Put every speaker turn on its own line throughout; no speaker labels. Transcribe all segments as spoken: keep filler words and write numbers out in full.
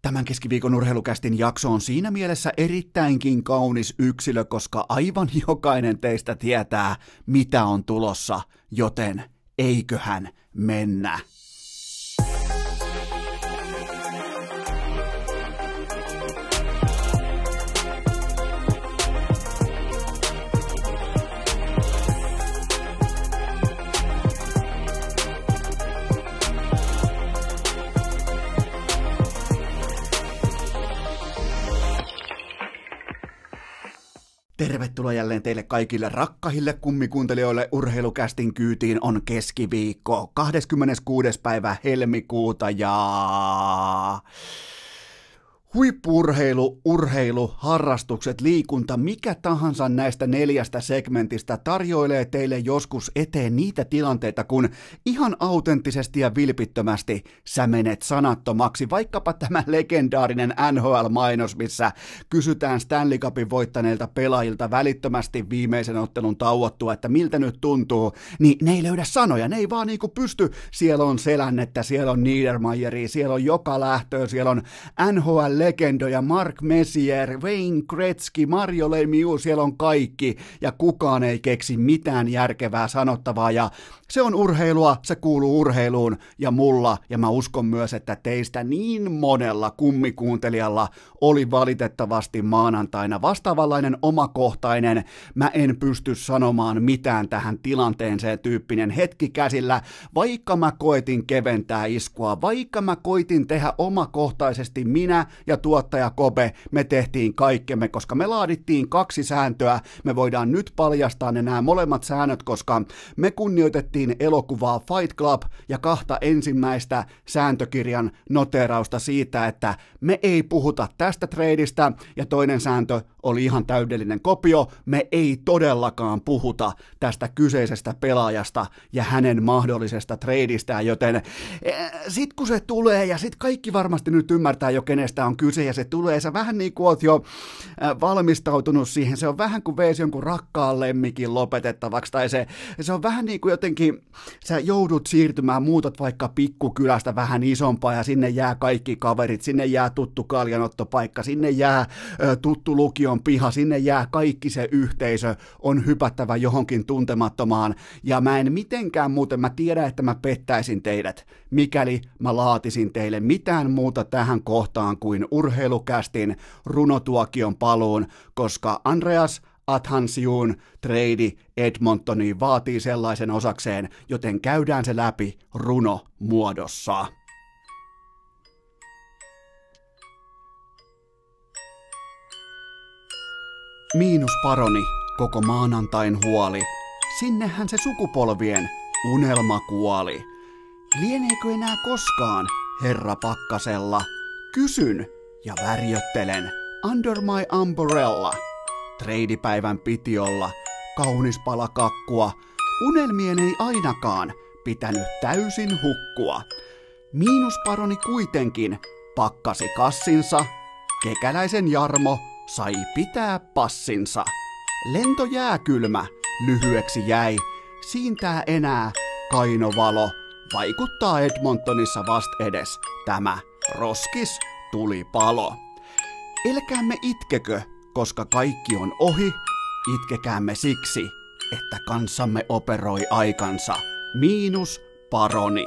Tämän keskiviikon urheilukästin jakso on siinä mielessä erittäinkin kaunis yksilö, koska aivan jokainen teistä tietää, mitä on tulossa, joten eiköhän mennä. Tervetuloa jälleen teille kaikille rakkahille kummikuuntelijoille. Urheilukästin kyytiin on keskiviikko, kahdeskymmeneskuudes päivä helmikuuta ja huippu-urheilu, urheilu, harrastukset, liikunta, mikä tahansa näistä neljästä segmentistä tarjoilee teille joskus eteen niitä tilanteita, kun ihan autenttisesti ja vilpittömästi sä menet sanattomaksi. Vaikkapa tämä legendaarinen N H L-mainos, missä kysytään Stanley Cupin voittaneilta pelaajilta välittömästi viimeisen ottelun tauottua, että miltä nyt tuntuu, niin ne ei löydä sanoja, ne ei vaan niinku pysty. Siellä on Selännettä, siellä on Niedermayeria, siellä on joka lähtöä, siellä on N H L legendoja, Mark Messier, Wayne Gretzky, Mario Lemieux, siellä on kaikki, ja kukaan ei keksi mitään järkevää sanottavaa, ja se on urheilua, se kuuluu urheiluun, ja mulla, ja mä uskon myös, että teistä niin monella kummikuuntelijalla oli valitettavasti maanantaina vastaavanlainen omakohtainen, mä en pysty sanomaan mitään tähän tilanteeseen tyyppinen hetki käsillä, vaikka mä koitin keventää iskua, vaikka mä koitin tehdä omakohtaisesti minä ja tuottaja Kobe, me tehtiin kaikkemme, koska me laadittiin kaksi sääntöä, me voidaan nyt paljastaa ne nämä molemmat säännöt, koska me kunnioitettiin elokuvaa Fight Club ja kahta ensimmäistä sääntökirjan noteerausta siitä, että me ei puhuta tästä treidistä, ja toinen sääntö oli ihan täydellinen kopio, me ei todellakaan puhuta tästä kyseisestä pelaajasta ja hänen mahdollisesta treidistään, joten sit kun se tulee, ja sit kaikki varmasti nyt ymmärtää jo kenestä on kyse, ja se tulee, sä vähän niin kuin oot jo valmistautunut siihen, se on vähän kuin veisi jonkun rakkaan lemmikin lopetettavaksi, tai se, se on vähän niin kuin jotenkin, sä joudut siirtymään, muutat vaikka pikkukylästä vähän isompaa, ja sinne jää kaikki kaverit, sinne jää tuttu kaljanottopaikka, sinne jää ö, tuttu lukion piha, sinne jää kaikki se yhteisö, on hypättävä johonkin tuntemattomaan, ja mä en mitenkään muuten, mä tiedän, että mä pettäisin teidät, mikäli mä laatisin teille mitään muuta tähän kohtaan kuin urheilukästin runotuokion paluun, koska Andreas Athanasiun treidi Edmontoniin vaatii sellaisen osakseen, joten käydään se läpi runomuodossa. Miinusparoni, koko maanantain huoli, sinnehän se sukupolvien unelma kuoli. Lieneekö enää koskaan, herra Pakkasella? Kysyn ja värjöttelen, under my umbrella. Treidipäivän piti olla kaunis pala kakkua, unelmien ei ainakaan pitänyt täysin hukkua. Miinusparoni kuitenkin pakkasi kassinsa, kekäläisen Jarmo sai pitää passinsa. Lento jääkylmä lyhyeksi jäi, siintää enää kainovalo, vaikuttaa Edmontonissa vast edes tämä roskis tulipalo. Elkäämme itkekö, koska kaikki on ohi, itkekäämme siksi, että kanssamme operoi aikansa. Miinus paroni.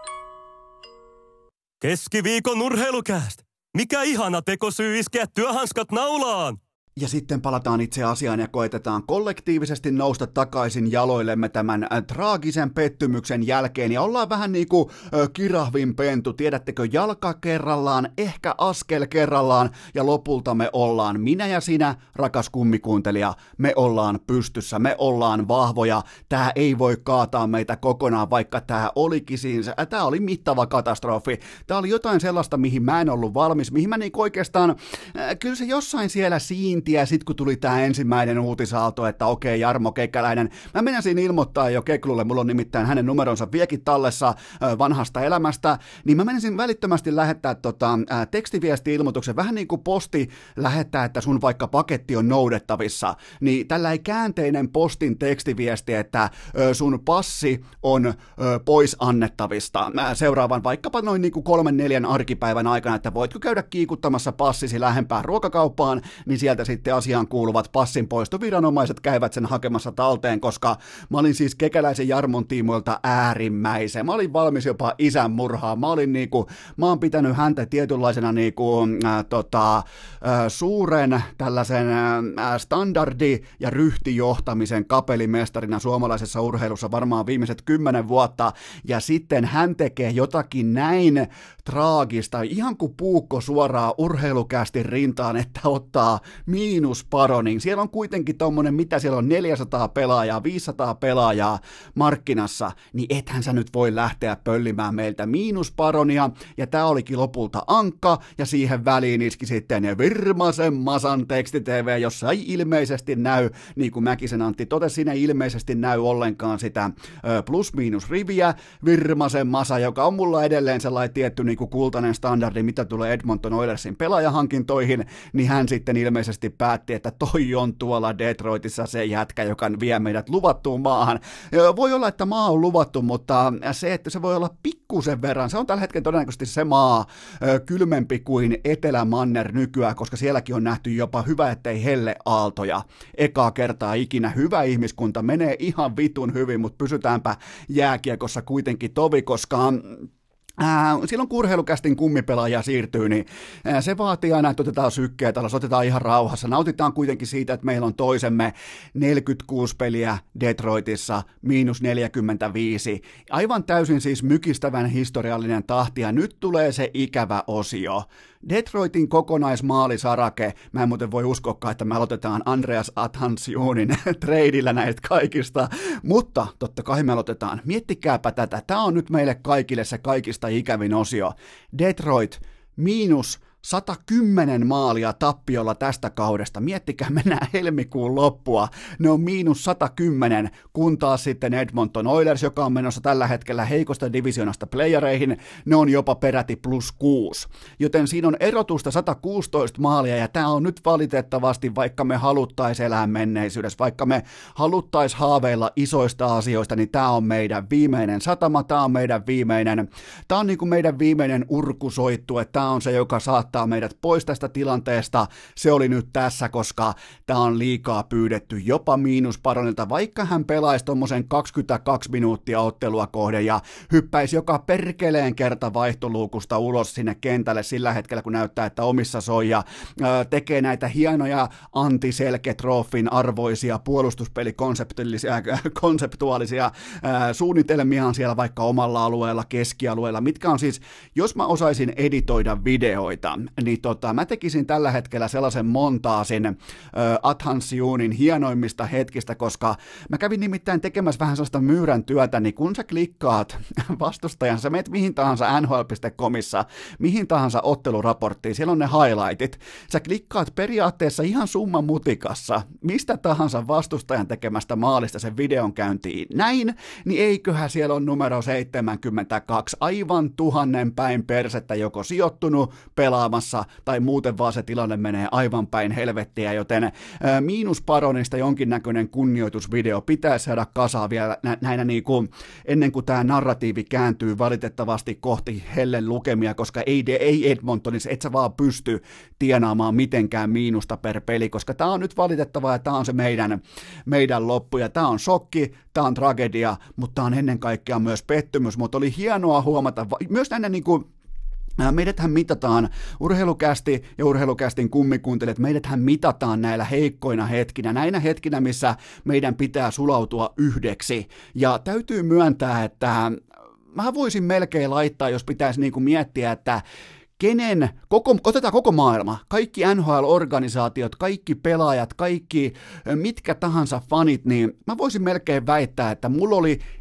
Keskiviikon urheilukääst! Mikä ihana tekosyy iskeä työhanskat naulaan!
Ja sitten palataan itse asiaan ja koetetaan kollektiivisesti nousta takaisin jaloillemme tämän äh, traagisen pettymyksen jälkeen. Ja ollaan vähän niin kuin äh, kirahvin pentu, tiedättekö, jalka kerrallaan, ehkä askel kerrallaan. Ja lopulta me ollaan, minä ja sinä, rakas kummikuuntelija, me ollaan pystyssä, me ollaan vahvoja. Tää ei voi kaataa meitä kokonaan, vaikka tää olikin siinä. Äh, tää oli mittava katastrofi. Tää oli jotain sellaista, mihin mä en ollut valmis, mihin mä niin oikeastaan, äh, kyllä se jossain siellä siinä tie, sit kun tuli tää ensimmäinen uutisaalto, että okei, Jarmo Kekäläinen, mä menisin ilmoittaa jo Keklulle, mulla on nimittäin hänen numeronsa vieläkin tallessa vanhasta elämästä, niin mä menisin välittömästi lähettää tota, ää, tekstiviesti-ilmoituksen, vähän niin kuin posti lähettää, että sun vaikka paketti on noudettavissa, niin tällä ei käänteinen postin tekstiviesti, että ö, sun passi on ö, pois annettavista ää, seuraavan vaikkapa noin niin kuin kolmen neljän arkipäivän aikana, että voitko käydä kiikuttamassa passisi lähempään ruokakauppaan, niin sieltä sitten asiaan kuuluvat passin poistoviranomaiset käyvät sen hakemassa talteen, koska mä olin siis Kekäläisen Jarmon tiimoilta äärimmäisen. Mä olin valmis jopa isän murhaa. Mä olin niinku, mä oon pitänyt häntä tietynlaisena niinku, äh, tota, äh, suuren tällaisen äh, standardi- ja ryhtijohtamisen kapelimestarina suomalaisessa urheilussa varmaan viimeiset kymmenen vuotta, ja sitten hän tekee jotakin näin traagista, ihan kuin puukko suoraan urheilukästin rintaan, että ottaa miinusparonin. Siellä on kuitenkin tommonen, mitä siellä on, neljäsataa pelaajaa, viisisataa pelaajaa markkinassa, niin ethän sä nyt voi lähteä pöllimään meiltä miinusparonia, ja tää olikin lopulta ankka, ja siihen väliin iski sitten Virmasen Masan teksti-T V, jossa ei ilmeisesti näy, niin kuin Mäkisen Antti totesi, siinä ei ilmeisesti näy ollenkaan sitä plus-miinus-riviä. Virmasen Masa, joka on mulla edelleen sellainen tietty niin kuin kultainen standardi, mitä tulee Edmonton Oilersin pelaajahankintoihin, niin hän sitten ilmeisesti päätti, että toi on tuolla Detroitissa se jätkä, joka vie meidät luvattuun maahan. Voi olla, että maa on luvattu, mutta se, että se voi olla pikkusen verran, se on tällä hetkellä todennäköisesti se maa kylmempi kuin Etelä-Manner nykyään, koska sielläkin on nähty jopa hyvä, ettei helle aaltoja. Ekaa kertaa ikinä hyvä ihmiskunta menee ihan vitun hyvin, mutta pysytäänpä jääkiekossa kuitenkin tovi, koska Äh, silloin kun urheilukästin kummipelaaja siirtyy, niin äh, se vaatii aina, että otetaan sykkeet alas, otetaan ihan rauhassa. Nautitaan kuitenkin siitä, että meillä on toisemme neljäkymmentäkuusi peliä Detroitissa, miinus neljäkymmentäviisi. Aivan täysin siis mykistävän historiallinen tahti, ja nyt tulee se ikävä osio. Detroitin kokonaismaalisarake, mä en muuten voi uskoakaan, että me aloitetaan Andreas Athansionin treidillä näistä kaikista, mutta totta kai me aloitetaan. Miettikääpä tätä, tää on nyt meille kaikille se kaikista ikävin osio. Detroit, miinus sata kymmenen maalia tappiolla tästä kaudesta. Miettikää, mennään helmikuun loppua. Ne on miinus sata kymmenen, kun taas sitten Edmonton Oilers, joka on menossa tällä hetkellä heikosta divisionasta playereihin, ne on jopa peräti plus kuusi. Joten siinä on erotusta sata kuusitoista maalia, ja tämä on nyt valitettavasti, vaikka me haluttaisiin elää menneisyydessä, vaikka me haluttaisiin haaveilla isoista asioista, niin tämä on meidän viimeinen satama, tämä on meidän viimeinen, tämä on niin kuin meidän viimeinen urkusoittu, että tämä on se, joka saattaa meidät pois tästä tilanteesta. Se oli nyt tässä, koska tämä on liikaa pyydetty jopa miinusparonilta, vaikka hän pelaisi tommosen kaksikymmentäkaksi minuuttia ottelua kohden ja hyppäisi joka perkeleen kerta vaihtoluukusta ulos sinne kentälle sillä hetkellä, kun näyttää, että omissa soi ja ö, tekee näitä hienoja anti-Selke-trofin arvoisia puolustuspelikonseptuaalisia konseptuaalisia ö, suunnitelmiaan siellä vaikka omalla alueella, keskialueella, mitkä on siis, jos mä osaisin editoida videoita, niin tota, mä tekisin tällä hetkellä sellaisen montaasin äh, Athansionin hienoimmista hetkistä, koska mä kävin nimittäin tekemässä vähän sellaista myyrän työtä, niin kun sä klikkaat vastustajan, sä meet mihin tahansa N H L piste comissa, mihin tahansa otteluraporttiin, siellä on ne highlightit, sä klikkaat periaatteessa ihan summan mutikassa, mistä tahansa vastustajan tekemästä maalista sen videon käyntiin näin, niin eiköhän siellä on numero seitsemänkymmentäkaksi, aivan tuhannen päin persettä joko sijoittunut, pelaamaan tai muuten vaan se tilanne menee aivan päin helvettiä, joten ää, miinusparonista jonkinnäköinen kunnioitusvideo pitää saada kasaan vielä nä- näinä niin kuin, ennen kuin tämä narratiivi kääntyy valitettavasti kohti hellen lukemia, koska ei, ei Edmontonissa, et sä vaan pysty tienaamaan mitenkään miinusta per peli, koska tämä on nyt valitettavaa ja tämä on se meidän, meidän loppu ja tämä on shokki, tämä on tragedia, mutta tämä on ennen kaikkea myös pettymys, mutta oli hienoa huomata, myös näinä niin kuin meidäthän mitataan, urheilukästi ja urheilukästin kummikuuntelijat, meidäthän mitataan näillä heikkoina hetkinä, näinä hetkinä, missä meidän pitää sulautua yhdeksi. Ja täytyy myöntää, että mä voisin melkein laittaa, jos pitäisi niinku miettiä, että kenen, koko, otetaan koko maailma, kaikki N H L-organisaatiot, kaikki pelaajat, kaikki mitkä tahansa fanit, niin mä voisin melkein väittää, että mulla oli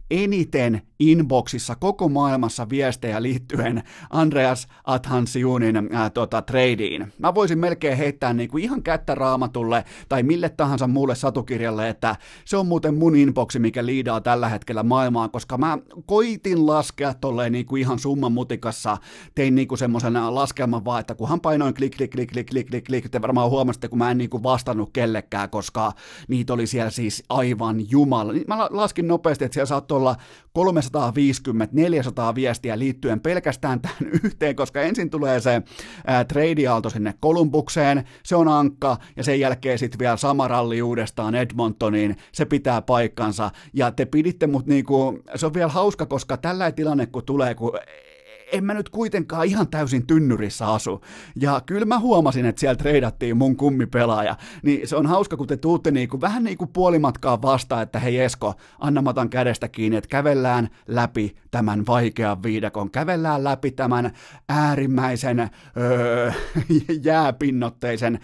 eniten inboxissa koko maailmassa viestejä liittyen Andreas Athanasiunin äh, tota, tradeen. Mä voisin melkein heittää niinku ihan kättä Raamatulle tai mille tahansa muulle satukirjalle, että se on muuten mun inboxi, mikä liidaa tällä hetkellä maailmaa, koska mä koitin laskea tolleen niinku ihan summan mutikassa, tein niinku semmoisen laskelman vaan, että kunhan painoin klik, klik, klik, klik, klik, klik, klik, te varmaan huomasitte, kun mä en niinku vastannut kellekään, koska niitä oli siellä siis aivan jumala. Mä laskin nopeasti, että siellä saattoi olla kolmesataaviisikymmentä neljäsataa viestiä liittyen pelkästään tähän yhteen, koska ensin tulee se ää, trade-aalto sinne Kolumbukseen, se on ankka, ja sen jälkeen sitten vielä sama ralli uudestaan Edmontoniin, se pitää paikkansa, ja te piditte mut niinku, se on vielä hauska, koska tällainen tilanne kun tulee, kun en mä nyt kuitenkaan ihan täysin tynnyrissä asu. Ja kyllä mä huomasin, että siellä treidattiin mun kummipelaaja. Niin se on hauska, kun te tuutte niinku, vähän niin kuin puolimatkaa vastaan, että hei Esko, anna mä otan kädestä kiinni, että kävellään läpi tämän vaikean viidakon, kävellään läpi tämän äärimmäisen öö, jääpinnotteisen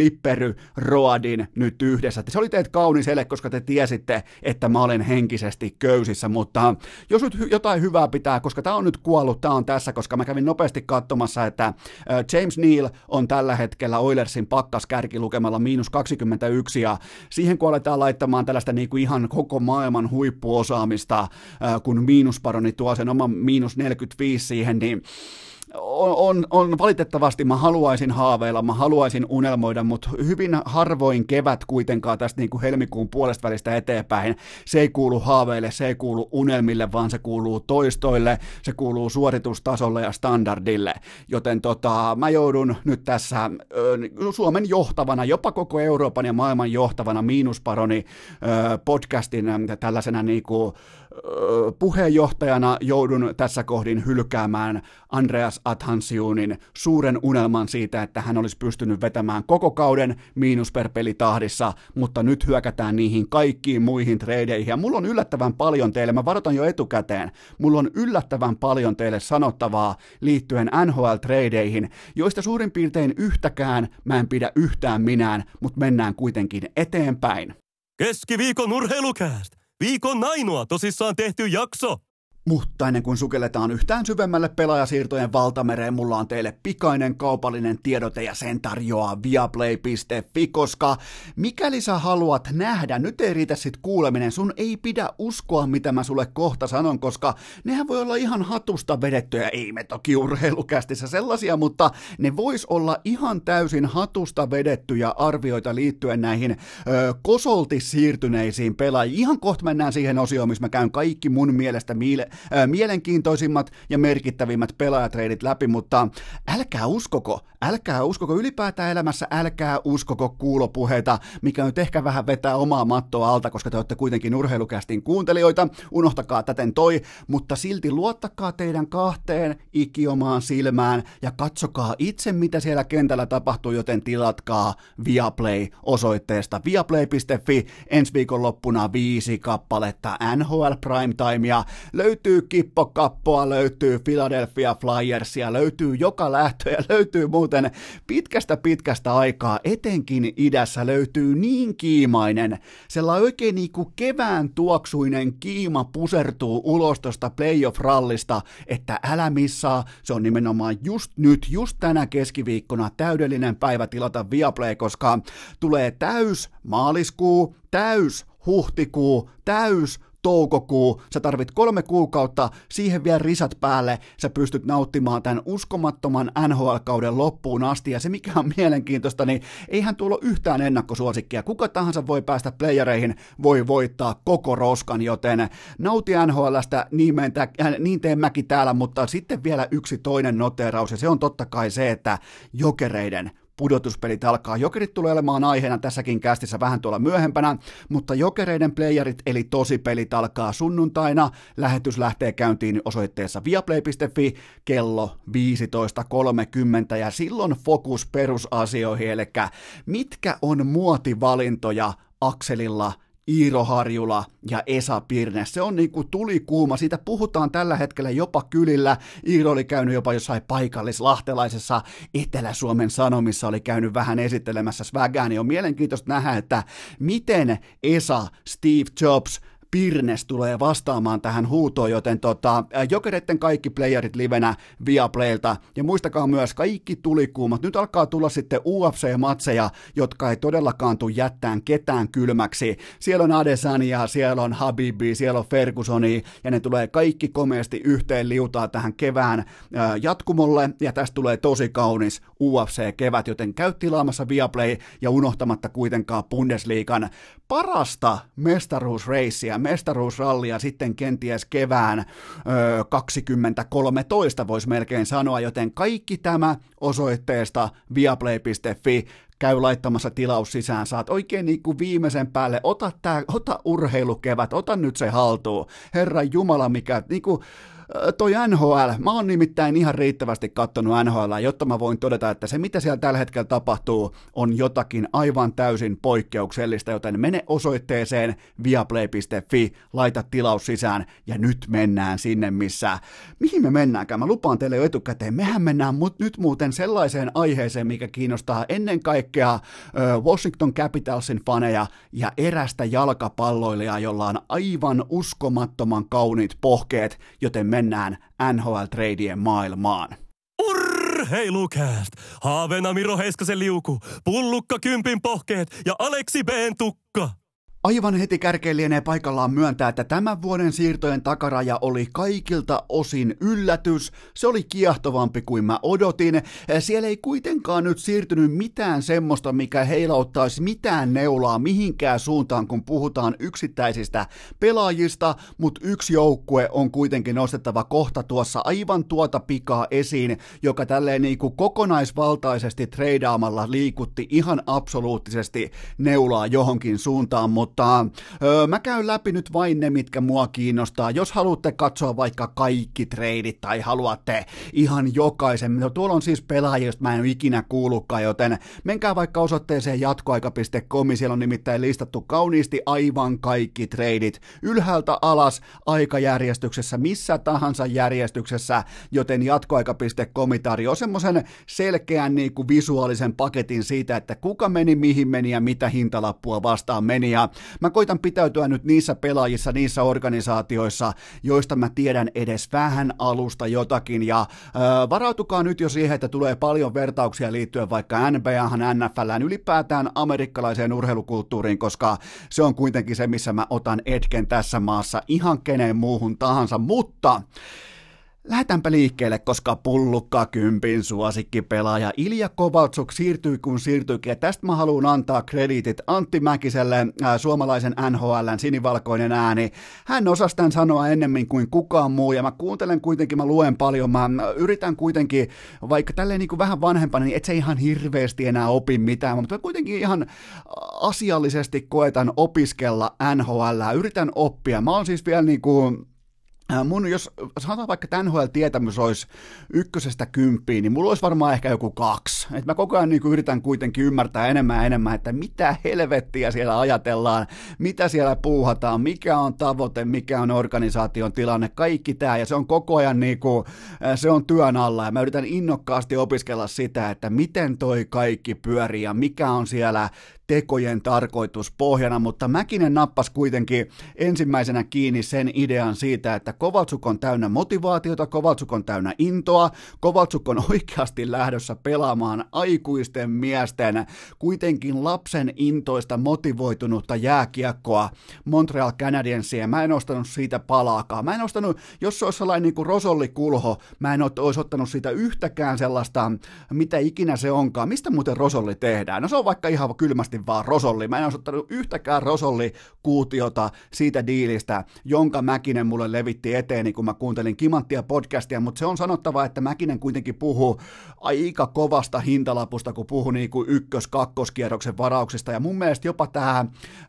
slipperyroadin nyt yhdessä. Se oli teet kaunis ele, koska te tiesitte, että mä olen henkisesti köysissä, mutta jos nyt jotain hyvää pitää, koska tää on nyt kuollut, tää on tässä, koska mä kävin nopeasti katsomassa, että James Neal on tällä hetkellä Oilersin pakkaskärkilukemalla miinus kaksikymmentäyksi, ja siihen kun aletaan laittamaan tällaista niin kuin ihan koko maailman huippuosaamista, kun miinusparoni tuo sen oman miinus neljäkymmentäviisi siihen, niin On, on, on valitettavasti, mä haluaisin haaveilla, mä haluaisin unelmoida, mutta hyvin harvoin kevät kuitenkaan tästä niin kuin helmikuun puolesta välistä eteenpäin. Se ei kuulu haaveille, se ei kuulu unelmille, vaan se kuuluu toistoille, se kuuluu suoritustasolle ja standardille. Joten tota, mä joudun nyt tässä ö, Suomen johtavana, jopa koko Euroopan ja maailman johtavana miinusparoni ö, podcastin ö, tällaisena niin kuin puheenjohtajana joudun tässä kohdin hylkäämään Andreas Athanasiunin suuren unelman siitä, että hän olisi pystynyt vetämään koko kauden miinus per peli tahdissa, mutta nyt hyökätään niihin kaikkiin muihin tradeihin. Ja mulla on yllättävän paljon teille, mä varoitan jo etukäteen, mulla on yllättävän paljon teille sanottavaa liittyen N H L-tradeihin, joista suurin piirtein yhtäkään mä en pidä yhtään minään, mutta mennään kuitenkin eteenpäin.
Keskiviikon urheilukääst! Viikon ainoa tosissaan tehty jakso!
Mutta ennen kuin sukelletaan yhtään syvemmälle pelaajasiirtojen valtamereen, mulla on teille pikainen kaupallinen tiedote ja sen tarjoaa viaplay piste fi, koska mikäli sä haluat nähdä, nyt ei riitä sit kuuleminen, sun ei pidä uskoa mitä mä sulle kohta sanon, koska nehän voi olla ihan hatusta vedettyjä, ei me toki urheilukästissä sellaisia, mutta ne vois olla ihan täysin hatusta vedettyjä arvioita liittyen näihin ö, kosolti siirtyneisiin pelaajiin. Ihan kohta mennään siihen osioon, missä mä käyn kaikki mun mielestä miele- mielenkiintoisimmat ja merkittävimmät pelaajatreidit läpi, mutta älkää uskoko, älkää uskoko ylipäätään elämässä, älkää uskoko kuulopuheita, mikä nyt ehkä vähän vetää omaa mattoa alta, koska te olette kuitenkin urheilukästin kuuntelijoita, unohtakaa täten toi, mutta silti luottakaa teidän kahteen ikiomaan silmään ja katsokaa itse, mitä siellä kentällä tapahtuu, joten tilatkaa Viaplay osoitteesta viaplay piste fi, ensi viikon loppuna viisi kappaletta N H L Primetimea, löytyy kippokappoa, löytyy Philadelphia Flyersia, löytyy joka lähtö ja löytyy muuten pitkästä pitkästä aikaa, etenkin idässä löytyy niin kiimainen, sellainen oikein niin kuin kevään tuoksuinen kiima pusertuu ulos tuosta playoff-rallista, että älä missaa, se on nimenomaan just nyt, just tänä keskiviikkona täydellinen päivä tilata Viaplay, koska tulee täys maaliskuu, täys huhtikuu, täys toukokuu, sä tarvit kolme kuukautta, siihen vielä risat päälle, sä pystyt nauttimaan tämän uskomattoman N H L-kauden loppuun asti, ja se mikä on mielenkiintoista, niin eihän tuolla ole yhtään ennakkosuosikkia, kuka tahansa voi päästä playereihin, voi voittaa koko roskan, joten nauti N H L:stä, niin, mentä, niin teen mäkin täällä, mutta sitten vielä yksi toinen noteeraus, ja se on totta kai se, että Jokereiden pudotuspelit alkaa. Jokerit tulee olemaan aiheena tässäkin kästissä vähän tuolla myöhempänä, mutta Jokereiden playerit eli tosipelit alkaa sunnuntaina. Lähetys lähtee käyntiin osoitteessa viaplay piste fi kello viisitoista kolmekymmentä ja silloin fokus perusasioihin, eli mitkä on muotivalintoja Akselilla, Iiro Harjula ja Esa Pirne. Se on niin kuin tulikuuma. Siitä puhutaan tällä hetkellä jopa kylillä. Iiro oli käynyt jopa jossain paikallislahtelaisessa Etelä-Suomen Sanomissa, oli käynyt vähän esittelemässä swagaa, niin on mielenkiintoista nähdä, että miten Esa, Steve Jobs, Pirnes tulee vastaamaan tähän huutoon, joten tota, Jokereiden kaikki playerit livenä Viaplaylta, ja muistakaa myös kaikki tulikuumat, nyt alkaa tulla sitten U F C-matseja, jotka ei todellakaan tule jättään ketään kylmäksi, siellä on Adesanya, siellä on Habibi, siellä on Fergusoni, ja ne tulee kaikki komeasti yhteen liutaa tähän kevään ää, jatkumolle, ja tästä tulee tosi kaunis U F C-kevät, joten käy tilaamassa Viaplay, ja unohtamatta kuitenkaan Bundesliigan parasta mestaruusreissiä, mestaruusrallia sitten kenties kevään öö, kaksituhattakolmetoista voisi melkein sanoa, joten kaikki tämä osoitteesta viaplay piste fi, käy laittamassa tilaus sisään, saat oikein niin kuin viimeisen päälle, ota, tää, ota urheilukevät, ota nyt se haltuun, Herran Jumala, mikä niin kuin toi N H L, mä oon nimittäin ihan riittävästi kattonut N H L, jotta mä voin todeta, että se mitä siellä tällä hetkellä tapahtuu on jotakin aivan täysin poikkeuksellista, joten mene osoitteeseen viaplay piste fi, laita tilaus sisään ja nyt mennään sinne, missä, mihin me mennäänkään, mä lupaan teille jo etukäteen, mehän mennään mut, nyt muuten sellaiseen aiheeseen, mikä kiinnostaa ennen kaikkea äh, Washington Capitalsin faneja ja erästä jalkapalloilijaa, jolla on aivan uskomattoman kauniit pohkeet, joten me mennään N H L-treidien maailmaan.
Urheilukääst! Haaveena Miro Heiskasen liuku, Pullukka Kympin pohkeet ja Aleksi B:n tukka.
Aivan heti kärkeen lienee paikallaan myöntää, että tämän vuoden siirtojen takaraja oli kaikilta osin yllätys. Se oli kiehtovampi kuin mä odotin. Siellä ei kuitenkaan nyt siirtynyt mitään semmoista, mikä heilauttaisi mitään neulaa mihinkään suuntaan, kun puhutaan yksittäisistä pelaajista, mutta yksi joukkue on kuitenkin nostettava kohta tuossa aivan tuota pikaa esiin, joka tälleen niin kuin kokonaisvaltaisesti treidaamalla liikutti ihan absoluuttisesti neulaa johonkin suuntaan, mutta Mutta öö, mä käyn läpi nyt vain ne, mitkä mua kiinnostaa. Jos haluatte katsoa vaikka kaikki treidit tai haluatte ihan jokaisen, no tuolla on siis pelaajia, joista mä en ole ikinä kuullutkaan, joten menkää vaikka osoitteeseen jatkoaika piste com, siellä on nimittäin listattu kauniisti aivan kaikki treidit ylhäältä alas aikajärjestyksessä, missä tahansa järjestyksessä, joten jatkoaika piste com tarjoaa semmoisen selkeän niin kuin visuaalisen paketin siitä, että kuka meni, mihin meni ja mitä hintalappua vastaan meni, ja mä koitan pitäytyä nyt niissä pelaajissa, niissä organisaatioissa, joista mä tiedän edes vähän alusta jotakin, ja ö, varautukaa nyt jo siihen, että tulee paljon vertauksia liittyen vaikka N B A:han, N F L:ään, ylipäätään amerikkalaiseen urheilukulttuuriin, koska se on kuitenkin se, missä mä otan etken tässä maassa ihan keneen muuhun tahansa, mutta lähdetäänpä liikkeelle, koska Pullukka Kympin suosikkipelaaja Ilja Kovaltsuk siirtyi kun siirtyikin, ja tästä mä haluan antaa krediitit Antti Mäkiselle, ää, suomalaisen N H L:n sinivalkoinen ääni. Hän osasi tämän sanoa ennemmin kuin kukaan muu, ja mä kuuntelen kuitenkin, mä luen paljon, mä yritän kuitenkin, vaikka tälleen niin kuin vähän vanhempana, niin et se ihan hirveästi enää opi mitään, mutta mä kuitenkin ihan asiallisesti koetan opiskella N H L:ää, yritän oppia. Mä oon siis vielä niin kuin mun, jos sanotaan vaikka, että N H L-tietämys olisi ykkösestä kymppiin, niin mulla olisi varmaan ehkä joku kaksi. Et mä koko ajan niin yritän kuitenkin ymmärtää enemmän ja enemmän, että mitä helvettiä siellä ajatellaan, mitä siellä puuhataan, mikä on tavoite, mikä on organisaation tilanne, kaikki tämä, ja se on koko ajan niin kuin, se on työn alla, ja mä yritän innokkaasti opiskella sitä, että miten toi kaikki pyörii, ja mikä on siellä tekojen tarkoitus pohjana, mutta Mäkinen nappasi kuitenkin ensimmäisenä kiinni sen idean siitä, että Kovaltsuk on täynnä motivaatiota, Kovaltsuk on täynnä intoa, Kovaltsuk on oikeasti lähdössä pelaamaan aikuisten miesten, kuitenkin lapsen intoista motivoitunutta jääkiekkoa Montreal Canadiensia. Mä en ostanut siitä palaakaan. Mä en ostanut, jos se olisi sellainen niin kuin rosollikulho, mä en olisi ottanut siitä yhtäkään sellaista, mitä ikinä se onkaan. Mistä muuten rosolli tehdään? No se on vaikka ihan kylmästi vaan rosolli. Mä en olisi ottanut yhtäkään rosollikuutiota siitä diilistä, jonka Mäkinen mulle levitti eteeni, kun mä kuuntelin Kimanttia podcastia, mutta se on sanottava, että Mäkinen kuitenkin puhuu aika kovasta hintalapusta, kun puhuu niin kuin ykkös-kakkoskierroksen varauksista, ja mun mielestä jopa tämä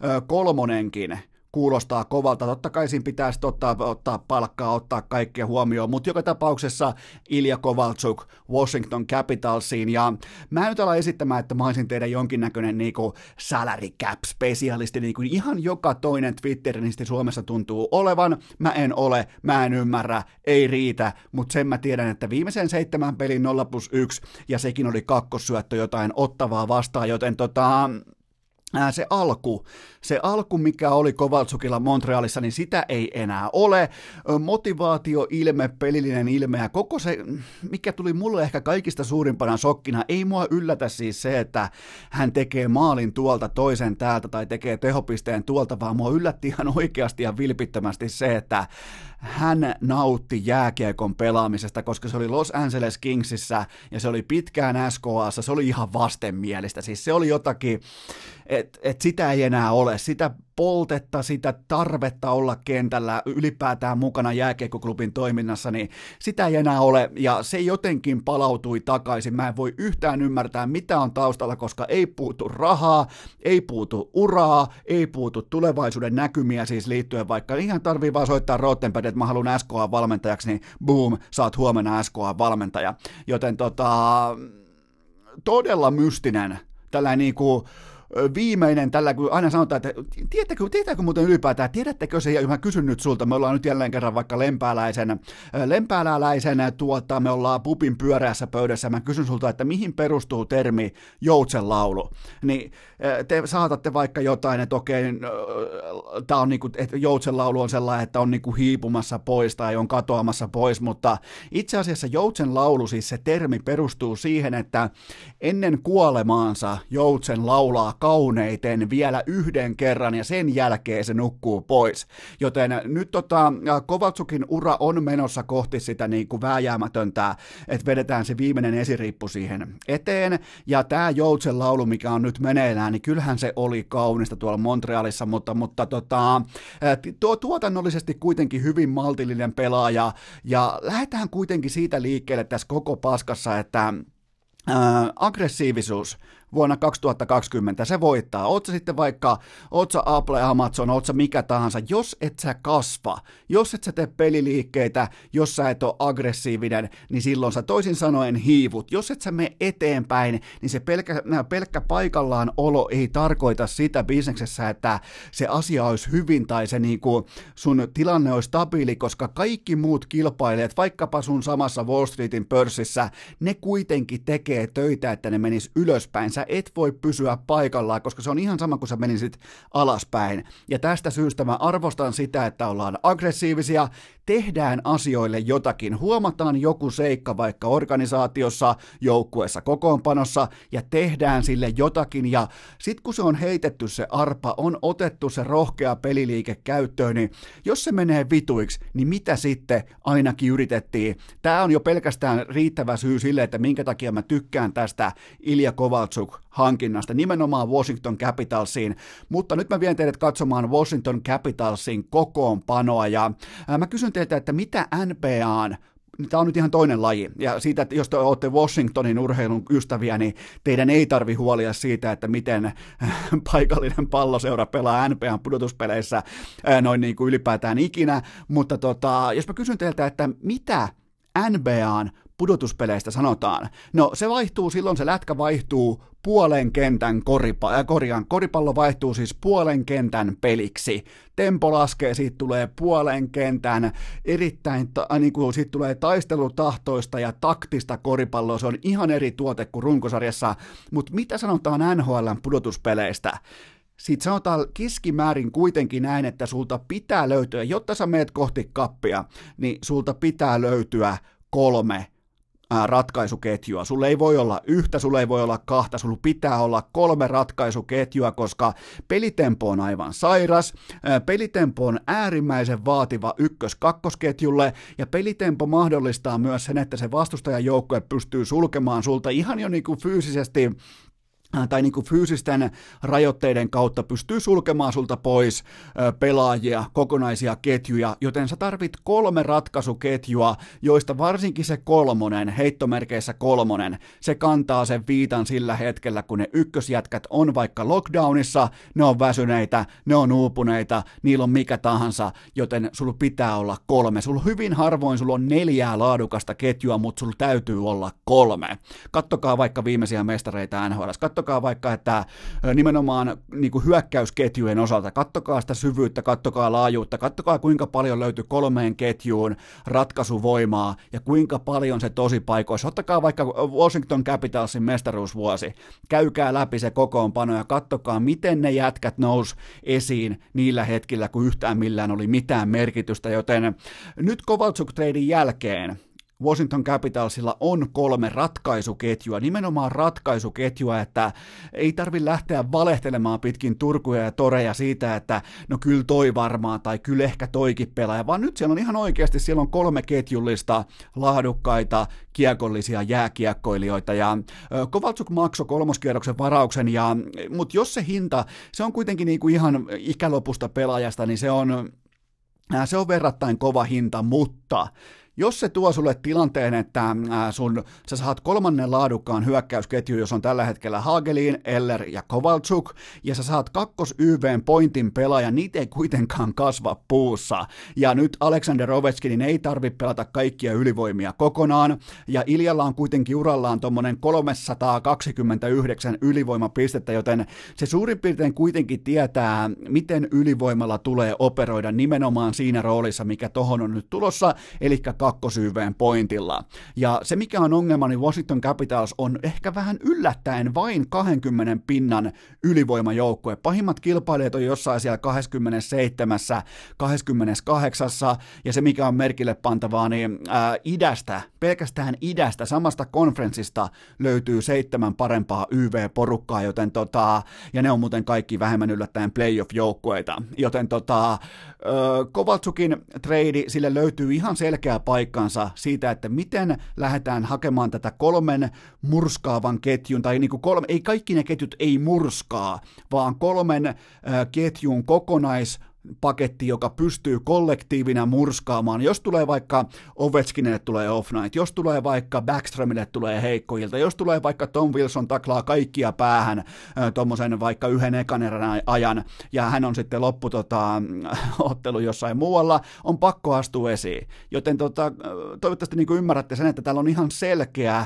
kolmonenkin kuulostaa kovalta. Totta kai siinä pitäisi ottaa, ottaa palkkaa, ottaa kaikkea huomioon, mutta joka tapauksessa Ilja Kovaltsuk Washington Capitalsiin, ja mä en nyt ala esittämään, että mä olisin teidän jonkinnäköinen niinku salary cap-spesialisti, niin kuin ihan joka toinen twitterinisti Suomessa tuntuu olevan. Mä en ole, mä en ymmärrä, ei riitä, mutta sen mä tiedän, että viimeisen seitsemän pelin nolla plus yksi, ja sekin oli kakkossyöttö jotain Ottavaa vastaan, joten tota... Ää, se alku, se alku, mikä oli Kovaltsukilla Montrealissa, niin sitä ei enää ole. Motivaatio, ilme, pelillinen ilme ja koko se, mikä tuli mulle ehkä kaikista suurimpana shokkina, ei mua yllätä siis se, että hän tekee maalin tuolta toisen täältä tai tekee tehopisteen tuolta, vaan mua yllätti ihan oikeasti ja vilpittömästi se, että hän nautti jääkiekon pelaamisesta, koska se oli Los Angeles Kingsissä ja se oli pitkään S K A:ssa, se oli ihan vastenmielistä, siis se oli jotakin, että et sitä ei enää ole, sitä poltetta, sitä tarvetta olla kentällä ylipäätään mukana jääkiekkoklubin toiminnassa, niin sitä ei enää ole, ja se jotenkin palautui takaisin. Mä en voi yhtään ymmärtää, mitä on taustalla, koska ei puutu rahaa, ei puutu uraa, ei puutu tulevaisuuden näkymiä siis liittyen, vaikka ihan tarvii vaan soittaa Rottenberg, että mä haluan S K A-valmentajaksi, niin boom, saat huomenna S K A-valmentaja. Joten tota, todella mystinen, tällainen niinku viimeinen tällä, kun aina sanotaan, että tiedättekö, tiedättekö muuten ylipäätään, tiedättekö se, ja mä kysyn nyt sulta, me ollaan nyt jälleen kerran vaikka lempääläisen, lempääläisen tuota, me ollaan pupin pyöreässä pöydässä, mä kysyn sulta, että mihin perustuu termi joutsenlaulu, niin te saatatte vaikka jotain, että okei, tää on niinku, että joutsenlaulu on sellainen, että on niinku hiipumassa pois tai on katoamassa pois, mutta itse asiassa joutsenlaulu, siis se termi perustuu siihen, että ennen kuolemaansa joutsen laulaa kauneiten vielä yhden kerran ja sen jälkeen se nukkuu pois. Joten nyt tota, Kovaltsukin ura on menossa kohti sitä niin kuin vääjäämätöntä, että vedetään se viimeinen esiriippu siihen eteen. Ja tämä Joutsen laulu, mikä on nyt meneillään, niin kyllähän se oli kaunista tuolla Montrealissa, mutta, mutta tota, tuo tuotannollisesti kuitenkin hyvin maltillinen pelaaja. Ja lähdetään kuitenkin siitä liikkeelle tässä koko paskassa, että ää, aggressiivisuus vuonna kaksituhattakaksikymmentä, se voittaa. Oot sä sitten vaikka, oot sä Apple, Amazon, oot sä mikä tahansa, jos et sä kasva, jos et sä tee peliliikkeitä, jos sä et ole aggressiivinen, niin silloin sä toisin sanoen hiivut. Jos et sä mene eteenpäin, niin se pelkkä, pelkkä paikallaan olo ei tarkoita sitä bisneksessä, että se asia olisi hyvin tai se niinku sun tilanne olisi stabiili, koska kaikki muut kilpailijat, vaikkapa sun samassa Wall Streetin pörssissä, ne kuitenkin tekee töitä, että ne menis ylöspäin. Sä et voi pysyä paikallaan, koska se on ihan sama kuin sä menisit alaspäin. Ja tästä syystä mä arvostan sitä, että ollaan aggressiivisia, tehdään asioille jotakin, huomataan joku seikka vaikka organisaatiossa, joukkueessa, kokoonpanossa ja tehdään sille jotakin ja sit kun se on heitetty se arpa, on otettu se rohkea peliliike käyttöön, niin jos se menee vituiksi, niin mitä sitten ainakin yritettiin? Tää on jo pelkästään riittävä syy sille, että minkä takia mä tykkään tästä Ilja Kovaltsuk hankinnasta, nimenomaan Washington Capitalsiin, mutta nyt mä vien teidät katsomaan Washington Capitalsin kokoonpanoa ja ää, mä kysyn teiltä, että mitä N B A:n, tämä on nyt ihan toinen laji, ja siitä, että jos te olette Washingtonin urheilun ystäviä, niin teidän ei tarvi huolia siitä, että miten paikallinen palloseura pelaa N B A:n pudotuspeleissä noin niin kuin ylipäätään ikinä, mutta tota, jos mä kysyn teiltä, että mitä N B A:n pudotuspeleistä sanotaan. No se vaihtuu, silloin se lätkä vaihtuu puolen kentän koripa- äh, korjaan, koripallo vaihtuu siis puolen kentän peliksi. Tempo laskee, siitä tulee puolen kentän erittäin, ta- äh, niin kuin siitä tulee taistelutahtoista ja taktista koripalloa, se on ihan eri tuote kuin runkosarjassa, mutta mitä sanotaan N H L:n pudotuspeleistä? Siitä sanotaan keskimäärin kuitenkin näin, että sulta pitää löytyä, jotta sä meet kohti kappia, niin sulta pitää löytyä kolme ratkaisuketjua. Sulla ei voi olla yhtä, sulla ei voi olla kahta, sulla pitää olla kolme ratkaisuketjua, koska pelitempo on aivan sairas, pelitempo on äärimmäisen vaativa ykkös-kakkosketjulle, ja pelitempo mahdollistaa myös sen, että se vastustajan joukkue pystyy sulkemaan sulta ihan jo niin kuin fyysisesti tai niin kuin fyysisten rajoitteiden kautta pystyy sulkemaan sulta pois pelaajia, kokonaisia ketjuja, joten sä tarvit kolme ratkaisuketjua, joista varsinkin se kolmonen, heittomerkeissä kolmonen, se kantaa sen viitan sillä hetkellä, kun ne ykkösjätkät on vaikka lockdownissa, ne on väsyneitä, ne on uupuneita, niillä on mikä tahansa, joten sulla pitää olla kolme. Sulla hyvin harvoin sulla on neljää laadukasta ketjua, mutta sulla täytyy olla kolme. Kattokaa vaikka viimeisiä mestareita N H L. kattokaa vaikka, että nimenomaan niin kuin hyökkäysketjujen osalta, kattokaa sitä syvyyttä, kattokaa laajuutta, kattokaa kuinka paljon löytyy kolmeen ketjuun ratkaisuvoimaa ja kuinka paljon se tosi paikoissa. Ottakaa vaikka Washington Capitalsin mestaruusvuosi, käykää läpi se kokoonpano ja kattokaa, miten ne jätkät nous esiin niillä hetkillä, kun yhtään millään oli mitään merkitystä, joten nyt Kovalchuk-treidin jälkeen Washington Capitalsilla on kolme ratkaisuketjua, nimenomaan ratkaisuketjua, että ei tarvitse lähteä valehtelemaan pitkin Turkuja ja toreja siitä, että no kyllä toi varmaan tai kyllä ehkä toikin pelaaja, vaan nyt siellä on ihan oikeasti, siellä on kolme ketjullista laadukkaita kiekollisia jääkiekkoilijoita ja Kovalchuk maksoi kolmoskierroksen varauksen, ja, mutta jos se hinta, se on kuitenkin niinku ihan ikälopusta pelaajasta, niin se on, se on verrattain kova hinta, mutta jos se tuo sulle tilanteen, että sun, sä saat kolmannen laadukkaan hyökkäysketju, jos on tällä hetkellä Hagelin, Eller ja Kovalchuk, ja sä saat kakkos Y V:n pointin pelaaja, niitä ei kuitenkaan kasva puussa. Ja nyt Alexander Ovechkinin ei tarvitse pelata kaikkia ylivoimia kokonaan, ja Iljalla on kuitenkin urallaan tommonen kolmesataakaksikymmentäyhdeksän ylivoimapistettä, joten se suurin piirtein kuitenkin tietää, miten ylivoimalla tulee operoida nimenomaan siinä roolissa, mikä tohon on nyt tulossa, eli kakkosyyveen pointilla. Ja se mikä on ongelma, niin Washington Capitals on ehkä vähän yllättäen vain kaksikymmentä pinnan ylivoimajoukkue. Pahimmat kilpailijat on jossain siellä kaksikymmentäseitsemän, kaksikymmentäkahdeksan, ja se mikä on merkille pantavaa, niin ää, idästä, pelkästään idästä, samasta konferenssista löytyy seitsemän parempaa Y V-porukkaa, joten tota, ja ne on muuten kaikki vähemmän yllättäen playoff-joukkueita, joten tota, Kovalchukin trade, sille löytyy ihan selkeä paikkansa siitä, että miten lähdetään hakemaan tätä kolmen murskaavan ketjun, tai niin kuin kolme, ei kaikki ne ketjut ei murskaa, vaan kolmen äh, ketjun kokonais paketti, joka pystyy kollektiivina murskaamaan. Jos tulee vaikka Ovechkinille tulee off night, jos tulee vaikka Backstromille tulee heikkoilta, jos tulee vaikka Tom Wilson taklaa kaikkia päähän tuommoisen vaikka yhden ekan erän ajan, ja hän on sitten loppu tota, ottelu jossain muualla, on pakko astua esiin. Joten tota, toivottavasti niin kuin ymmärrätte sen, että täällä on ihan selkeä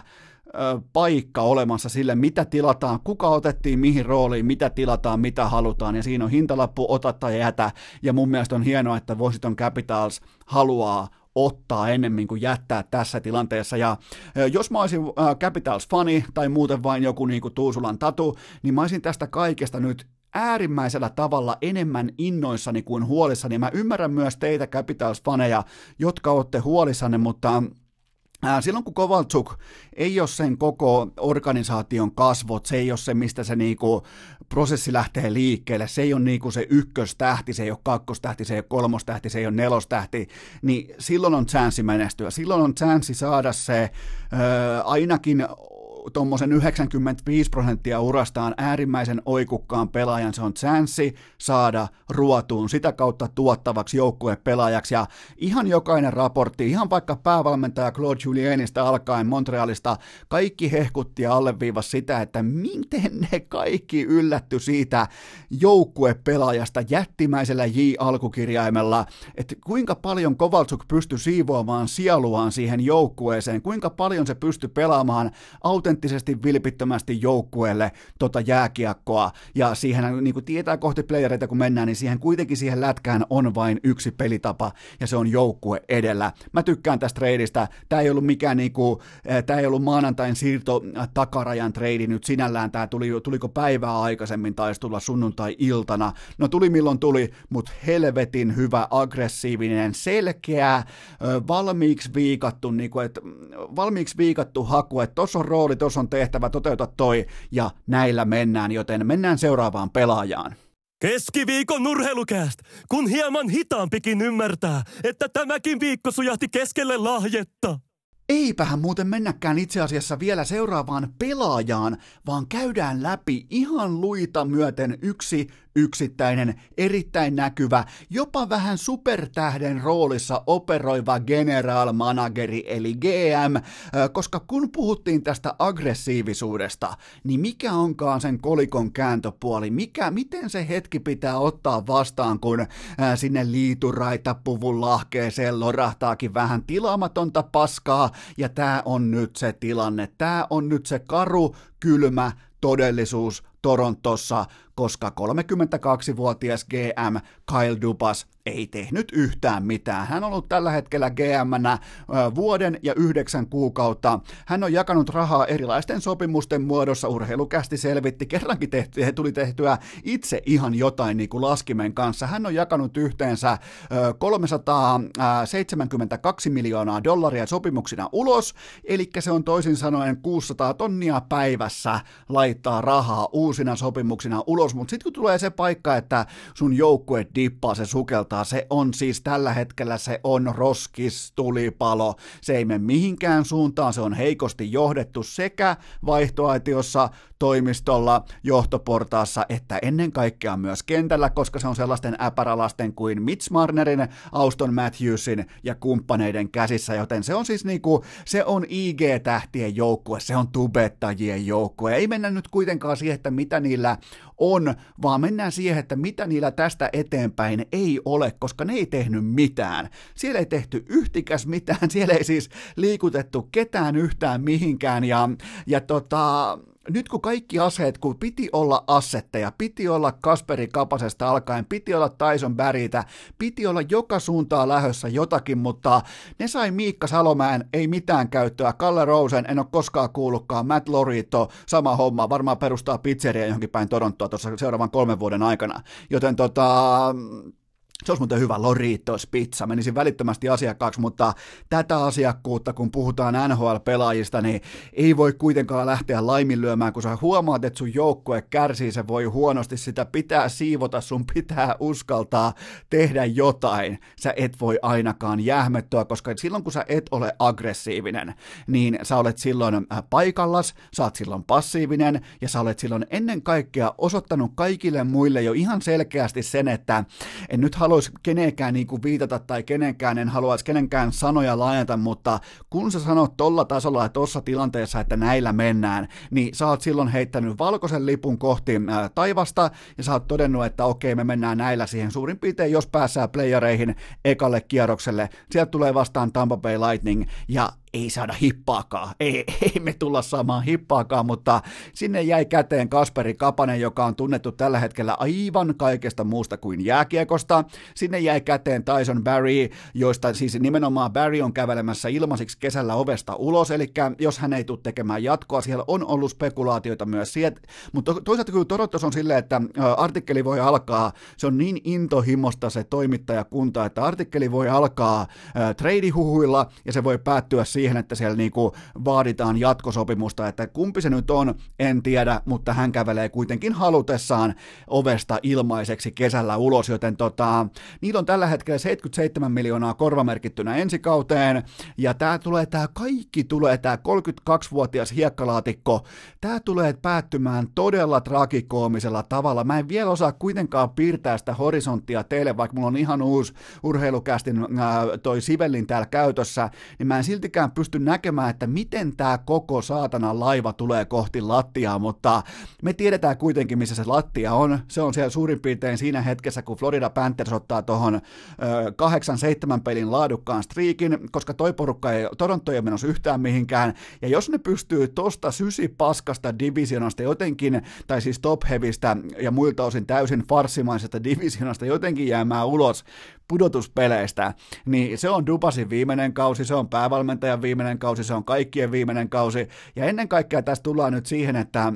paikka olemassa sille, mitä tilataan, kuka otettiin mihin rooliin, mitä tilataan, mitä halutaan, ja siinä on hintalappu, ota tai jätä, ja mun mielestä on hienoa, että Washington Capitals haluaa ottaa ennemmin kuin jättää tässä tilanteessa, ja jos mä olisin Capitals-fani, tai muuten vain joku niin kuin Tuusulan tatu, niin mä olisin tästä kaikesta nyt äärimmäisellä tavalla enemmän innoissani kuin huolissani. Mä ymmärrän myös teitä Capitals-faneja, jotka olette huolissanne, mutta silloin kun Kovalchuk ei ole sen koko organisaation kasvot, se ei ole se, mistä se niinku prosessi lähtee liikkeelle, se ei ole niinku se ykköstähti, se ei ole kakkostähti, se ei ole kolmostähti, se ei ole nelostähti, niin silloin on chanssi menestyä, silloin on chanssi saada se ää, ainakin tuommoisen yhdeksänkymmentäviisi prosenttia urastaan äärimmäisen oikukkaan pelaajan, se on chanssi saada ruotuun, sitä kautta tuottavaksi joukkuepelaajaksi, ja ihan jokainen raportti, ihan vaikka päävalmentaja Claude Julienista alkaen Montrealista, kaikki hehkutti ja alleviivasi sitä, että miten ne kaikki yllätty siitä joukkuepelaajasta jättimäisellä J-alkukirjaimella, että kuinka paljon Kovalchuk pystyi siivoamaan sieluaan siihen joukkueeseen, kuinka paljon se pystyi pelaamaan autenttisesti vilpittömästi joukkueelle tota jääkiekkoa, ja siihen niin kuin tietää kohti playereita kun mennään, niin siihen kuitenkin siihen lätkään on vain yksi pelitapa, ja se on joukkue edellä. Mä tykkään tästä treidistä, tää ei ollut mikään niinku, tää ei ollut maanantain siirto takarajan treidi nyt sinällään, tää tuli, tuliko päivää aikaisemmin, taisi tulla sunnuntai-iltana, no tuli milloin tuli, mutta helvetin hyvä, aggressiivinen, selkeä, valmiiksi viikattu, niinku, et, valmiiksi viikattu haku, että tossa on rooli, tossa on tehtävä, toteuta toi, ja näillä mennään, joten mennään seuraavaan pelaajaan.
Keskiviikon Urheilukääst, kun hieman hitaampikin ymmärtää, että tämäkin viikko sujahti keskelle lahjetta.
Eipähän muuten mennäkään itse asiassa vielä seuraavaan pelaajaan, vaan käydään läpi ihan luita myöten yksi yksittäinen, erittäin näkyvä, jopa vähän supertähden roolissa operoiva general manageri eli G M, koska kun puhuttiin tästä aggressiivisuudesta, niin mikä onkaan sen kolikon kääntöpuoli, mikä, miten se hetki pitää ottaa vastaan, kun sinne liituraitapuvun lahkeeseen lorahtaakin vähän tilaamatonta paskaa, ja tää on nyt se tilanne, tää on nyt se karu, kylmä, todellisuus Torontossa, koska kolmekymmentäkaksivuotias G M Kyle Dubas ei tehnyt yhtään mitään. Hän on ollut tällä hetkellä G M:nä vuoden ja yhdeksän kuukautta. Hän on jakanut rahaa erilaisten sopimusten muodossa. Urheilukästi selvitti, kerrankin tehty, he tuli tehtyä itse ihan jotain niin kuin laskimen kanssa. Hän on jakanut yhteensä kolmesataaseitsemänkymmentäkaksi miljoonaa dollaria sopimuksina ulos, eli se on toisin sanoen kuusisataa tonnia päivässä laittaa rahaa uusina sopimuksina ulos, mutta sitten kun tulee se paikka, että sun joukkue dippaa, se sukeltaa, se on siis tällä hetkellä se on roskistulipalo, se ei mene mihinkään suuntaan, se on heikosti johdettu sekä vaihtoaitiossa, toimistolla, johtoportaassa, että ennen kaikkea myös kentällä, koska se on sellaisten äpäralasten kuin Mitch Marnerin, Auston Matthewsin ja kumppaneiden käsissä, joten se on siis niinku, se on I G-tähtien joukkue, se on tubettajien joukkue, ei mennä nyt kuitenkaan siihen, että mitä niillä on, vaan mennään siihen, että mitä niillä tästä eteenpäin ei ole, koska ne ei tehnyt mitään. Siellä ei tehty yhtikäs mitään, siellä ei siis liikutettu ketään yhtään mihinkään, ja, ja tota... Nyt kun kaikki aseet, kun piti olla assetteja, piti olla Kasperi Kapasesta alkaen, piti olla Tyson Barrytä, piti olla joka suuntaan lähössä jotakin, mutta ne sai Miikka Salomäen, ei mitään käyttöä, Kalle Rosen, en ole koskaan kuullutkaan, Matt Lorito, sama homma, varmaan perustaa pizzeria johonkin päin Torontoa tuossa seuraavan kolmen vuoden aikana, joten tota... Se olisi muuten hyvä Loritos pizza, menisin välittömästi asiakkaaksi, mutta tätä asiakkuutta, kun puhutaan N H L-pelaajista, niin ei voi kuitenkaan lähteä laiminlyömään, kun sä huomaat, että sun joukkue kärsii, se voi huonosti, sitä pitää siivota, sun pitää uskaltaa tehdä jotain. Sä et voi ainakaan jähmettyä, koska silloin kun sä et ole aggressiivinen, niin sä olet silloin paikallas, sä oot silloin passiivinen, ja sä olet silloin ennen kaikkea osoittanut kaikille muille jo ihan selkeästi sen, että en nyt halua haluaisi kenenkään niin kuin viitata tai kenenkään, en haluaisi kenenkään sanoja laajata, mutta kun sä sanot tolla tasolla ja tossa tilanteessa, että näillä mennään, niin sä oot silloin heittänyt valkoisen lipun kohti ää, taivasta ja sä oot todennut, että okei, me mennään näillä siihen suurin piirtein, jos päässään playereihin ekalle kierrokselle. Sieltä tulee vastaan Tampa Bay Lightning ja ei saada hippaakaan, ei, ei me tulla saamaan hippaakaan, mutta sinne jäi käteen Kasperi Kapanen, joka on tunnettu tällä hetkellä aivan kaikesta muusta kuin jääkiekosta. Sinne jäi käteen Tyson Barrie, joista siis nimenomaan Barrie on kävelemässä ilmaisiksi kesällä ovesta ulos, eli jos hän ei tule tekemään jatkoa, siellä on ollut spekulaatioita myös sieltä, mutta toisaalta kyllä Torontos on silleen, että artikkeli voi alkaa, se on niin intohimosta se toimittajakunta, että artikkeli voi alkaa äh, treidihuhuilla ja se voi päättyä siihen, siihen, että siellä niinku vaaditaan jatkosopimusta, että kumpi se nyt on, en tiedä, mutta hän kävelee kuitenkin halutessaan ovesta ilmaiseksi kesällä ulos, joten tota, niillä on tällä hetkellä seitsemänkymmentäseitsemän miljoonaa korvamerkittynä ensi kauteen, ja tää tulee, tää kaikki tulee, tää kolmekymmentäkaksivuotias hiekkalaatikko, tää tulee päättymään todella tragikoomisella tavalla. Mä en vielä osaa kuitenkaan piirtää sitä horisonttia teille, vaikka mulla on ihan uusi urheilukästin ää, toi Sivellin täällä käytössä, niin mä en siltikään pysty näkemään, että miten tämä koko saatana laiva tulee kohti lattiaa, mutta me tiedetään kuitenkin, missä se lattia on. Se on siellä suurin piirtein siinä hetkessä, kun Florida Panthers ottaa tuohon kahdeksan seitsemän pelin laadukkaan striikin, koska toi porukka ei, Toronto ei ole menossa yhtään mihinkään, ja jos ne pystyy tosta sysipaskasta divisionasta jotenkin, tai siis top-heavistä ja muilta osin täysin farssimaisesta divisionasta jotenkin jäämään ulos pudotuspeleistä, niin se on Dubasin viimeinen kausi, se on päävalmentajan viimeinen kausi, se on kaikkien viimeinen kausi, ja ennen kaikkea tässä tullaan nyt siihen, että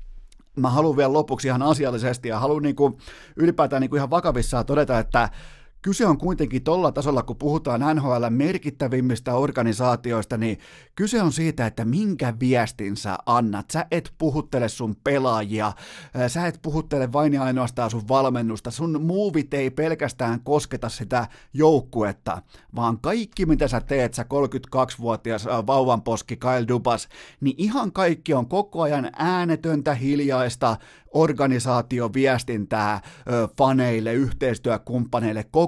mä haluan vielä lopuksi ihan asiallisesti, ja haluan niinku ylipäätään niinku ihan vakavissaan todeta, että kyse on kuitenkin tolla tasolla, kun puhutaan N H L merkittävimmistä organisaatioista, niin kyse on siitä, että minkä viestin sä annat. Sä et puhuttele sun pelaajia, sä et puhuttele vain ja ainoastaan sun valmennusta, sun muuvit ei pelkästään kosketa sitä joukkuetta, vaan kaikki mitä sä teet, sä kolmekymmentäkaksivuotias vauvanposki Kyle Dubas, niin ihan kaikki on koko ajan äänetöntä, hiljaista organisaatioviestintää faneille, yhteistyökumppaneille, koko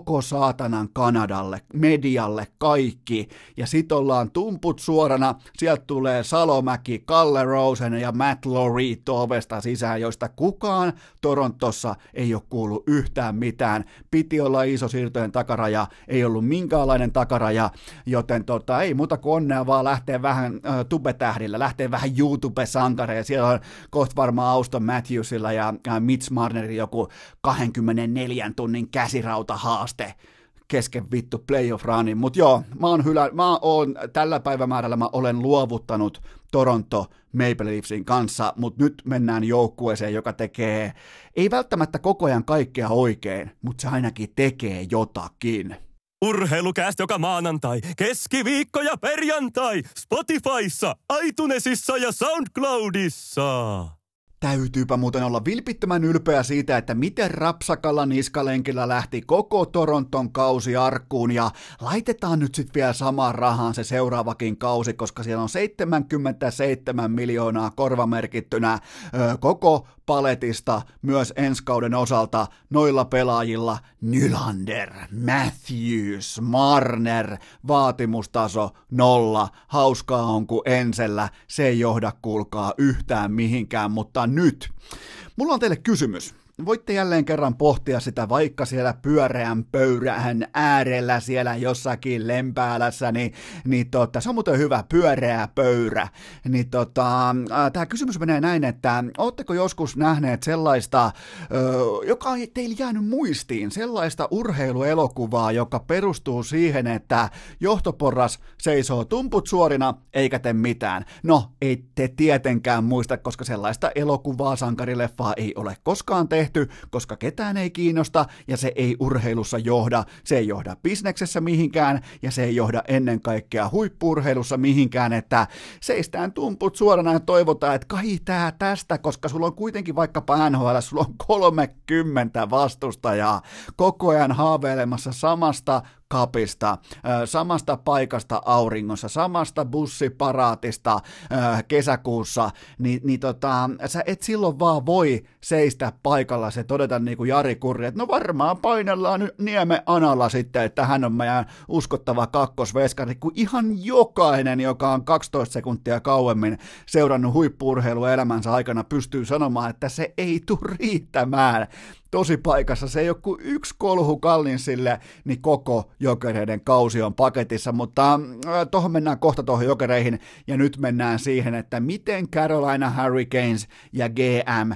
koko saatanan Kanadalle, medialle, kaikki, ja sit ollaan tumput suorana, sieltä tulee Salomäki, Kalle Rosen ja Matt Lorito ovesta sisään, joista kukaan Torontossa ei ole kuullut yhtään mitään, piti olla iso siirtojen takaraja, ei ollut minkäänlainen takaraja, joten tota, ei muuta kuin onnea vaan lähtee vähän äh, tubetähdillä, lähtee vähän YouTube-sankareja, siellä on kohta varmaan Auston Matthewsilla ja äh, Mitch Marnerin joku kaksikymmentäneljä tunnin käsirautahaaste kesken vittu playoff runin, mutta joo, mä oon, hylä, mä oon tällä päivämäärällä mä olen luovuttanut Toronto Maple Leafsin kanssa, mutta nyt mennään joukkueeseen, joka tekee, ei välttämättä koko ajan kaikkea oikein, mutta se ainakin tekee jotakin.
Urheilukääst joka maanantai, keskiviikko ja perjantai, Spotifyssa, iTunesissa ja SoundCloudissa.
Täytyypä muuten olla vilpittömän ylpeä siitä, että miten rapsakalla niskalenkillä lähti koko Toronton kausi arkkuun, ja laitetaan nyt sitten vielä samaan rahaan se seuraavakin kausi, koska siellä on seitsemänkymmentäseitsemän miljoonaa korvamerkittynä ö, koko paletista myös ensi kauden osalta noilla pelaajilla. Nylander, Matthews, Marner, vaatimustaso nolla, hauskaa on kuin ensellä, se ei johda kuulkaa yhtään mihinkään, mutta nyt. Mulla on teille kysymys. Voitte jälleen kerran pohtia sitä vaikka siellä pyöreän pöydän äärellä siellä jossakin Lempäälässä, niin, niin tota, se on muuten hyvä, pyöreä pöydä. Niin tota, tämä kysymys menee näin, että ootteko joskus nähneet sellaista, ö, joka on teille jäänyt muistiin, sellaista urheiluelokuvaa, joka perustuu siihen, että johtoporras seisoo tumput suorina eikä tee mitään. No, ei te tietenkään muista, koska sellaista elokuvaa, sankarileffaa ei ole koskaan tehty, koska ketään ei kiinnosta ja se ei urheilussa johda, se ei johda bisneksessä mihinkään ja se ei johda ennen kaikkea huippu-urheilussa mihinkään, että seistään tumput suorana ja toivotaan, että kai tää tästä, koska sulla on kuitenkin vaikkapa N H L, sulla on kolmekymmentä vastustajaa koko ajan haaveilemassa samasta kapista, samasta paikasta auringossa, samasta bussiparaatista kesäkuussa, niin, niin tota, sä et silloin vaan voi seistä paikalla se todeta niin kuin Jari Kurri, että no varmaan painellaan nyt Niemen Analla sitten, että hän on meidän uskottava kakkosveskari, kun ihan jokainen, joka on kaksitoista sekuntia kauemmin seurannut huippu-urheilua elämänsä aikana, pystyy sanomaan, että se ei tule riittämään. Tosi paikassa, se ei ole kuin yksi kolhu kallin sille, niin koko Jokereiden kausi on paketissa, mutta äh, tuohon mennään kohta tuohon Jokereihin, ja nyt mennään siihen, että miten Carolina Hurricanes ja G M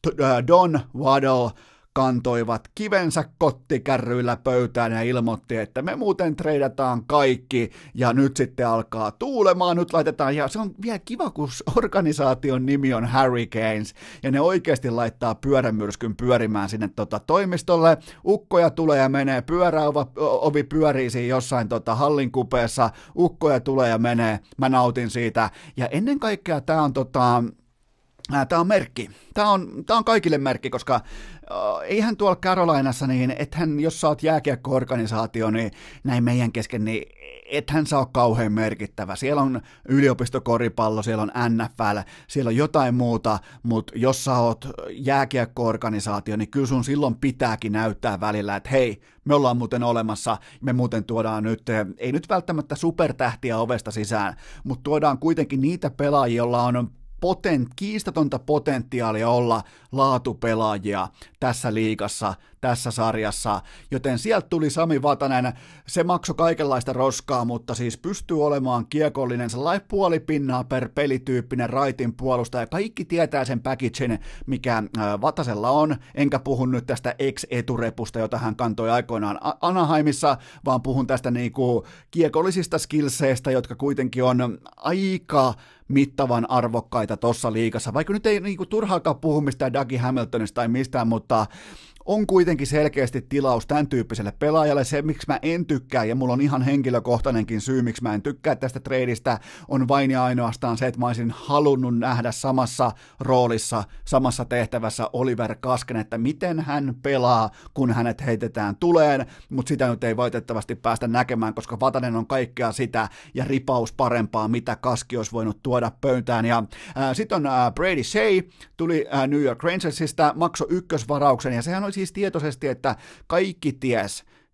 Don Waddell kantoivat kivensä kottikärryillä pöytään ja ilmoitti, että me muuten treidataan kaikki ja nyt sitten alkaa tuulemaan, nyt laitetaan, ja se on vielä kiva, kun organisaation nimi on Hurricanes ja ne oikeasti laittaa pyörämyrskyn pyörimään sinne tota toimistolle, ukkoja tulee ja menee, pyöräovi pyörii siinä jossain tota hallin kupeessa, ukkoja tulee ja menee, mä nautin siitä, ja ennen kaikkea tää on tota Tämä on merkki. Tämä on, tämä on kaikille merkki, koska äh, eihän tuolla Carolinassa, niin ethän, jos sä oot jääkiekko-organisaatio, niin näin meidän kesken, niin ethän sä ole kauhean merkittävä. Siellä on yliopistokoripallo, siellä on N F L, siellä on jotain muuta, mutta jos sä oot jääkiekko-organisaatio, niin kyllä sun silloin pitääkin näyttää välillä, että hei, me ollaan muuten olemassa, me muuten tuodaan nyt, ei nyt välttämättä supertähtiä ovesta sisään, mutta tuodaan kuitenkin niitä pelaajia, joilla on Potent, kiistatonta potentiaalia olla laatupelaajia tässä liigassa, tässä sarjassa, joten sieltä tuli Sami Vatanen, se maksoi kaikenlaista roskaa, mutta siis pystyy olemaan kiekollinen, sellainen puolipinnaa per pelityyppinen raitin puolustaja, kaikki tietää sen packagen, mikä Vatasella on, enkä puhu nyt tästä ex-eturepusta, jota hän kantoi aikoinaan Anaheimissa, vaan puhun tästä niinku kiekollisista skillseistä, jotka kuitenkin on aika mittavan arvokkaita tuossa liigassa, vaikka nyt ei niinku turhaakaan puhu mistään Dougie Hamiltonista tai mistään, mutta on kuitenkin selkeästi tilaus tämän tyyppiselle pelaajalle. Se, miksi mä en tykkää, ja mulla on ihan henkilökohtainenkin syy, miksi mä en tykkää tästä treidistä, on vain ja ainoastaan se, että mä olisin halunnut nähdä samassa roolissa, samassa tehtävässä Oliver Kasken, että miten hän pelaa, kun hänet heitetään tuleen, mutta sitä nyt ei valitettavasti päästä näkemään, koska Vatanen on kaikkea sitä ja ripaus parempaa, mitä Kaski olisi voinut tuoda pöytään. Ja äh, sitten on äh, Brady Shea, tuli äh, New York Rangersista, maksoi ykkösvarauksen, ja sehän oli siis tietoisesti, että kaikki ties,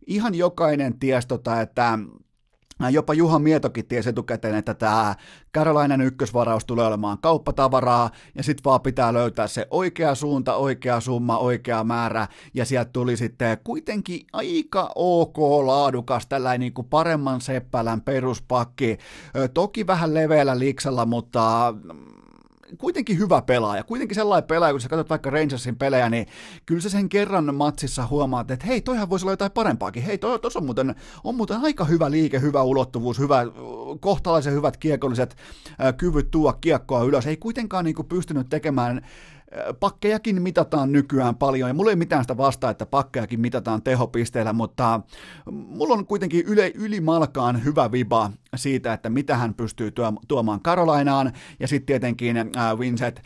ihan jokainen ties tota, että jopa Juha Mietokin tiesi etukäteen, että tämä Carolinen ykkösvaraus tulee olemaan kauppatavaraa, ja sitten vaan pitää löytää se oikea suunta, oikea summa, oikea määrä, ja sieltä tuli sitten kuitenkin aika ok laadukas, tällainen niin kuin paremman seppälän peruspakki, toki vähän leveällä liksalla, mutta kuitenkin hyvä pelaaja, kuitenkin sellainen pelaaja, kun sä katsot vaikka Rangersin pelejä, niin kyllä sä sen kerran matsissa huomaat, että hei, toihan voisi olla jotain parempaakin, hei, toi, tuossa on muuten, on muuten aika hyvä liike, hyvä ulottuvuus, hyvä, kohtalaisen hyvät kiekolliset äh, kyvyt tuoda kiekkoa ylös, ei kuitenkaan niin kuin pystynyt tekemään. Pakkejakin mitataan nykyään paljon, ja mulla ei mitään sitä vastaa, että pakkejakin mitataan tehopisteillä, mutta mulla on kuitenkin yle, ylimalkaan hyvä viba siitä, että mitä hän pystyy tuomaan Carolinaan, ja sitten tietenkin äh, Vincent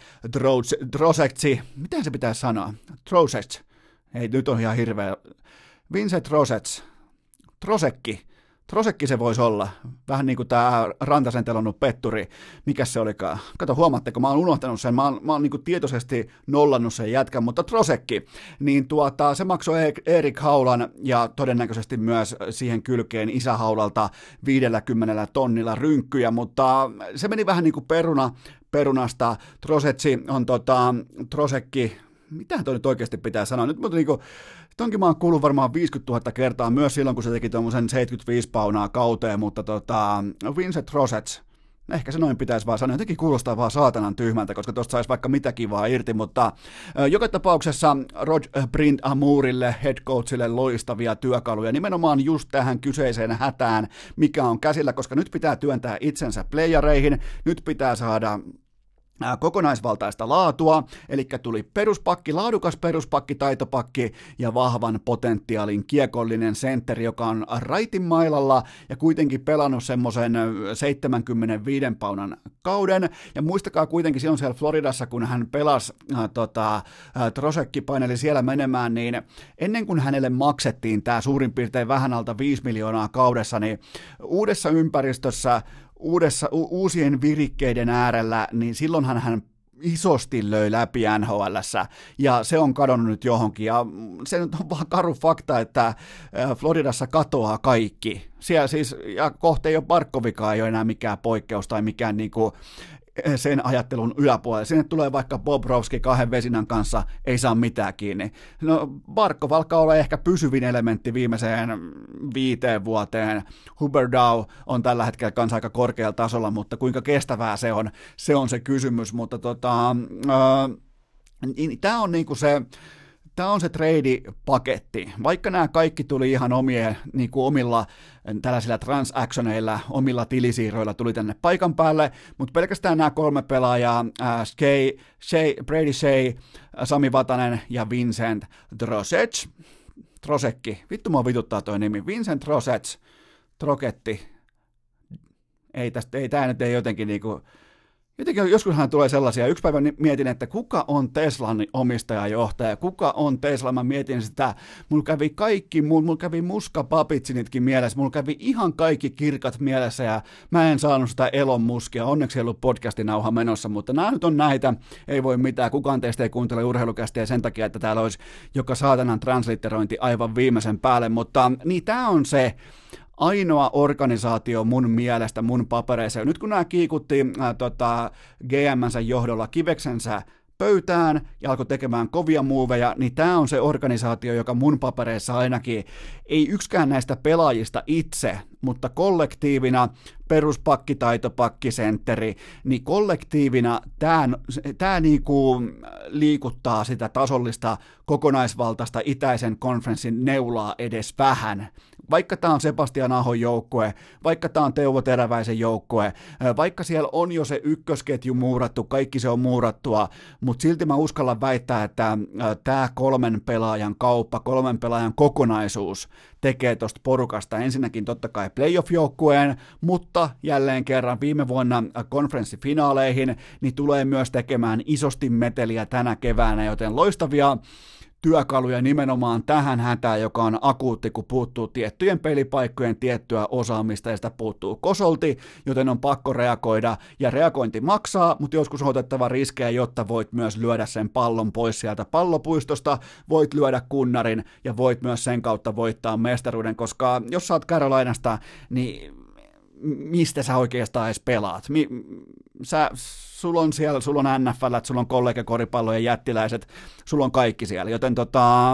Trosekci, miten se pitää sanoa? Trosekci, ei nyt on ihan hirveä, Vincent Trosekci, Trosekki, Trosekki se voisi olla, vähän niin kuin tämä Rantasen telonnut petturi, mikä se olikaan. Kato, huomaatteko, mä oon unohtanut sen, mä oon, mä oon niin kuin tietoisesti nollannut sen jätkän, mutta Trosekki, niin tuota, se maksoi Erik Haulan ja todennäköisesti myös siihen kylkeen isähaulalta viidelläkymmenellä tonnilla rynkkyjä, mutta se meni vähän niin kuin peruna, perunasta. Trosekki on tota, Trosekki, mitähän toi nyt oikeasti pitää sanoa, nyt mutta niinku, tonkin mä oon kuullut varmaan viisikymmentätuhatta kertaa, myös silloin, kun se teki tuommoisen seitsemänkymmentäviisi paunaa kauteen, mutta tota, Vincent Trosekci, ehkä se noin pitäisi vaan sanoa, jotenkin kuulostaa vaan saatanan tyhmältä, koska tosta saisi vaikka mitä kivaa irti, mutta ö, joka tapauksessa Rod Brint Amourille, head coachille loistavia työkaluja, nimenomaan just tähän kyseiseen hätään, mikä on käsillä, koska nyt pitää työntää itsensä playereihin, nyt pitää saada kokonaisvaltaista laatua, eli tuli peruspakki, laadukas peruspakki, taitopakki ja vahvan potentiaalin kiekollinen sentteri, joka on raitin mailalla ja kuitenkin pelannut semmoisen seitsemänkymmentäviisi paunan kauden, ja muistakaa kuitenkin silloin siellä Floridassa, kun hän pelasi, äh, tota, äh, Trosekki paineli siellä menemään, niin ennen kuin hänelle maksettiin tämä suurin piirtein vähän alta viisi miljoonaa kaudessa, niin uudessa ympäristössä Uudessa, u- uusien virikkeiden äärellä, niin silloinhan hän isosti löi läpi N H L:ssä, ja se on kadonnut nyt johonkin, ja se nyt on vaan karu fakta, että Floridassa katoaa kaikki. Siellä siis, ja kohta ei ole Barkovikaan, ei ole enää mikään poikkeus tai mikään niinku sen ajattelun yläpuolelle. Sinne tulee vaikka Bobrovski kahden vesinan kanssa, ei saa mitään kiinni. No Barkov alkaa olla ehkä pysyvin elementti viimeiseen viiteen vuoteen. Huberdeau on tällä hetkellä kanssa aika korkealla tasolla, mutta kuinka kestävää se on, se on se kysymys. Mutta tota, äh, tämä on niinku se Tämä on se trade-paketti. Vaikka nämä kaikki tuli ihan omien, niin kuin omilla tällaisilla transactioneilla, omilla tilisiirroilla tuli tänne paikan päälle, mutta pelkästään nämä kolme pelaajaa, äh, Skay, Shea, Brady Shea, Sami Vatanen ja Vincent Trosekci, Trosekki, vittu mua vituttaa toi nimi, Vincent Trosekci, Troketti, ei tästä, ei, tämä nyt ei jotenkin niinku, jotenkin joskushan tulee sellaisia, yksi päivä mietin, että kuka on Teslan omistajajohtaja, kuka on Tesla, mä mietin sitä, mulla kävi kaikki, mulla kävi Muska Papitsinitkin mielessä, mulla kävi ihan kaikki kirkat mielessä, ja mä en saanut sitä Elon Muskia, onneksi ei ollut podcastinauha menossa, mutta nämä nyt on näitä, ei voi mitään, kukaan teistä ei kuuntele urheilukästiä sen takia, että täällä olisi joka saatanan translitterointi aivan viimeisen päälle, mutta niin tää on se ainoa organisaatio mun mielestä, mun papereissa. Ja nyt kun nämä kiikutti ää, tota, G M:nsä johdolla kiveksensä pöytään ja alkoi tekemään kovia muuveja, niin tämä on se organisaatio, joka mun papereissa ainakin, ei yksikään näistä pelaajista itse, mutta kollektiivina, peruspakki, taitopakki, sentteri, niin kollektiivina tämä, tämä niinku liikuttaa sitä tasollista kokonaisvaltaista itäisen konferenssin neulaa edes vähän. Vaikka tämä on Sebastian Ahon joukkue, vaikka tämä on Teuvo Teräväisen joukkue, vaikka siellä on jo se ykkösketju muurattu, kaikki se on muurattua, mutta silti mä uskallan väittää, että tämä kolmen pelaajan kauppa, kolmen pelaajan kokonaisuus tekee tuosta porukasta ensinnäkin totta kai playoff-joukkueen, mutta jälleen kerran viime vuonna konferenssifinaaleihin, niin tulee myös tekemään isosti meteliä tänä keväänä, joten loistavia työkaluja nimenomaan tähän hätään, joka on akuutti, kun puuttuu tiettyjen pelipaikkojen tiettyä osaamista ja sitä puuttuu kosolti, joten on pakko reagoida ja reagointi maksaa, mutta joskus on otettava riskejä, jotta voit myös lyödä sen pallon pois sieltä pallopuistosta, voit lyödä kunnarin ja voit myös sen kautta voittaa mestaruuden, koska jos sä oot Carolinasta, niin mistä sä oikeastaan edes pelaat? Mi- sä, sulla on siellä, sulla on N F L, sulla on kollegakoripallojen jättiläiset, sulla on kaikki siellä, joten tota,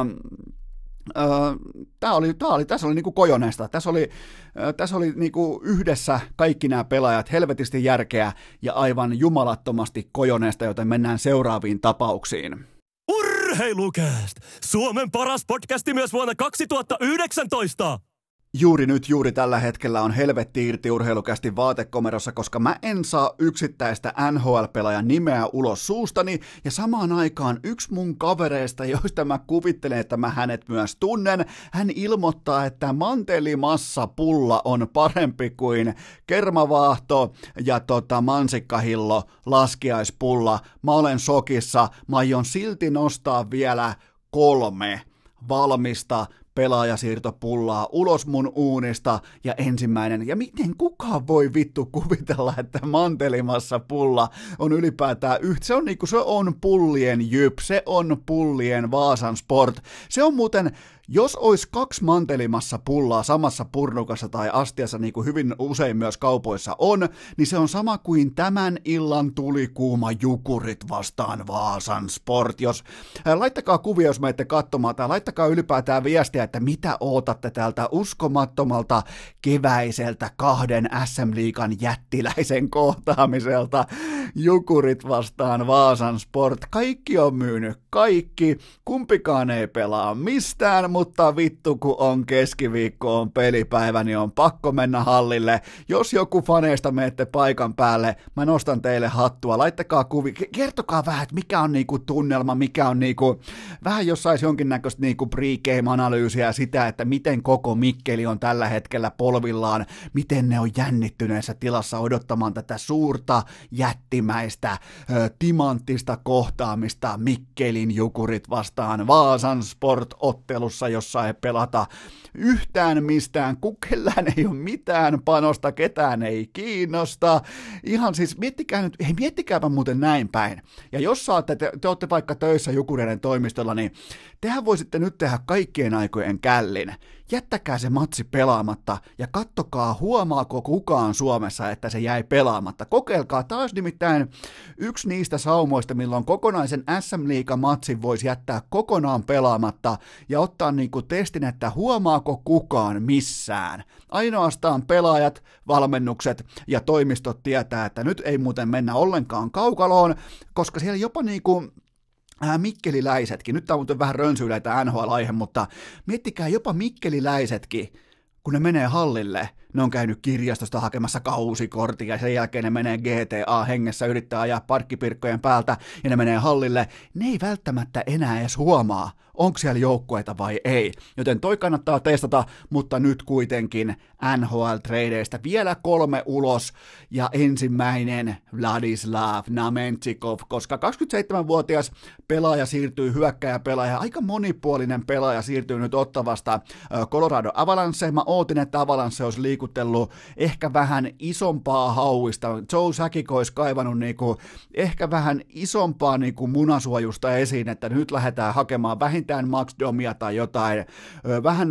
äh, tää oli, tää oli, tässä oli niinku Kojoneesta, tässä oli, äh, tässä oli niinku yhdessä kaikki nämä pelaajat, helvetisti järkeä ja aivan jumalattomasti Kojoneesta, joten mennään seuraaviin tapauksiin.
Urheilukääst! Suomen paras podcasti myös vuonna kaksituhattayhdeksäntoista!
Juuri nyt, juuri tällä hetkellä on helvetti irti Urheilukästin vaatekomerossa, koska mä en saa yksittäistä N H L-pelaajan nimeä ulos suustani, ja samaan aikaan yksi mun kavereista, joista mä kuvittelen, että mä hänet myös tunnen, hän ilmoittaa, että mantelimassapulla on parempi kuin kermavaahto ja tota, mansikkahillo laskiaispulla. Mä olen shokissa, mä aion silti nostaa vielä kolme valmista pelaajasiirtopullaa ulos mun uunista ja ensimmäinen, ja miten kukaan voi vittu kuvitella, että mantelimassa pulla on ylipäätään yhtä, se on niinku, se on pullien Jyp, se on pullien Vaasan Sport, se on muuten, jos olisi kaksi mantelimassa pullaa samassa purnukassa tai astiassa, niin kuin hyvin usein myös kaupoissa on, niin se on sama kuin tämän illan tulikuuma Jukurit vastaan Vaasan Sport. Jos, ää, laittakaa kuvia, jos menette katsomaan, tai laittakaa ylipäätään viestiä, että mitä ootatte tältä uskomattomalta keväiseltä kahden S M-liigan jättiläisen kohtaamiselta. Jukurit vastaan Vaasan Sport. Kaikki on myynyt, kaikki. Kumpikaan ei pelaa mistään, mutta vittu kun on keskiviikko, on pelipäivä, niin on pakko mennä hallille. Jos joku faneista menette paikan päälle, mä nostan teille hattua, laittakaa kuvi, kertokaa vähän, että mikä on niinku tunnelma, mikä on niinku, vähän jos saisi jonkinnäköistä niinku pre-game-analyysiä sitä, että miten koko Mikkeli on tällä hetkellä polvillaan, miten ne on jännittyneessä tilassa odottamaan tätä suurta, jättimäistä, ö, timanttista kohtaamista Mikkelin Jukurit vastaan Vaasan Sport-ottelussa, jossa ei pelata yhtään mistään, kellään ei ole mitään panosta, ketään ei kiinnosta. Ihan siis, miettikää nyt, hei miettikääpä muuten näin päin. Ja jos saatte, te, te olette vaikka töissä Jukureiden toimistolla, niin tehän voisitte nyt tehdä kaikkien aikojen källin. Jättäkää se matsi pelaamatta ja kattokaa, huomaako kukaan Suomessa, että se jäi pelaamatta. Kokeilkaa, taas nimittäin yksi niistä saumoista, milloin kokonaisen S M-liiga-matsin voisi jättää kokonaan pelaamatta ja ottaa niinku testin, että huomaako kukaan missään. Ainoastaan pelaajat, valmennukset ja toimistot tietää, että nyt ei muuten mennä ollenkaan kaukaloon, koska siellä jopa niinku Äh, mikkeliläisetkin, nyt tämä on muuten vähän rönsyileitä N H L-aihe, mutta miettikää jopa mikkeliläisetkin, kun ne menee hallille, ne on käynyt kirjastosta hakemassa kausikortin ja sen jälkeen ne menee G T A-hengessä, yrittää ajaa parkkipirkkojen päältä ja ne menee hallille, ne ei välttämättä enää edes huomaa, onko siellä joukkueita vai ei. Joten toi kannattaa testata, mutta nyt kuitenkin N H L-treideistä vielä kolme ulos ja ensimmäinen Vladislav Namenchikov, koska kaksikymmentäseitsemänvuotias pelaaja siirtyy hyökkääjäpelaaja, aika monipuolinen pelaaja siirtyy nyt Ottavasta Colorado Avalanceen. Mä ootin, että Avalanche olisi liikutellut ehkä vähän isompaa hauista. Joe Sakic olisi kaivannut niinku ehkä vähän isompaa niinku munasuojusta esiin, että nyt lähdetään hakemaan vähintään Max Domia tai jotain vähän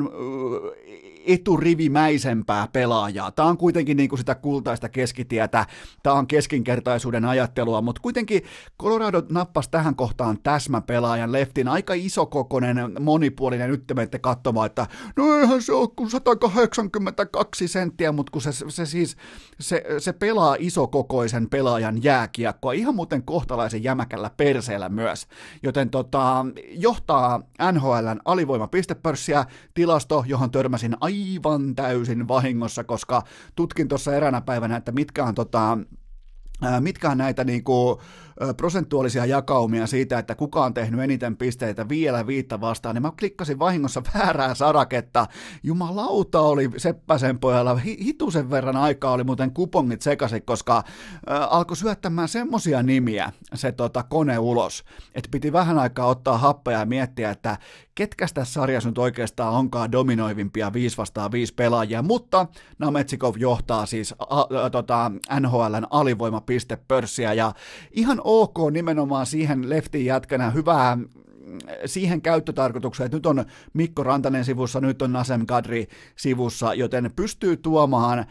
eturivimäisempää pelaajaa. Tämä on kuitenkin niin kuin sitä kultaista keskitietä, tämä on keskinkertaisuuden ajattelua, mutta kuitenkin Colorado nappasi tähän kohtaan täsmäpelaajan leftin, aika isokokoinen, monipuolinen, nyt te menette katsomaan, että no eihän se ole kuin sata kahdeksankymmentäkaksi senttiä, mutta kun se, se siis, se, se pelaa isokokoisen pelaajan jääkiekkoa, ihan muuten kohtalaisen jämäkällä perseellä myös, joten tota, johtaa N H L:n alivoimapistepörssiä, tilasto, johon törmäsin aivan täysin vahingossa, koska tutkin tuossa eräänä päivänä, että mitkä on, tota, mitkä on näitä niinku, prosentuaalisia jakaumia siitä, että kuka on tehnyt eniten pisteitä vielä viittä vastaan, niin mä klikkasin vahingossa väärää saraketta. Jumalauta oli Seppäsen pojalla, hitusen verran aikaa oli muuten kupongit sekaisin, koska äh, alkoi syöttämään semmosia nimiä se tota, kone ulos, että piti vähän aikaa ottaa happea ja miettiä, että ketkä tässä sarjassa nyt oikeastaan onkaan dominoivimpia viisi vastaan viisi pelaajia, mutta Namestnikov johtaa siis a, a, tota, N H L:n alivoimapistepörssiä ja ihan ok nimenomaan siihen leftin jätkänä hyvää siihen käyttötarkoitukseen, että nyt on Mikko Rantanen sivussa, nyt on Nazem Kadri sivussa, joten pystyy tuomaan